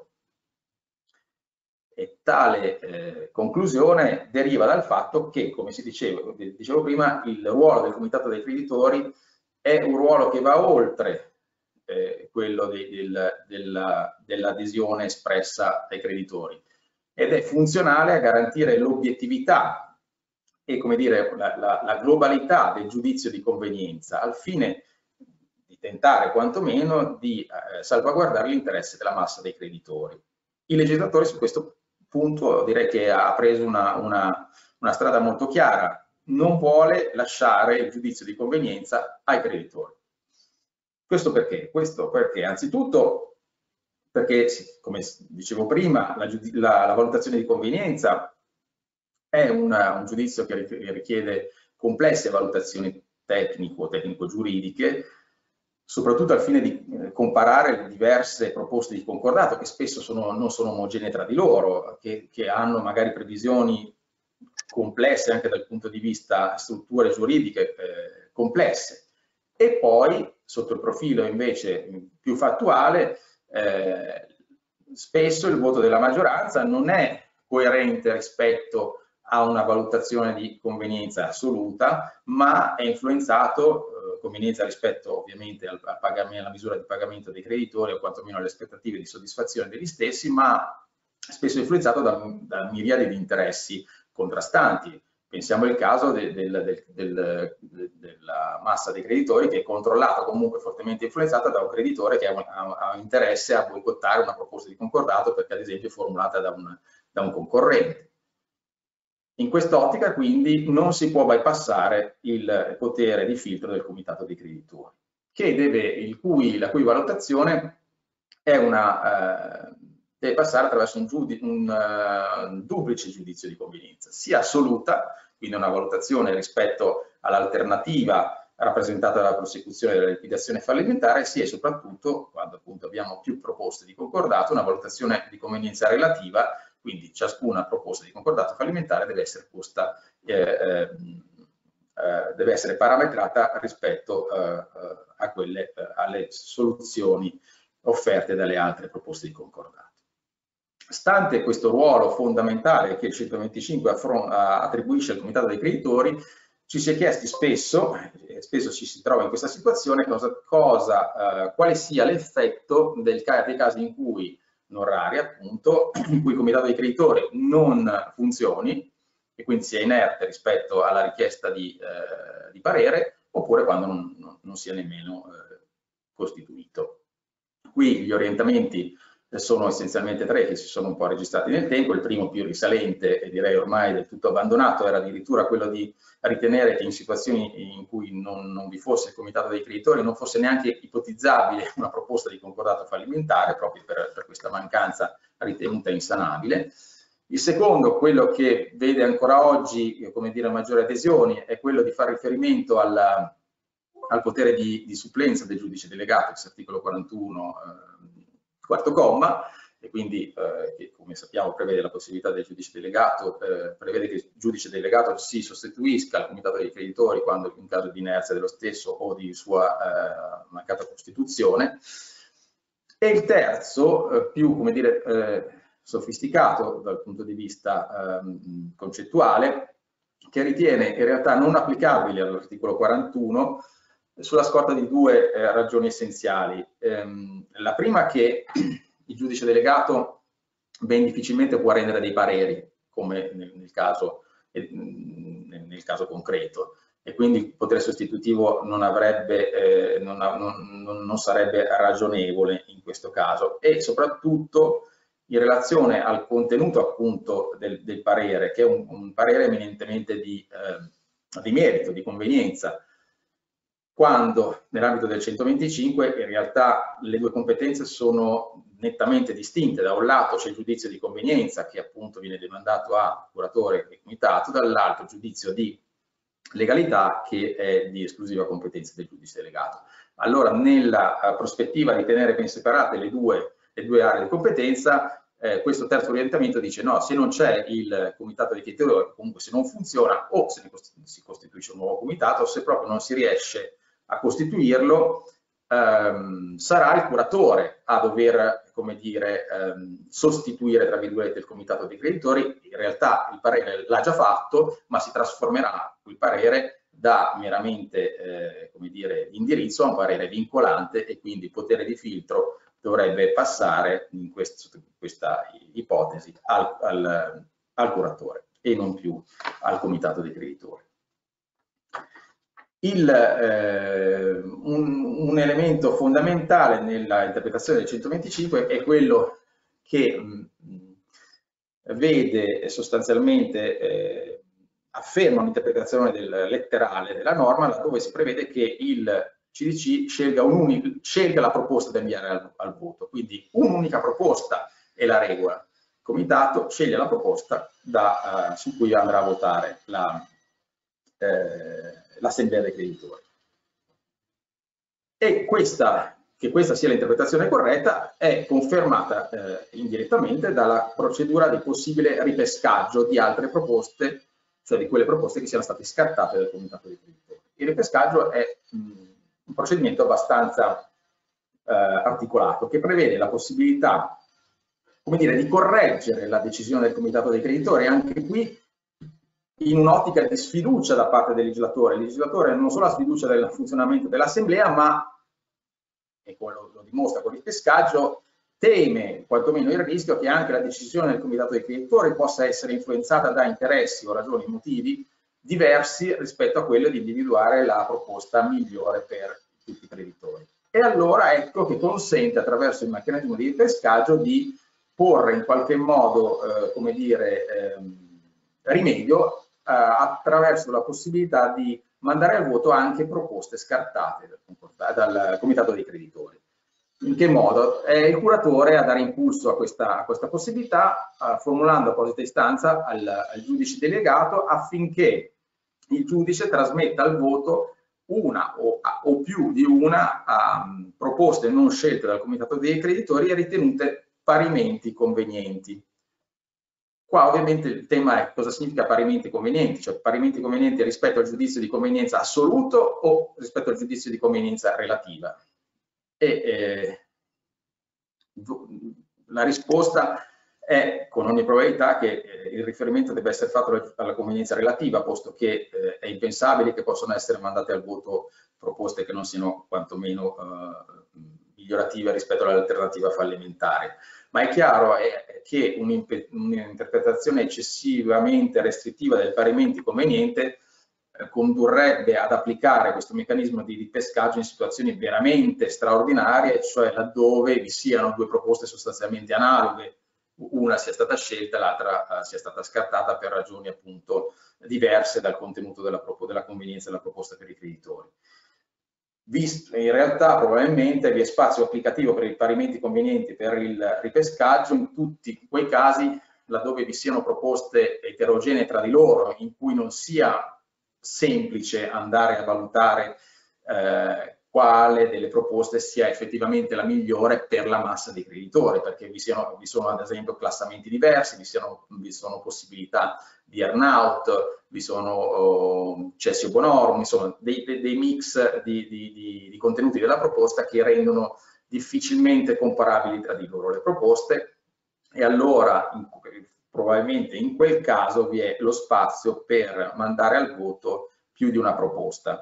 E tale conclusione deriva dal fatto che, come dicevo prima, il ruolo del comitato dei creditori è un ruolo che va oltre quello dell'adesione espressa dai creditori, ed è funzionale a garantire l'obiettività come dire, la globalità del giudizio di convenienza al fine di tentare quantomeno di salvaguardare l'interesse della massa dei creditori. Il legislatore su questo punto direi che ha preso una strada molto chiara, non vuole lasciare il giudizio di convenienza ai creditori. Questo perché? Questo perché anzitutto perché, come dicevo prima, la valutazione di convenienza è un giudizio che richiede complesse valutazioni tecnico-giuridiche, soprattutto al fine di comparare le diverse proposte di concordato che spesso non sono omogenee tra di loro, che hanno magari previsioni complesse anche dal punto di vista strutture giuridiche complesse. E poi, sotto il profilo invece più fattuale, spesso il voto della maggioranza non è coerente rispetto a una valutazione di convenienza assoluta, ma è influenzato, convenienza rispetto ovviamente alla misura di pagamento dei creditori o quantomeno alle aspettative di soddisfazione degli stessi, ma spesso influenzato da miriadi di interessi contrastanti. Pensiamo al caso della massa dei creditori che è controllata, comunque fortemente influenzata da un creditore che ha interesse a boicottare una proposta di concordato perché ad esempio è formulata da un concorrente. In quest'ottica quindi non si può bypassare il potere di filtro del comitato dei creditori, la cui valutazione deve passare attraverso un duplice giudizio di convenienza, sia assoluta, quindi una valutazione rispetto all'alternativa rappresentata dalla prosecuzione della liquidazione fallimentare, sia e soprattutto, quando appunto abbiamo più proposte di concordato, una valutazione di convenienza relativa, quindi ciascuna proposta di concordato fallimentare deve essere parametrata rispetto alle soluzioni offerte dalle altre proposte di concordato. Stante questo ruolo fondamentale che il 125 attribuisce al Comitato dei Creditori, ci si è chiesti spesso ci si trova in questa situazione, quale sia l'effetto dei casi in cui, non rari appunto, in cui il Comitato dei Creditori non funzioni e quindi sia inerte rispetto alla richiesta di parere, oppure quando non sia nemmeno costituito. Qui gli orientamenti sono essenzialmente tre che si sono un po' registrati nel tempo. Il primo, più risalente e direi ormai del tutto abbandonato, era addirittura quello di ritenere che in situazioni in cui non vi fosse il Comitato dei Creditori non fosse neanche ipotizzabile una proposta di concordato fallimentare, proprio per questa mancanza ritenuta insanabile. Il secondo, quello che vede ancora oggi, come dire, maggiore adesioni, è quello di fare riferimento al potere di supplenza del giudice delegato, ex articolo 41, quarto comma, e quindi che come sappiamo prevede la possibilità del giudice delegato, prevede che il giudice delegato si sostituisca al Comitato dei Creditori quando in caso di inerzia dello stesso o di sua mancata costituzione. E il terzo, più come dire, sofisticato dal punto di vista concettuale, che ritiene in realtà non applicabile all'articolo 41 sulla scorta di due ragioni essenziali. La prima, che il giudice delegato ben difficilmente può rendere dei pareri, come nel caso concreto, e quindi il potere sostitutivo non sarebbe ragionevole in questo caso, e soprattutto in relazione al contenuto appunto del parere, che è un parere eminentemente di merito, di convenienza, quando nell'ambito del 125 in realtà le due competenze sono nettamente distinte. Da un lato c'è il giudizio di convenienza che appunto viene demandato a curatore e comitato, dall'altro il giudizio di legalità che è di esclusiva competenza del giudice delegato. Allora, nella prospettiva di tenere ben separate le due aree di competenza, questo terzo orientamento dice no, se non c'è il comitato dei creditori, comunque se non funziona, o se si costituisce un nuovo comitato, o se proprio non si riesce a costituirlo, sarà il curatore a dover, come dire, sostituire, tra virgolette, il comitato dei creditori. In realtà il parere l'ha già fatto, ma si trasformerà il parere da meramente, come dire, indirizzo a un parere vincolante, e quindi il potere di filtro dovrebbe passare in questa ipotesi al curatore. e non più al comitato dei creditori. Un elemento fondamentale nella interpretazione del 125 è quello che vede sostanzialmente, afferma un'interpretazione letterale della norma, laddove si prevede che il CDC scelga la proposta da inviare al voto. Quindi un'unica proposta è la regola. Il comitato sceglie la proposta su cui andrà a votare l'assemblea dei creditori. E che questa sia l'interpretazione corretta è confermata indirettamente dalla procedura di possibile ripescaggio di altre proposte, cioè di quelle proposte che siano state scartate dal comitato dei creditori. Il ripescaggio è un procedimento abbastanza articolato, che prevede la possibilità, come dire, di correggere la decisione del comitato dei creditori, anche qui in un'ottica di sfiducia da parte del legislatore. Il legislatore non solo ha sfiducia del funzionamento dell'assemblea, ma, e quello lo dimostra con il ripescaggio, teme quantomeno il rischio che anche la decisione del comitato dei creditori possa essere influenzata da interessi o ragioni, motivi diversi rispetto a quello di individuare la proposta migliore per tutti i creditori. E allora ecco che consente, attraverso il meccanismo di ripescaggio, di porre in qualche modo, come dire, rimedio attraverso la possibilità di mandare al voto anche proposte scartate dal comitato dei creditori. In che modo? È il curatore a dare impulso a questa possibilità, formulando apposita istanza al giudice delegato affinché il giudice trasmetta al voto una o più di una proposte non scelte dal comitato dei creditori e ritenute parimenti convenienti. Qua ovviamente il tema è cosa significa parimenti convenienti, cioè parimenti convenienti rispetto al giudizio di convenienza assoluto o rispetto al giudizio di convenienza relativa. E la risposta è con ogni probabilità che il riferimento deve essere fatto alla convenienza relativa, posto che è impensabile che possano essere mandate al voto proposte che non siano quantomeno migliorative rispetto all'alternativa fallimentare. Ma è chiaro che un'interpretazione eccessivamente restrittiva del parimenti conveniente condurrebbe ad applicare questo meccanismo di ripescaggio in situazioni veramente straordinarie, cioè laddove vi siano due proposte sostanzialmente analoghe, una sia stata scelta e l'altra sia stata scartata per ragioni appunto diverse dal contenuto della convenienza della proposta per i creditori. In realtà probabilmente vi è spazio applicativo per i parimenti convenienti per il ripescaggio in tutti quei casi laddove vi siano proposte eterogenee tra di loro, in cui non sia semplice andare a valutare quale delle proposte sia effettivamente la migliore per la massa dei creditori, perché vi sono ad esempio classamenti diversi, vi sono possibilità di earn-out, vi sono cessio bonorum, insomma dei mix di contenuti della proposta che rendono difficilmente comparabili tra di loro le proposte, e allora probabilmente in quel caso vi è lo spazio per mandare al voto più di una proposta.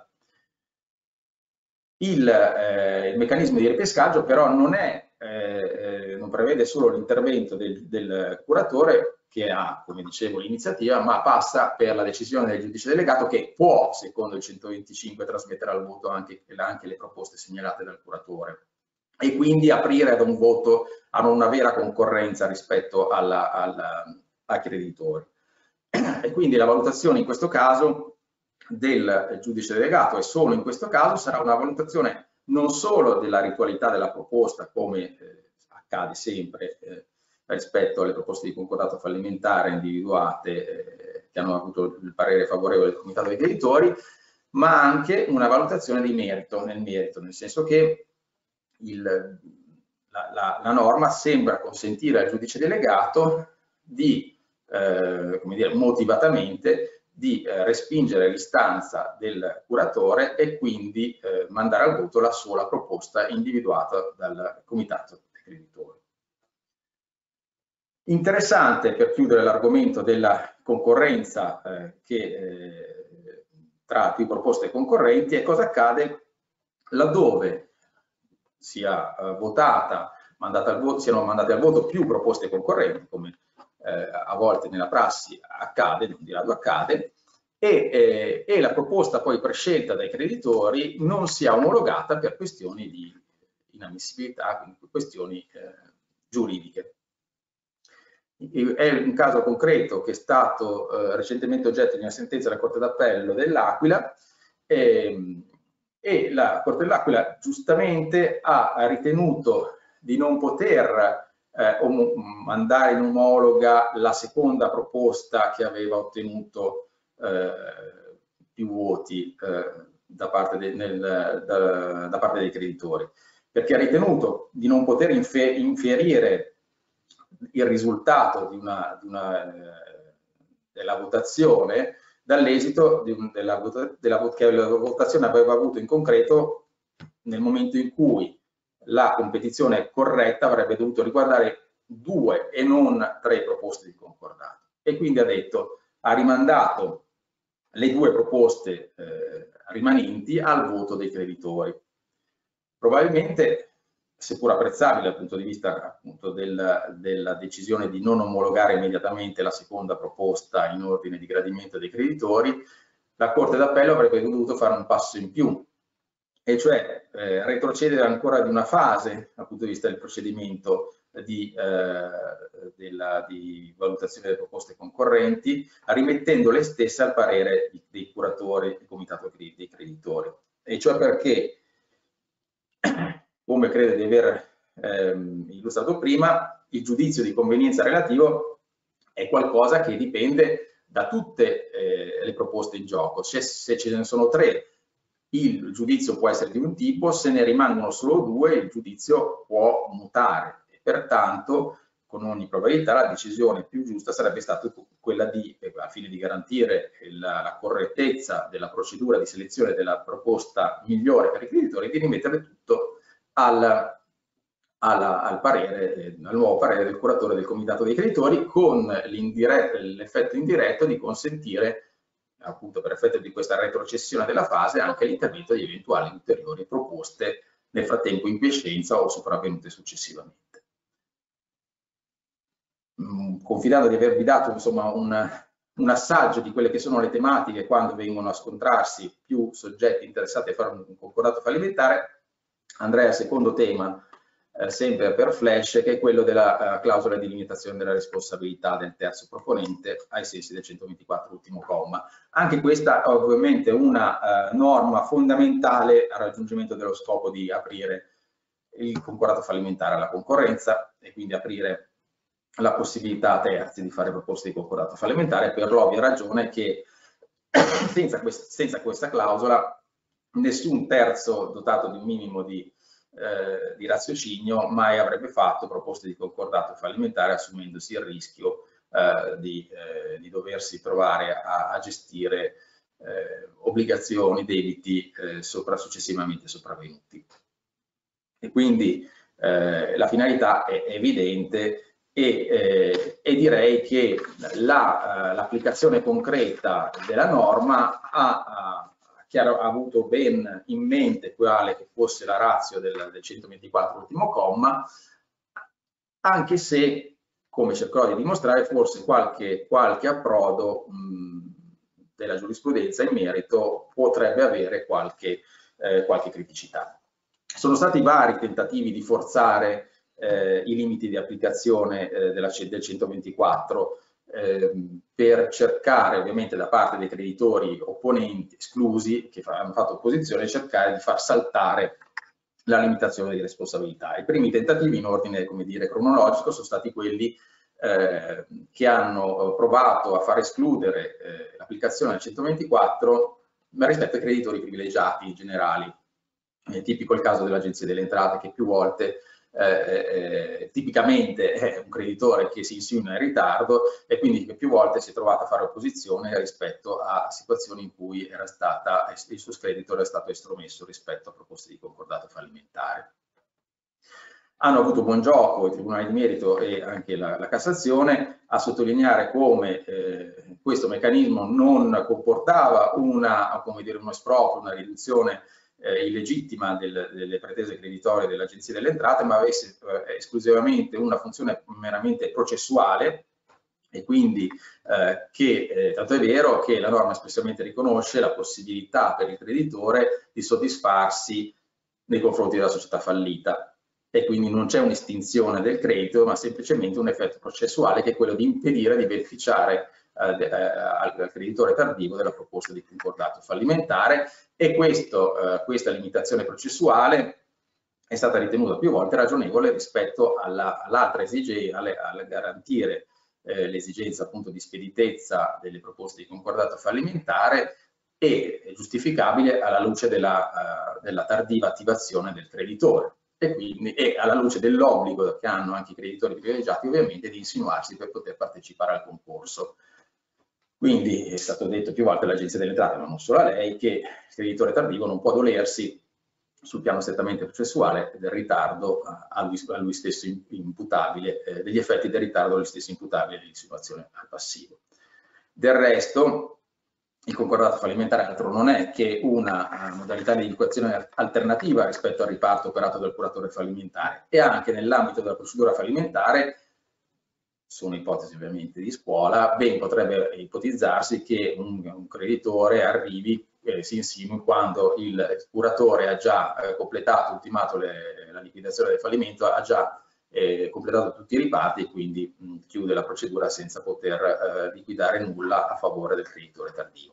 Il meccanismo di ripescaggio però non prevede solo l'intervento del curatore, che ha, come dicevo, l'iniziativa, ma passa per la decisione del giudice delegato, che può, secondo il 125, trasmettere al voto anche le proposte segnalate dal curatore, e quindi aprire ad un voto, a una vera concorrenza rispetto ai creditori. E quindi la valutazione in questo caso del giudice delegato, e solo in questo caso, sarà una valutazione non solo della ritualità della proposta, come accade sempre rispetto alle proposte di concordato fallimentare individuate che hanno avuto il parere favorevole del comitato dei creditori, ma anche una valutazione di merito, nel senso che la norma sembra consentire al giudice delegato di, come dire, motivatamente, di respingere l'istanza del curatore e quindi mandare al voto la sola proposta individuata dal comitato dei creditori. Interessante, per chiudere l'argomento della concorrenza tra più proposte concorrenti, è cosa accade laddove sia siano mandate al voto più proposte concorrenti, come a volte nella prassi accade, non di rado accade, e la proposta poi prescelta dai creditori non sia omologata per questioni di inammissibilità, quindi questioni giuridiche. È un caso concreto che è stato recentemente oggetto di una sentenza della Corte d'Appello dell'Aquila, e la Corte dell'Aquila giustamente ha ritenuto di non poter mandare in omologa la seconda proposta che aveva ottenuto più voti da parte dei creditori, perché ha ritenuto di non poter infierire il risultato della votazione dall'esito che la votazione aveva avuto in concreto nel momento in cui la competizione corretta avrebbe dovuto riguardare 2 e non 3 proposte di concordato. E quindi ha rimandato le 2 proposte rimanenti al voto dei creditori. Probabilmente, seppur apprezzabile dal punto di vista appunto della decisione di non omologare immediatamente la seconda proposta in ordine di gradimento dei creditori, la Corte d'Appello avrebbe dovuto fare un passo in più, e cioè retrocedere ancora di una fase dal punto di vista del procedimento di valutazione delle proposte concorrenti, rimettendo le stesse al parere dei curatori del comitato dei creditori. E cioè perché, come credo di aver illustrato prima, il giudizio di convenienza relativo è qualcosa che dipende da tutte le proposte in gioco. Se ce ne sono 3, il giudizio può essere di un tipo; se ne rimangono solo 2, il giudizio può mutare. E pertanto, con ogni probabilità, la decisione più giusta sarebbe stata quella di, al fine di garantire la correttezza della procedura di selezione della proposta migliore per i creditori, di rimettere tutto al nuovo parere del curatore del comitato dei creditori, con l'effetto indiretto di consentire, appunto per effetto di questa retrocessione della fase, anche l'intervento di eventuali ulteriori proposte nel frattempo in quiescenza o sopravvenute successivamente. Confidando di avervi dato insomma un assaggio di quelle che sono le tematiche quando vengono a scontrarsi più soggetti interessati a fare un concordato fallimentare, andrei al secondo tema, sempre per Flash, che è quello della clausola di limitazione della responsabilità del terzo proponente ai sensi del 124 ultimo comma. Anche questa è ovviamente una norma fondamentale al raggiungimento dello scopo di aprire il concordato fallimentare alla concorrenza, e quindi aprire la possibilità a terzi di fare proposte di concordato fallimentare, per l'ovvia ragione che senza questa clausola nessun terzo dotato di un minimo di raziocinio mai avrebbe fatto proposte di concordato fallimentare, assumendosi il rischio di doversi trovare a gestire obbligazioni, debiti successivamente sopravvenuti. E quindi la finalità è evidente, e direi che l'applicazione concreta della norma ha avuto ben in mente quale che fosse la ratio del 124 ultimo comma, anche se, come cercherò di dimostrare, forse qualche approdo della giurisprudenza in merito potrebbe avere qualche criticità. Sono stati vari tentativi di forzare i limiti di applicazione del 124 per cercare, ovviamente da parte dei creditori opponenti esclusi che hanno fatto opposizione, cercare di far saltare la limitazione di responsabilità. I primi tentativi in ordine, come dire, cronologico sono stati quelli che hanno provato a far escludere l'applicazione del 124 rispetto ai creditori privilegiati generali. È tipico il caso dell'Agenzia delle Entrate, che più volte tipicamente è un creditore che si insinua in ritardo, e quindi che più volte si è trovato a fare opposizione rispetto a situazioni in cui il suo scredito era stato estromesso rispetto a proposte di concordato fallimentare. Hanno avuto buon gioco i tribunali di merito e anche la Cassazione a sottolineare come questo meccanismo non comportava uno esproprio, una riduzione illegittima delle pretese creditorie dell'Agenzia delle Entrate, ma avesse esclusivamente una funzione meramente processuale, e quindi tanto è vero che la norma espressamente riconosce la possibilità per il creditore di soddisfarsi nei confronti della società fallita, e quindi non c'è un'estinzione del credito, ma semplicemente un effetto processuale che è quello di impedire di beneficiare al creditore tardivo della proposta di concordato fallimentare, e questa limitazione processuale è stata ritenuta più volte ragionevole rispetto all'altra esigenza, al garantire l'esigenza appunto di speditezza delle proposte di concordato fallimentare, e giustificabile alla luce della tardiva attivazione del creditore, e quindi alla luce dell'obbligo che hanno anche i creditori privilegiati ovviamente di insinuarsi per poter partecipare al concorso. Quindi è stato detto più volte all'Agenzia delle Entrate, ma non solo a lei, che il creditore tardivo non può dolersi sul piano strettamente processuale del ritardo a lui stesso imputabile, degli effetti del ritardo a lui stesso imputabile dell'insinuazione al passivo. Del resto, il concordato fallimentare altro non è che una modalità di esecuzione alternativa rispetto al riparto operato dal curatore fallimentare, e anche nell'ambito della procedura fallimentare, sono ipotesi ovviamente di scuola, ben potrebbe ipotizzarsi che un creditore arrivi, si insinui quando il curatore ha già completato, ultimato la liquidazione del fallimento, ha già completato tutti i riparti, e quindi chiude la procedura senza poter liquidare nulla a favore del creditore tardivo.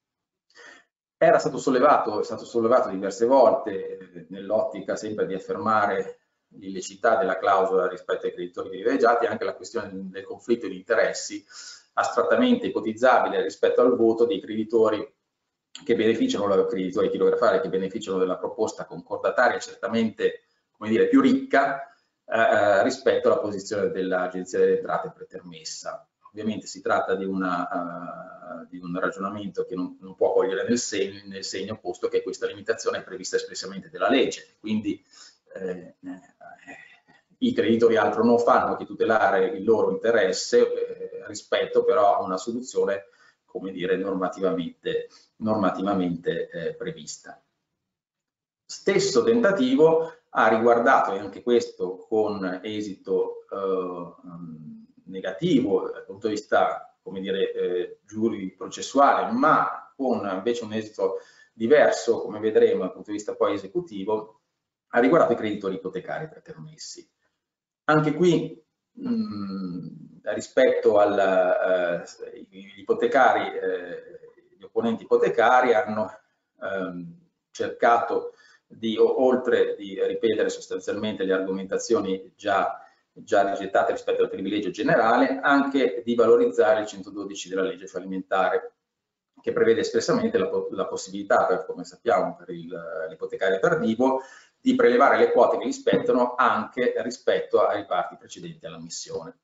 È stato sollevato diverse volte nell'ottica sempre di affermare l'illecità della clausola rispetto ai creditori privilegiati anche la questione del conflitto di interessi astrattamente ipotizzabile rispetto al voto dei creditori che beneficiano, creditori chirografari che beneficiano della proposta concordataria certamente, come dire, più ricca rispetto alla posizione dell'Agenzia delle Entrate pretermessa. Ovviamente si tratta di un ragionamento che non può cogliere nel segno, posto che questa limitazione è prevista espressamente dalla legge, quindi i creditori altro non fanno che tutelare il loro interesse rispetto però a una soluzione, come dire, normativamente prevista. Stesso tentativo ha riguardato, e anche questo con esito negativo dal punto di vista, come dire, giuridico-processuale, ma con invece un esito diverso, come vedremo dal punto di vista poi esecutivo, ha riguardato i creditori ipotecari pretermessi. Anche qui, rispetto agli ipotecari, gli opponenti ipotecari hanno cercato di, oltre di ripetere sostanzialmente le argomentazioni già rigettate rispetto al privilegio generale, anche di valorizzare il 112 della legge fallimentare, che prevede espressamente la possibilità, come sappiamo, per l'ipotecario tardivo, di prelevare le quote che gli spettano anche rispetto ai riparti precedenti all'ammissione.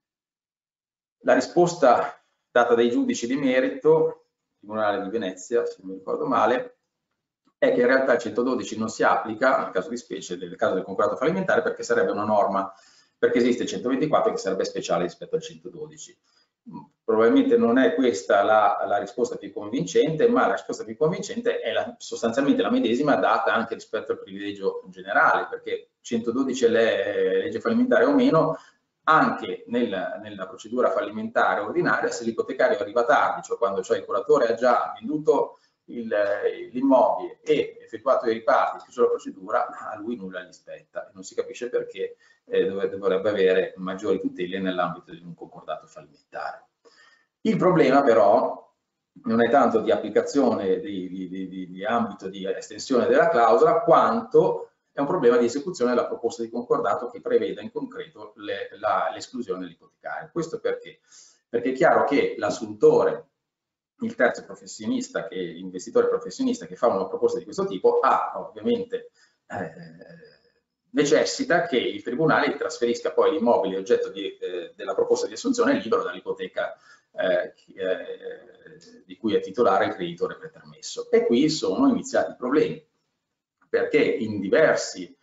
La risposta data dai giudici di merito, Tribunale di Venezia, se non mi ricordo male, è che in realtà il 112 non si applica nel caso di specie, nel caso del concordato fallimentare, perché sarebbe una norma, perché esiste il 124 che sarebbe speciale rispetto al 112. Probabilmente non è questa la risposta più convincente, ma la risposta più convincente è sostanzialmente la medesima data anche rispetto al privilegio generale, perché 112 legge fallimentare o meno, anche nella procedura fallimentare ordinaria, se l'ipotecario arriva tardi, cioè quando il curatore ha già venduto l'immobile e effettuato i riparti, chiuso la procedura, a lui nulla gli spetta, e non si capisce perché dovrebbe avere maggiori tutele nell'ambito di un concordato fallimentare. Il problema però non è tanto di applicazione di ambito di estensione della clausola, quanto è un problema di esecuzione della proposta di concordato che preveda in concreto l'esclusione dell'ipotecario. Questo perché? Perché è chiaro che l'assuntore, il terzo professionista, l'investitore professionista che fa una proposta di questo tipo, ovviamente necessita che il tribunale trasferisca poi l'immobile oggetto della proposta di assunzione libero dall'ipoteca di cui è titolare il creditore pretermesso. E qui sono iniziati i problemi, perché in diversi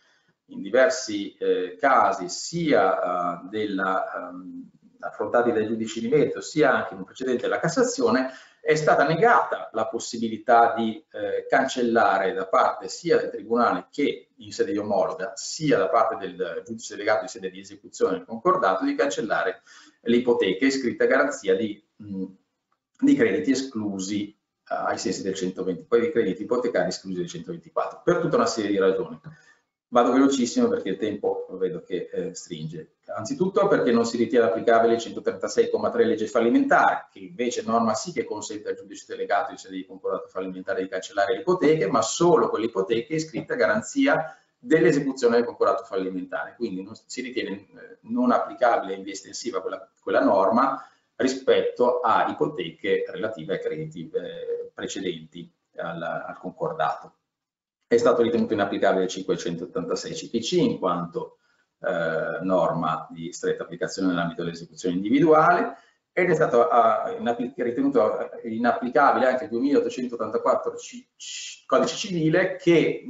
casi, sia affrontati dai giudici di merito, sia anche in un precedente della Cassazione, è stata negata la possibilità di cancellare da parte sia del Tribunale che in sede di omologa, sia da parte del giudice delegato in sede di esecuzione del concordato, di cancellare le ipoteche iscritte a garanzia di crediti esclusi ai sensi del 120, poi di crediti ipotecari esclusi del 124, per tutta una serie di ragioni. Vado velocissimo perché il tempo vedo che stringe. Anzitutto perché non si ritiene applicabile il 136,3 legge fallimentare, che invece norma sì che consente al giudice delegato in sede di concordato fallimentare di cancellare le ipoteche, ma solo quelle ipoteche iscritte a garanzia dell'esecuzione del concordato fallimentare. Quindi si ritiene non applicabile in via estensiva quella norma rispetto a ipoteche relative ai crediti precedenti al concordato. È stato ritenuto inapplicabile il 586 CPC in quanto norma di stretta applicazione nell'ambito dell'esecuzione individuale, ed è stato ritenuto inapplicabile anche il 2884 Codice Civile che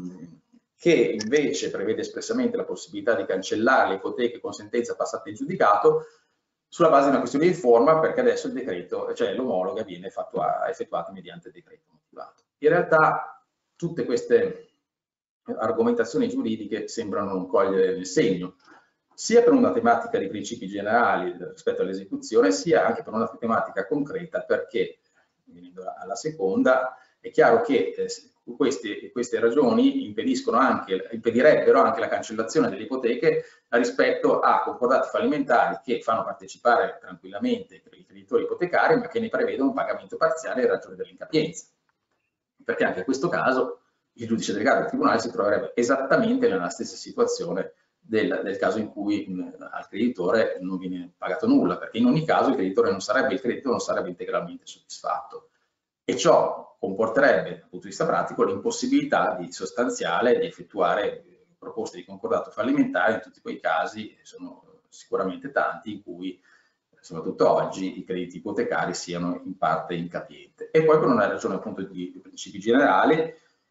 invece prevede espressamente la possibilità di cancellare le ipoteche con sentenza passata in giudicato sulla base di una questione di forma, perché adesso il decreto, cioè l'omologa, viene effettuata mediante decreto motivato. In realtà tutte queste argomentazioni giuridiche sembrano non cogliere il segno, sia per una tematica di principi generali rispetto all'esecuzione, sia anche per una tematica concreta, perché, venendo alla seconda, è chiaro che queste ragioni impedirebbero anche la cancellazione delle ipoteche rispetto a concordati fallimentari che fanno partecipare tranquillamente i creditori ipotecari, ma che ne prevedono un pagamento parziale in ragione dell'incapienza. Perché anche in questo caso il giudice delegato del tribunale si troverebbe esattamente nella stessa situazione del caso in cui al creditore non viene pagato nulla, perché in ogni caso il credito non sarebbe integralmente soddisfatto, e ciò comporterebbe dal punto di vista pratico l'impossibilità di sostanziale di effettuare proposte di concordato fallimentare in tutti quei casi, sono sicuramente tanti, in cui soprattutto oggi i crediti ipotecari siano in parte incapienti. E poi per una ragione appunto di principi generali,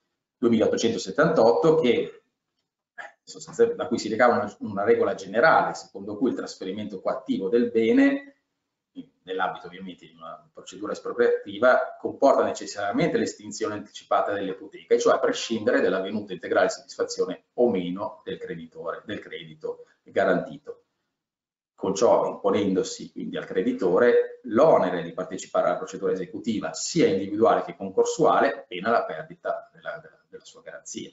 2878, da cui si ricava una regola generale secondo cui il trasferimento coattivo del bene, nell'ambito ovviamente di una procedura espropriativa, comporta necessariamente l'estinzione anticipata dell'ipoteca, e cioè a prescindere dall'avvenuta integrale soddisfazione o meno del creditore, del credito garantito, con ciò imponendosi quindi al creditore l'onere di partecipare alla procedura esecutiva sia individuale che concorsuale, pena la perdita della sua garanzia.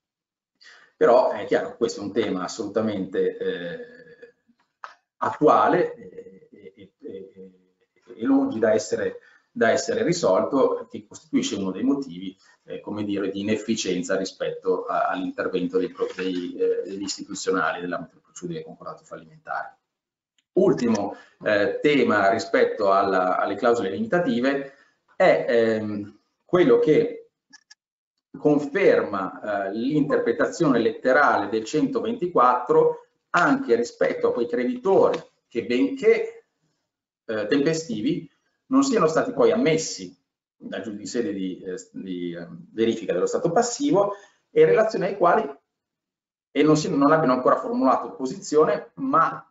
Però è chiaro, questo è un tema assolutamente attuale e lungi da essere risolto, che costituisce uno dei motivi, come dire, di inefficienza rispetto all'intervento degli istituzionali nell'ambito delle procedure di concordato fallimentare. Ultimo tema rispetto alle clausole limitative è quello che conferma l'interpretazione letterale del 124 anche rispetto a quei creditori che, benché tempestivi, non siano stati poi ammessi dal giudice in sede di verifica dello stato passivo, e in relazione ai quali non abbiano ancora formulato opposizione, ma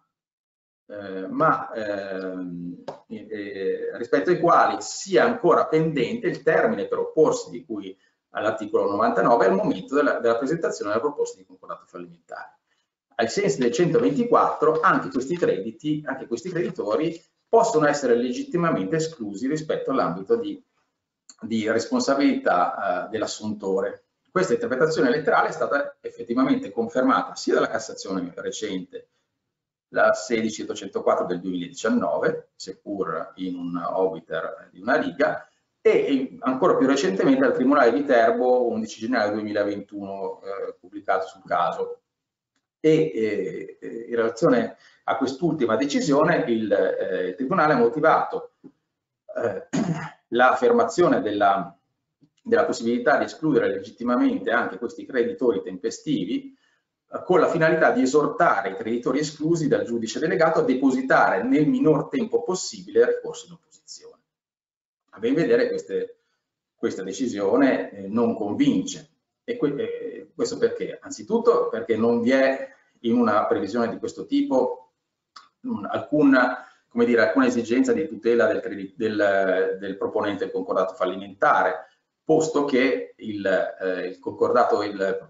rispetto ai quali sia ancora pendente il termine per opporsi di cui all'articolo 99 al momento della presentazione della proposta di concordato fallimentare. Ai sensi del 124 anche questi creditori possono essere legittimamente esclusi rispetto all'ambito di responsabilità dell'assuntore. Questa interpretazione letterale è stata effettivamente confermata sia dalla Cassazione recente, la 16804 del 2019, seppur in un obiter di una riga, e ancora più recentemente dal Tribunale di Viterbo 11 gennaio 2021 pubblicato sul caso. E in relazione a quest'ultima decisione il Tribunale ha motivato l'affermazione della possibilità di escludere legittimamente anche questi creditori tempestivi con la finalità di esortare i creditori esclusi dal giudice delegato a depositare nel minor tempo possibile il ricorso in opposizione. A ben vedere questa decisione non convince, e questo perché? Anzitutto perché non vi è in una previsione di questo tipo alcuna esigenza di tutela del proponente del concordato fallimentare, posto che il concordato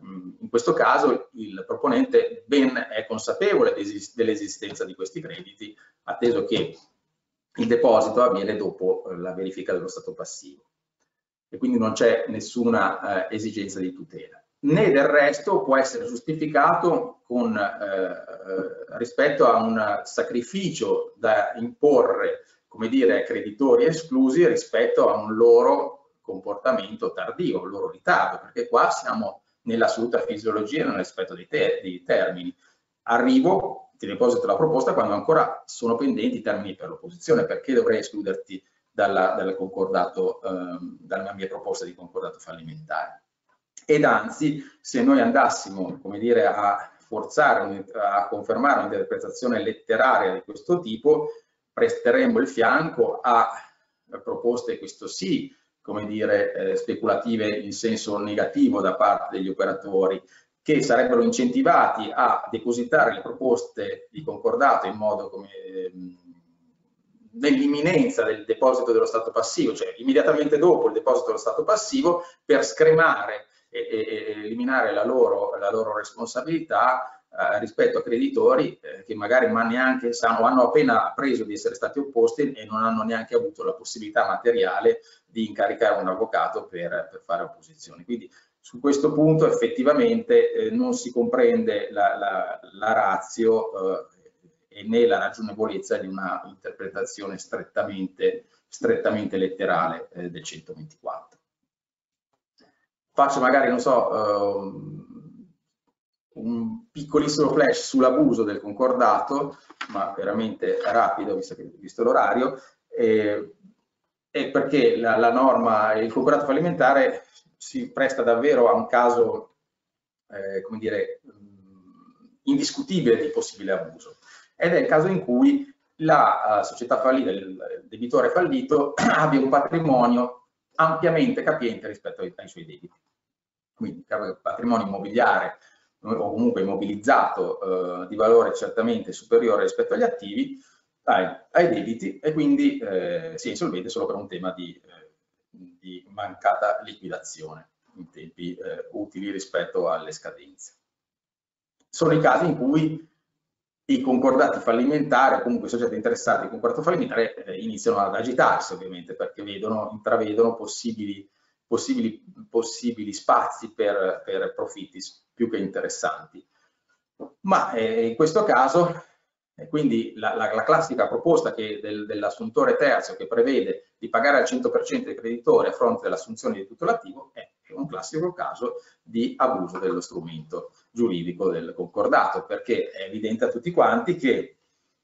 questo caso il proponente ben è consapevole dell'esistenza di questi crediti, atteso che il deposito avviene dopo la verifica dello stato passivo e quindi non c'è nessuna esigenza di tutela. Né del resto può essere giustificato rispetto a un sacrificio da imporre, come dire, ai creditori esclusi rispetto a un loro comportamento tardivo, un loro ritardo, perché qua siamo nell'assoluta fisiologia, nel rispetto dei termini. Arrivo, ti deposito la proposta quando ancora sono pendenti i termini per l'opposizione, perché dovrei escluderti dal concordato, dalla mia proposta di concordato fallimentare. Ed anzi, se noi andassimo, come dire, a forzare, a confermare un'interpretazione letteraria di questo tipo, presteremmo il fianco a proposte, questo sì, come dire, speculative in senso negativo da parte degli operatori, che sarebbero incentivati a depositare le proposte di concordato in modo come nell'imminenza del deposito dello stato passivo, cioè immediatamente dopo il deposito dello stato passivo, per scremare e eliminare la loro responsabilità rispetto a creditori che magari neanche sanno, hanno appena appreso di essere stati opposti e non hanno neanche avuto la possibilità materiale di incaricare un avvocato per fare opposizione. Quindi su questo punto effettivamente non si comprende la ratio e né la ragionevolezza di una interpretazione strettamente letterale del 124. Faccio magari, non so, un piccolissimo flash sull'abuso del concordato, ma veramente rapido, visto l'orario, e perché la norma, il concordato fallimentare si presta davvero a un caso, come dire, indiscutibile di possibile abuso. Ed è il caso in cui la società fallita, il debitore fallito, abbia un patrimonio ampiamente capiente rispetto ai suoi debiti. Quindi patrimonio immobiliare o comunque immobilizzato di valore certamente superiore rispetto agli attivi, ai debiti, e quindi si è insolvente solo per un tema di mancata liquidazione in tempi utili rispetto alle scadenze. Sono i casi in cui i concordati fallimentari, o comunque i soggetti interessati al concordato fallimentare, iniziano ad agitarsi, ovviamente, perché intravedono possibili spazi per profitti più che interessanti. Ma in questo caso, quindi la classica proposta dell'assuntore terzo, che prevede di pagare al 100% i creditori a fronte dell'assunzione di tutto l'attivo, è un classico caso di abuso dello strumento giuridico del concordato, perché è evidente a tutti quanti che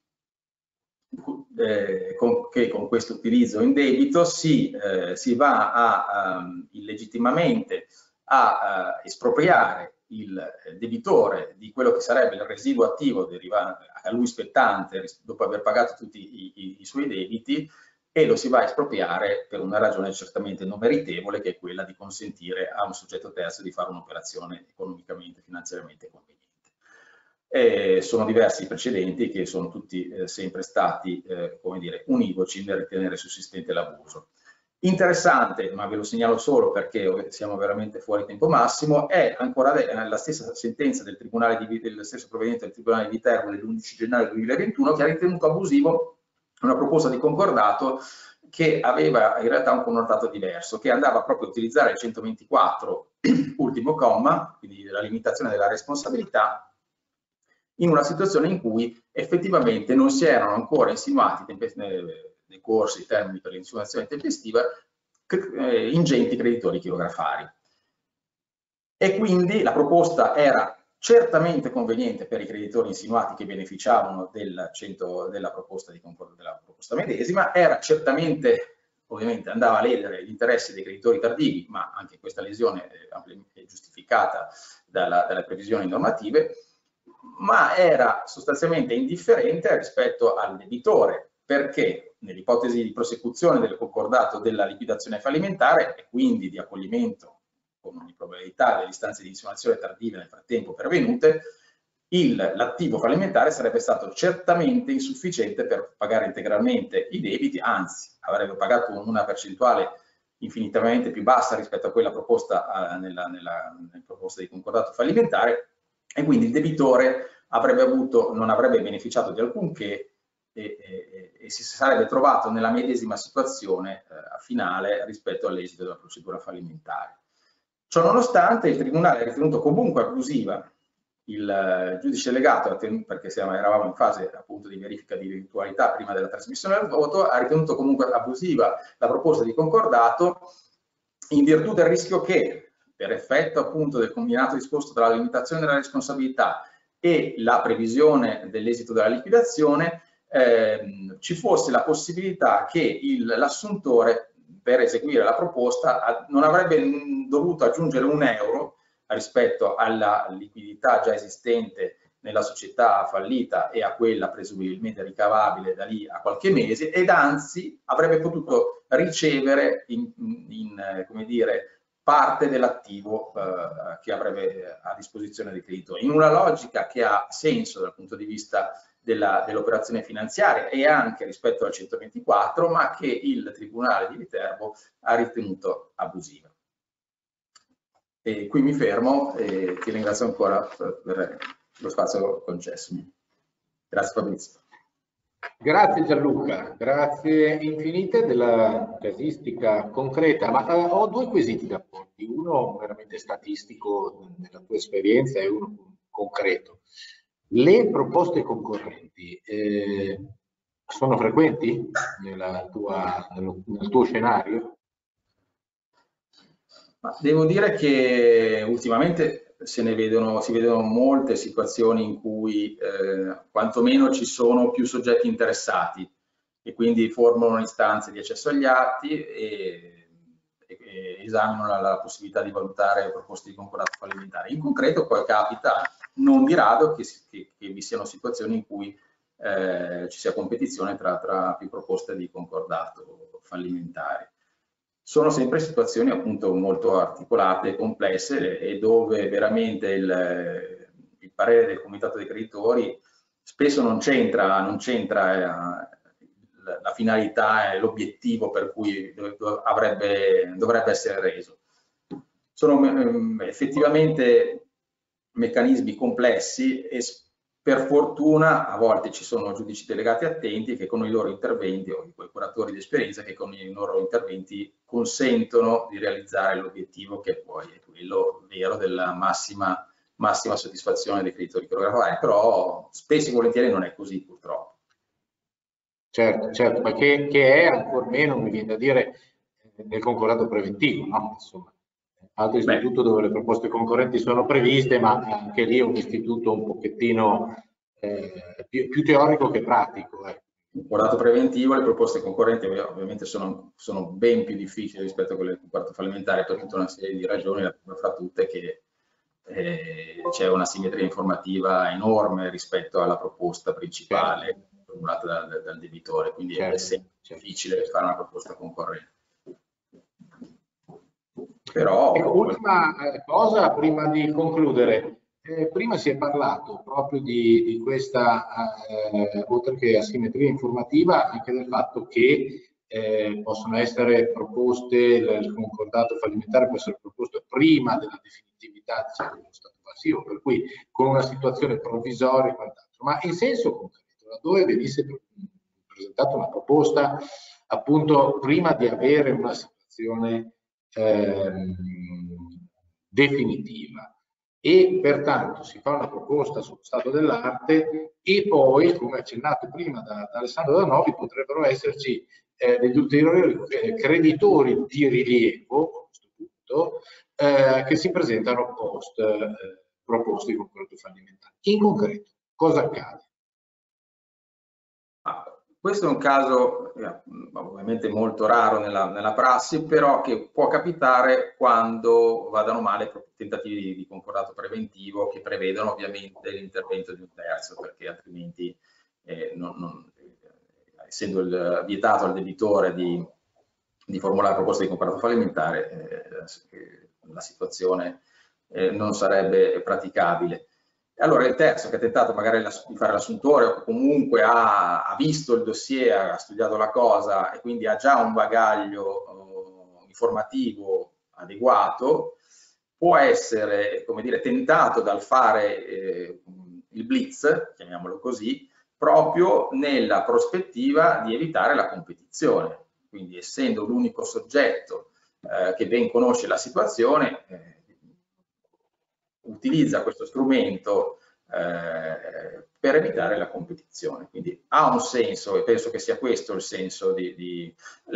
con questo utilizzo in debito si va illegittimamente a espropriare il debitore di quello che sarebbe il residuo attivo a lui spettante dopo aver pagato tutti i suoi debiti, e lo si va a espropriare per una ragione certamente non meritevole, che è quella di consentire a un soggetto terzo di fare un'operazione economicamente, finanziariamente conveniente. Sono diversi i precedenti che sono tutti sempre stati, come dire, univoci nel ritenere sussistente l'abuso. Interessante, ma ve lo segnalo solo perché siamo veramente fuori tempo massimo, è ancora la stessa sentenza del stesso provvedimento del Tribunale di Viterbo dell'11 gennaio 2021 che ha ritenuto abusivo una proposta di concordato che aveva in realtà un connotato diverso, che andava proprio a utilizzare il 124 ultimo comma, quindi la limitazione della responsabilità, in una situazione in cui effettivamente non si erano ancora insinuati decorsi i termini per l'insinuazione tempestiva ingenti creditori chirografari. E quindi la proposta era certamente conveniente per i creditori insinuati che beneficiavano della proposta medesima, era certamente, ovviamente, andava a ledere gli interessi dei creditori tardivi, ma anche questa lesione è giustificata dalle previsioni normative, ma era sostanzialmente indifferente rispetto al debitore, perché nell'ipotesi di prosecuzione del concordato della liquidazione fallimentare e quindi di accoglimento con ogni probabilità delle istanze di insinuazione tardive nel frattempo pervenute, l'attivo fallimentare sarebbe stato certamente insufficiente per pagare integralmente i debiti, anzi avrebbe pagato una percentuale infinitamente più bassa rispetto a quella proposta nella proposta di concordato fallimentare, e quindi il debitore non avrebbe beneficiato di alcunché e si sarebbe trovato nella medesima situazione finale rispetto all'esito della procedura fallimentare. Ciò nonostante il Tribunale ha ritenuto comunque abusiva, il giudice delegato, perché eravamo in fase appunto di verifica di eventualità prima della trasmissione del voto, ha ritenuto comunque abusiva la proposta di concordato in virtù del rischio che, per effetto appunto del combinato disposto tra la limitazione della responsabilità e la previsione dell'esito della liquidazione, ci fosse la possibilità che l'assuntore, per eseguire la proposta, non avrebbe dovuto aggiungere €1 rispetto alla liquidità già esistente nella società fallita e a quella presumibilmente ricavabile da lì a qualche mese, ed anzi avrebbe potuto ricevere come dire, parte dell'attivo che avrebbe a disposizione del creditore, in una logica che ha senso dal punto di vista dell'operazione finanziaria e anche rispetto al 124, ma che il Tribunale di Viterbo ha ritenuto abusiva. E qui mi fermo e ti ringrazio ancora per lo spazio concessomi. Grazie Fabrizio. Grazie Gianluca, grazie infinite della casistica concreta, ma ho due quesiti da porti, uno veramente statistico nella tua esperienza e uno concreto. Le proposte concorrenti sono frequenti nel tuo scenario? Devo dire che ultimamente si vedono molte situazioni in cui quantomeno ci sono più soggetti interessati e quindi formano istanze di accesso agli atti e esaminano la possibilità di valutare proposte di concordato fallimentare. In concreto poi capita non di rado che vi siano situazioni in cui ci sia competizione tra più proposte di concordato fallimentari. Sono sempre situazioni appunto molto articolate e complesse e dove veramente il parere del Comitato dei Creditori spesso non c'entra la finalità e l'obiettivo per cui dovrebbe essere reso. Sono effettivamente meccanismi complessi e per fortuna a volte ci sono giudici delegati attenti che con i loro interventi, o quei curatori di esperienza che con i loro interventi consentono di realizzare l'obiettivo che poi è quello vero della massima soddisfazione dei creditori chirografari, però spesso e volentieri non è così purtroppo. Certo, ma che è ancor meno, mi viene da dire, nel concordato preventivo, no? Insomma, altro istituto dove le proposte concorrenti sono previste, ma anche lì è un istituto un pochettino più teorico che pratico. Il concordato preventivo, le proposte concorrenti ovviamente sono ben più difficili rispetto a quelle del concordato fallimentare per tutta una serie di ragioni, la prima fra tutte che c'è una simmetria informativa enorme rispetto alla proposta principale formulata dal debitore, quindi è sempre difficile fare una proposta concorrente. Però, ultima cosa prima di concludere, prima si è parlato proprio di questa, oltre che asimmetria informativa, anche del fatto che possono essere proposte, il concordato fallimentare può essere proposto prima della definitività dello stato passivo, per cui con una situazione provvisoria e quant'altro, ma in senso concreto, laddove venisse presentata una proposta appunto prima di avere una situazione definitiva e pertanto si fa una proposta sullo stato dell'arte e poi, come accennato prima da Alessandro Danovi, potrebbero esserci degli ulteriori creditori di rilievo a questo punto che si presentano post proposte di concordato fallimentare. In concreto, cosa accade? Questo è un caso ovviamente molto raro nella prassi, però che può capitare quando vadano male tentativi di concordato preventivo che prevedono ovviamente l'intervento di un terzo, perché altrimenti essendo vietato al debitore di formulare proposte di concordato fallimentare, la situazione non sarebbe praticabile. Allora il terzo che ha tentato magari di fare l'assuntore o comunque ha visto il dossier, ha studiato la cosa e quindi ha già un bagaglio informativo adeguato, può essere, come dire, tentato dal fare il blitz, chiamiamolo così, proprio nella prospettiva di evitare la competizione. Quindi, essendo l'unico soggetto che ben conosce la situazione, utilizza questo strumento per evitare la competizione. Quindi ha un senso, e penso che sia questo il senso in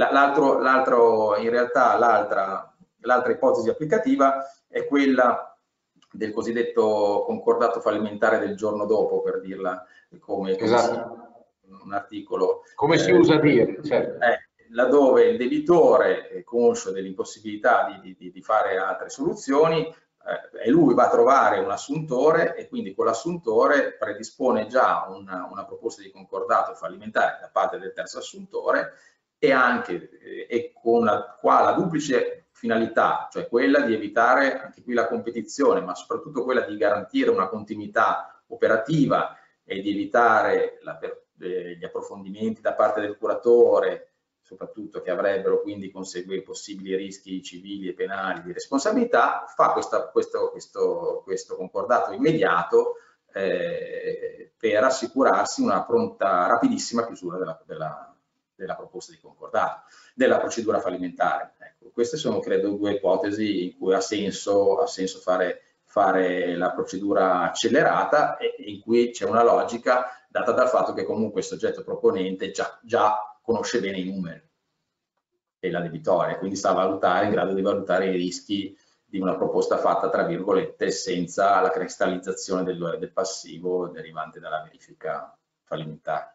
realtà l'altra ipotesi applicativa è quella del cosiddetto concordato fallimentare del giorno dopo, per dirla come esatto. un articolo. Come si usa dire, certo. Laddove il debitore, conscio dell'impossibilità di fare altre soluzioni, e lui va a trovare un assuntore, e quindi con l'assuntore predispone già una proposta di concordato fallimentare da parte del terzo assuntore, e con la duplice finalità, cioè quella di evitare anche qui la competizione, ma soprattutto quella di garantire una continuità operativa e di evitare gli approfondimenti da parte del curatore, soprattutto, che avrebbero quindi conseguenti possibili rischi civili e penali di responsabilità, fa questo concordato immediato per assicurarsi una pronta, rapidissima chiusura della proposta di concordato, della procedura fallimentare. Ecco, queste sono, credo, due ipotesi in cui ha senso fare la procedura accelerata, e in cui c'è una logica data dal fatto che comunque il soggetto proponente già conosce bene i numeri e la debitoria, quindi in grado di valutare i rischi di una proposta fatta, tra virgolette, senza la cristallizzazione del passivo derivante dalla verifica fallimentare.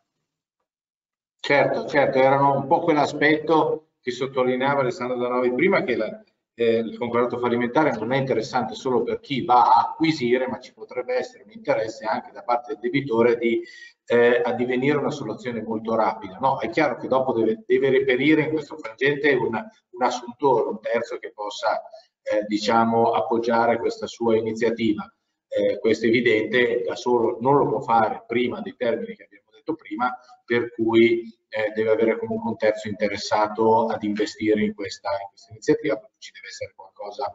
Certo, erano un po' quell'aspetto che sottolineava Alessandro Danovi prima, che il concordato fallimentare non è interessante solo per chi va a acquisire, ma ci potrebbe essere un interesse anche da parte del debitore di addivenire una soluzione molto rapida. No, è chiaro che dopo deve reperire in questo frangente un assuntore, un terzo che possa diciamo appoggiare questa sua iniziativa. Questo è evidente, da solo non lo può fare prima dei termini che abbiamo detto prima, per cui deve avere comunque un terzo interessato ad investire in questa iniziativa, perché ci deve essere qualcosa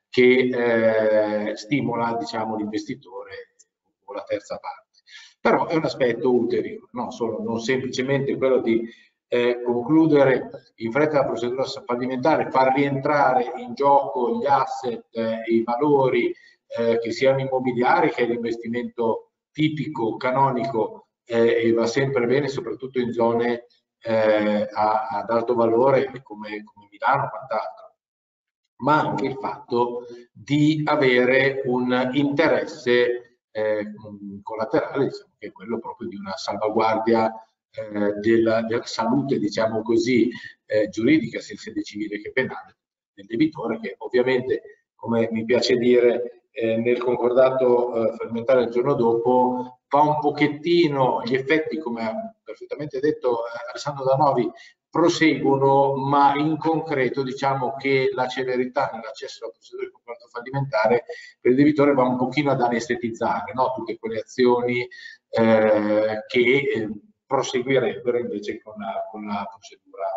che stimola, diciamo, l'investitore o la terza parte. Però è un aspetto ulteriore, non semplicemente quello di concludere in fretta la procedura fallimentare, far rientrare in gioco gli asset e i valori che siano immobiliari, che è l'investimento tipico, canonico, e va sempre bene, soprattutto in zone ad alto valore come Milano o quant'altro, ma anche il fatto di avere un interesse collaterale, diciamo, che è quello proprio di una salvaguardia della salute, diciamo così, giuridica, sia in sede civile che penale, del debitore, che ovviamente, come mi piace dire, nel concordato fallimentare il giorno dopo fa un pochettino, gli effetti, come ha perfettamente detto Alessandro Danovi, proseguono, ma in concreto diciamo che la celerità nell'accesso alla procedura di concordato fallimentare per il debitore va un pochino ad anestetizzare, no? Tutte quelle azioni che proseguirebbero invece con la procedura.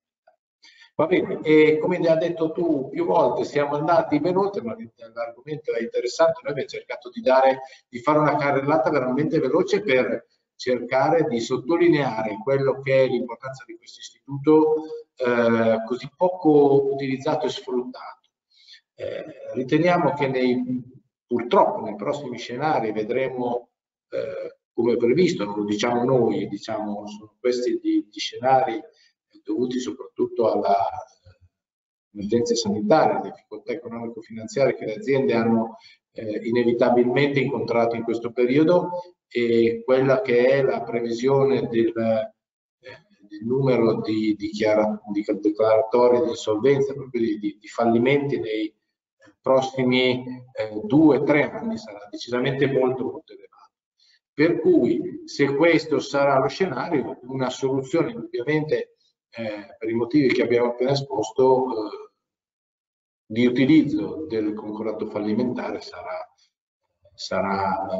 Va bene, e come hai detto tu più volte, siamo andati ben oltre, ma l'argomento è interessante. Noi abbiamo cercato di fare una carrellata veramente veloce per cercare di sottolineare quello che è l'importanza di questo istituto così poco utilizzato e sfruttato. Riteniamo che purtroppo nei prossimi scenari vedremo, come previsto, non lo diciamo noi, diciamo, sono questi gli scenari dovuti soprattutto alla emergenze sanitarie, alle difficoltà economico-finanziarie che le aziende hanno inevitabilmente incontrato in questo periodo, e quella che è la previsione del numero di declaratori di insolvenza, proprio di fallimenti nei prossimi 2-3 anni, sarà decisamente molto elevato. Per cui, se questo sarà lo scenario, una soluzione ovviamente per i motivi che abbiamo appena esposto di utilizzo del concordato fallimentare sarà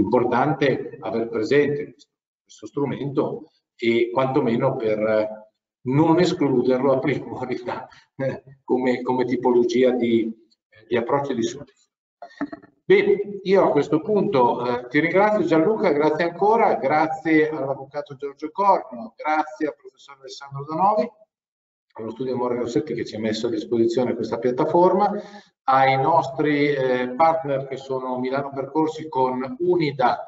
importante aver presente questo strumento, e quantomeno per non escluderlo a priori come tipologia di approccio di soluzione. Bene, io a questo punto ti ringrazio Gianluca, grazie ancora, grazie all'avvocato Giorgio Corno, grazie al professor Alessandro Danovi, allo studio Mori Rossetti che ci ha messo a disposizione questa piattaforma, ai nostri partner che sono Milano Percorsi con Unida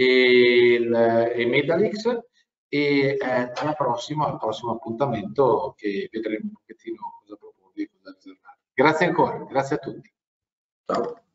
e Medalix, e al prossimo appuntamento che vedremo un pochettino cosa proporvi e cosa riservare. Grazie ancora, grazie a tutti. Ciao.